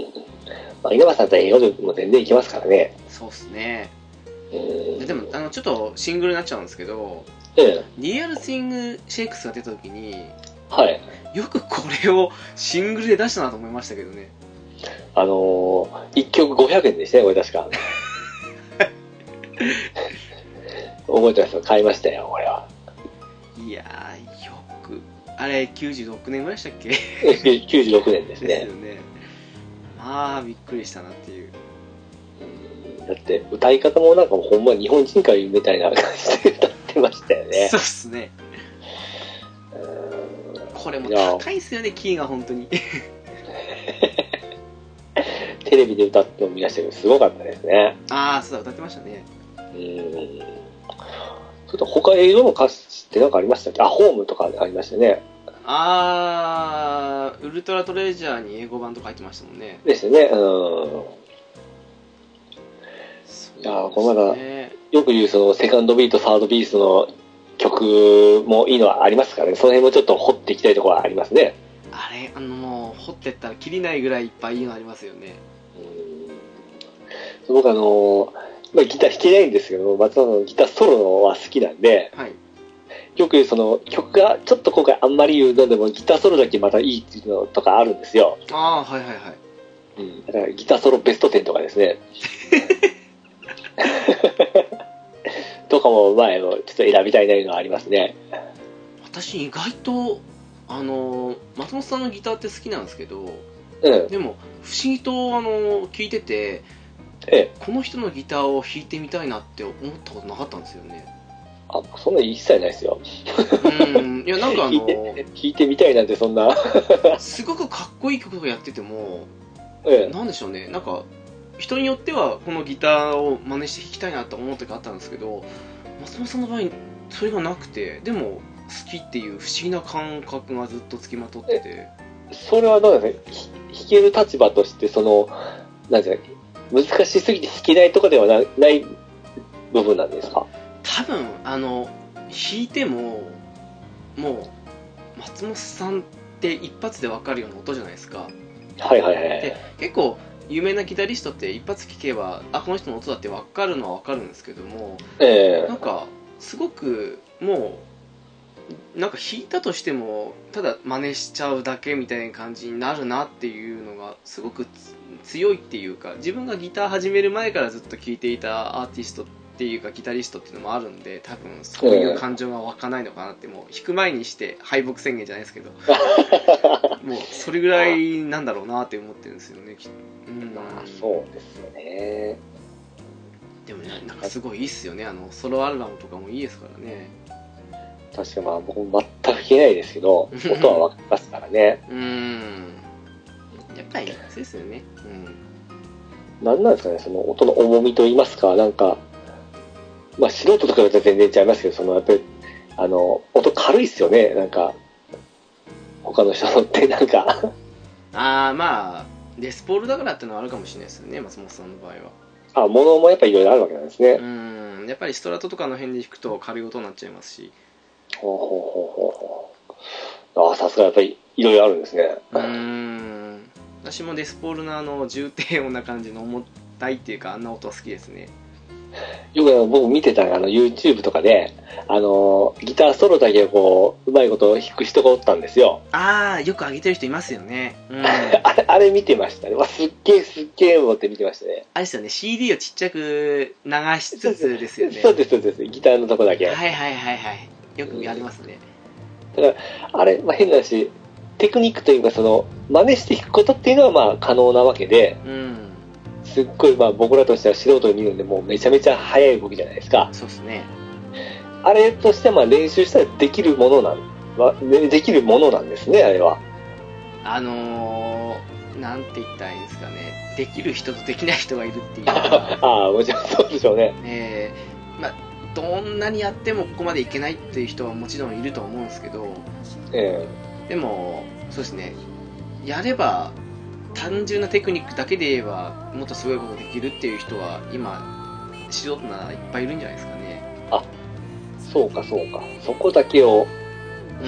まあ、稲葉さんと英語でも全然いきますからね。 そうっすね。うん。でも、あの、ちょっとシングルになっちゃうんですけど、ええ。リアルスイングシェイクスが出た時に、はい。よくこれをシングルで出したなと思いましたけどね。あのー、いっきょくごひゃくえんでしたね、これ確か。覚えてますよ、買いましたよ、これは。 いやー、よく、あれ、きゅうじゅうろくねんぐらいでしたっけ？ きゅうじゅうろくねんですね。 ですよね。まあ、びっくりしたなっていう。 だって、歌い方もなんかもうほんま日本人歌みたいな感じで歌ってましたよね。 そうっすね。 これも高いですよね、キーが本当に。 テレビで歌っても見ましたけど、すごかったですね。 ああ、そうだ、歌ってましたね。 うん。ちょっと他映像の歌詞って何かありましたっけ？あ、ホームとかありましたね。 あー、ウルトラトレジャーに英語版とか入ってましたもんね。 ですね、うん。いや、このなんか、よく言うそのセカンドビート、サードビートの曲もいいのはありますからね。その辺もちょっと掘っていきたいところはありますね。 あれ、あのもう、掘ってったらきりないぐらいいっぱいいいのありますよね。 うん。僕あの、まあ、ギター弾けないんですけど、松本のギターソロのは好きなんで、はい、よくその曲がちょっと今回あんまり言うのでもギターソロだけまたいいっていうのとかあるんですよ。 ああ、はいはいはい。 うん。だからギターソロベストテンとかですね。とかも前のちょっと選びたいないうのはありますね。 私意外とあの松本さんのギターって好きなんですけど、うん、でも不思議とあの聞いてて、ええ、この人のギターを弾いてみたいなって思ったことなかったんですよね。 あ、そんな一切ないですよ。 うん、いやなんかあの弾いてみたいなんてそんなすごくかっこいい曲をやってても、ええ、なんでしょうね、なんか人によってはこのギターを真似して弾きたいなと思う時あったんですけど、松本さんの場合それがなくて、でも好きっていう不思議な感覚がずっとつきまとってて。 それはどうなんですか？弾ける立場としてそのなんですか、難しすぎて弾けないとかではなない部分なんですか？ 多分あの弾いてももう松本さんって一発で分かるような音じゃないですか。 はいはいはい。 で結構有名なギタリストって一発聴けばあこの人の音だって分かるのは分かるんですけども、えー、なんかすごくもうなんか弾いたとしてもただ真似しちゃうだけみたいな感じになるなっていうのがすごく強いっていうか、自分がギター始める前からずっと聴いていたアーティストっていうかギタリストっていうのもあるんで、多分そういう感情が湧かないのかなって、もう弾く前にして敗北宣言じゃないですけどもうそれぐらいなんだろうなって思ってるんですよね。 うん、まあそうですよね。 でもね、なんかすごいいいっすよね。あのソロアルバムとかもいいですからね。 確かまあ僕も全く弾けないですけど音は分かりますからね。 うん、やっぱりそうですよね。 うん、なんなんですかね、その音の重みと言いますか、なんかまあ素人とかだと全然違いますけど、そのやっぱりあの音軽いっすよね。なんか他の人のってなんかああ、まあレスポールだからってのはあるかもしれないですよね、松本さんの場合は。 あ、物もやっぱりいろいろあるわけなんですね。 うん、やっぱりストラトとかの辺で弾くと軽い音になっちゃいますし。 ほうほうほうほうほう。ああ、さすがやっぱりいろいろあるんですね。 うん、私もレスポールのあの重低音な感じの重たいっていうかあんな音は好きですね。 よく僕見てたあの YouTube とかであのギターソロだけをこううまいこと弾く人がおったんですよ。 ああ、よく上げてる人いますよね。うん、 あれあれ見てましたね。わ、すっげえすっげえ思って見てましたね。 あれですよね、 シーディー をちっちゃく流しつつですよね。 そうですそうです、ギターのとこだけ。 はいはいはいはい、よくやりますね。 だからあれ、まあ、変な話テクニックというかその真似して弾くことっていうのはまあ可能なわけで、うん、すっごいまあ僕らとしては素人に見るんでもうめちゃめちゃ速い動きじゃないですか。 そうですね。 あれとしてはまあ練習したらできるものなんできるものなんですね、あれは。 あのー、なんて言ったらいいんですかね、できる人とできない人がいるっていうかああ、もちろんそうでしょうね。 えー、まあどんなにやってもここまでいけないっていう人はもちろんいると思うんですけど、えー、でもそうですね、やれば単純なテクニックだけで言えばもっとすごいことできるっていう人は今素人ならいっぱいいるんじゃないですかね。 あ、そうかそうか、そこだけをうん、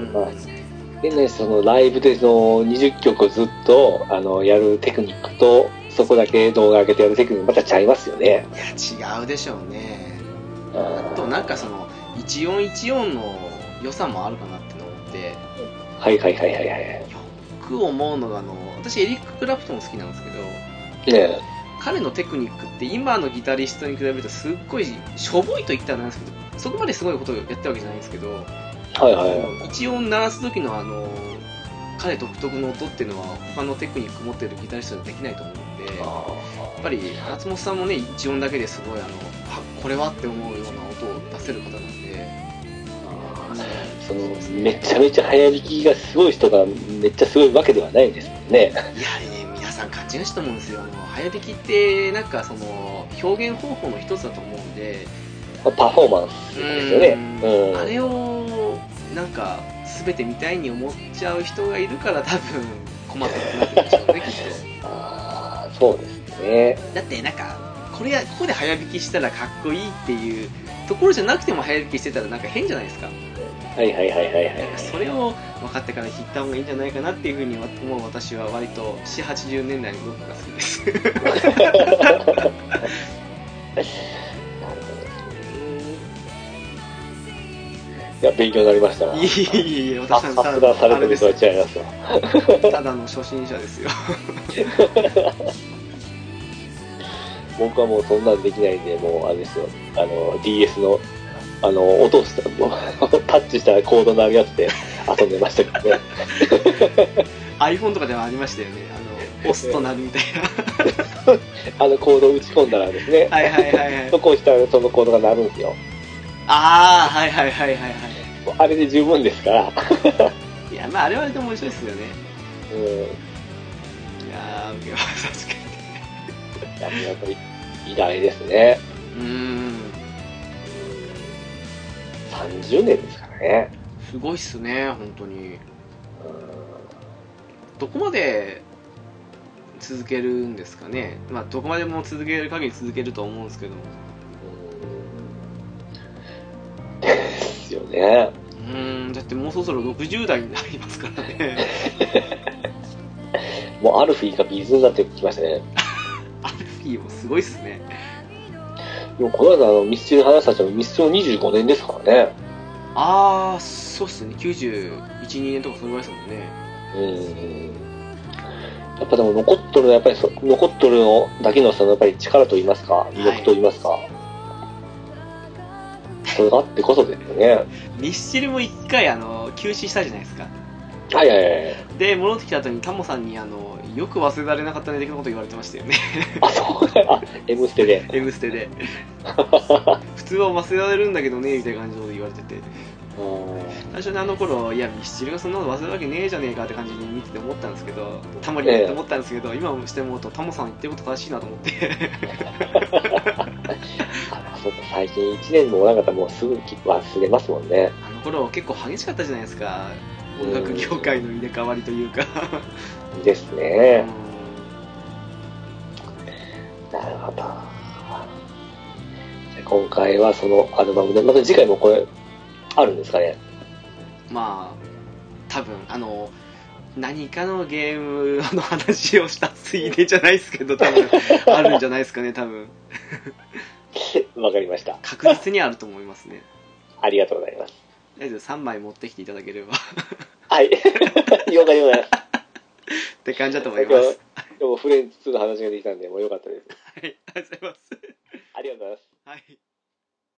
まあ変なそのライブでそのにじゅっきょくをずっとあのやるテクニックとそこだけ動画上げてやるテクニックまたちゃいますよね。 いや違うでしょうね。あとなんかその一音一音の良さもあるかなって思って、 はいはいはいはいはい。 よく思うのがあの私エリック・クラプトン好きなんですけど、ね、彼のテクニックって今のギタリストに比べるとすっごいしょぼいと言ったらなんですけど、そこまですごいことをやってるわけじゃないんですけど、はいはいはい、一音鳴らす時のあの彼独特の音っていうのは他のテクニック持ってるギタリストはできないと思うんで、やっぱり松本さんもね一音だけですごいあのあこれはって思うような音を出せる方なんで、 そのめちゃめちゃ早弾きがすごい人がめっちゃすごいわけではないんですもんね。 いやね、皆さん勘違いしたと思うんですよ。あの早弾きってなんかその表現方法の一つだと思うんで、 パフォーマンスですよね。 うん、あれをなんか全て見たいに思っちゃう人がいるから多分困ってなってるんでしょうね、きっと。 ああ、そうですね。 だってなんかこれやここで早弾きしたらかっこいいっていうところじゃなくても早弾きしてたらなんか変じゃないですか。 はいはいはいはいはい。 それを分かってから弾いた方がいいんじゃないかなっていうふうに思う私は割とななじゅう、はちじゅうねんだいのロックが好きです。 なるほど。いや、勉強になりましたわ。 いえいえいえ、私はさすがされてる人は違いますわ。 ただの初心者ですよ。 僕はもうそんなんできないんで、もうあれですよ、あの ディーエス のあの落としたタッチしたらコードのあるやつで遊んでましたけどね。 iPhone とかではありましたよね。あの押すとなるみたいな。あのコードを打ち込んだらですね。 はいはいはいはい。 そこをしたらそのコードが鳴るんですよ。 ああ、はいはいはいはいはい。 あれで十分ですから。 いや、まああれはあれで面白いですよね。 うん。いやー、確かに。 や、やっぱり偉大ですね。 うーん。 さんじゅうねんですからね。 すごいっすね、本当に。どこまで続けるんですかね。まあ、どこまでも続ける限り続けると思うんですけども。 ですよね。 うーん、だってもうそろそろろくじゅう代になりますからね。 もうアルフィーがビズになってきましたね。 アルフィーもすごいっすね。 でもこの間あのミスチルの話たちもミスチルにじゅうごねんですからね。 ああ、そうっすね。きゅうじゅういち、にねんとかそのぐらいですもんね。 うん。やっぱでも残っとるのはやっぱりそ残っとるのだけのそのやっぱり力と言いますか、魅力と言いますか、はい、それがあってこそですよね。 ミスチルも一回あの休止したじゃないですか。 はいはいはい。で戻ってきた後にタモさんにあのよく忘れられなかったね的なこと言われてましたよね。 あ、そうあ、M ステで。 M ステで。普通は忘れられるんだけどねみたいな感じで言われてて。最初にあの頃、いやミスチルがそんなこと忘れるわけねえじゃねえかって感じに見てて思ったんですけど、タモリって思ったんですけど、ええ、今して思うとタモさん言ってること正しいなと思って。 あ、そうか、最近いちねんもおらんかったらもうすぐ忘れますもんね。 あの頃結構激しかったじゃないですか。音楽業界の入れ替わりというか。 ですね。なるほど。今回はそのアルバムで、また次回もこれあるんですかね。 まあ多分あの何かのゲームの話をしたついでじゃないですけど、多分あるんじゃないですかね、多分。 わかりました。 確実にあると思いますね。 ありがとうございます。 とりあえずさんまい持ってきていただければ。 はい。了解でございます。 って感じだと思います。 でもフレンズツーの話ができたんで、もう良かったです。 はい、ありがとうございます。 ありがとうございます。 はい。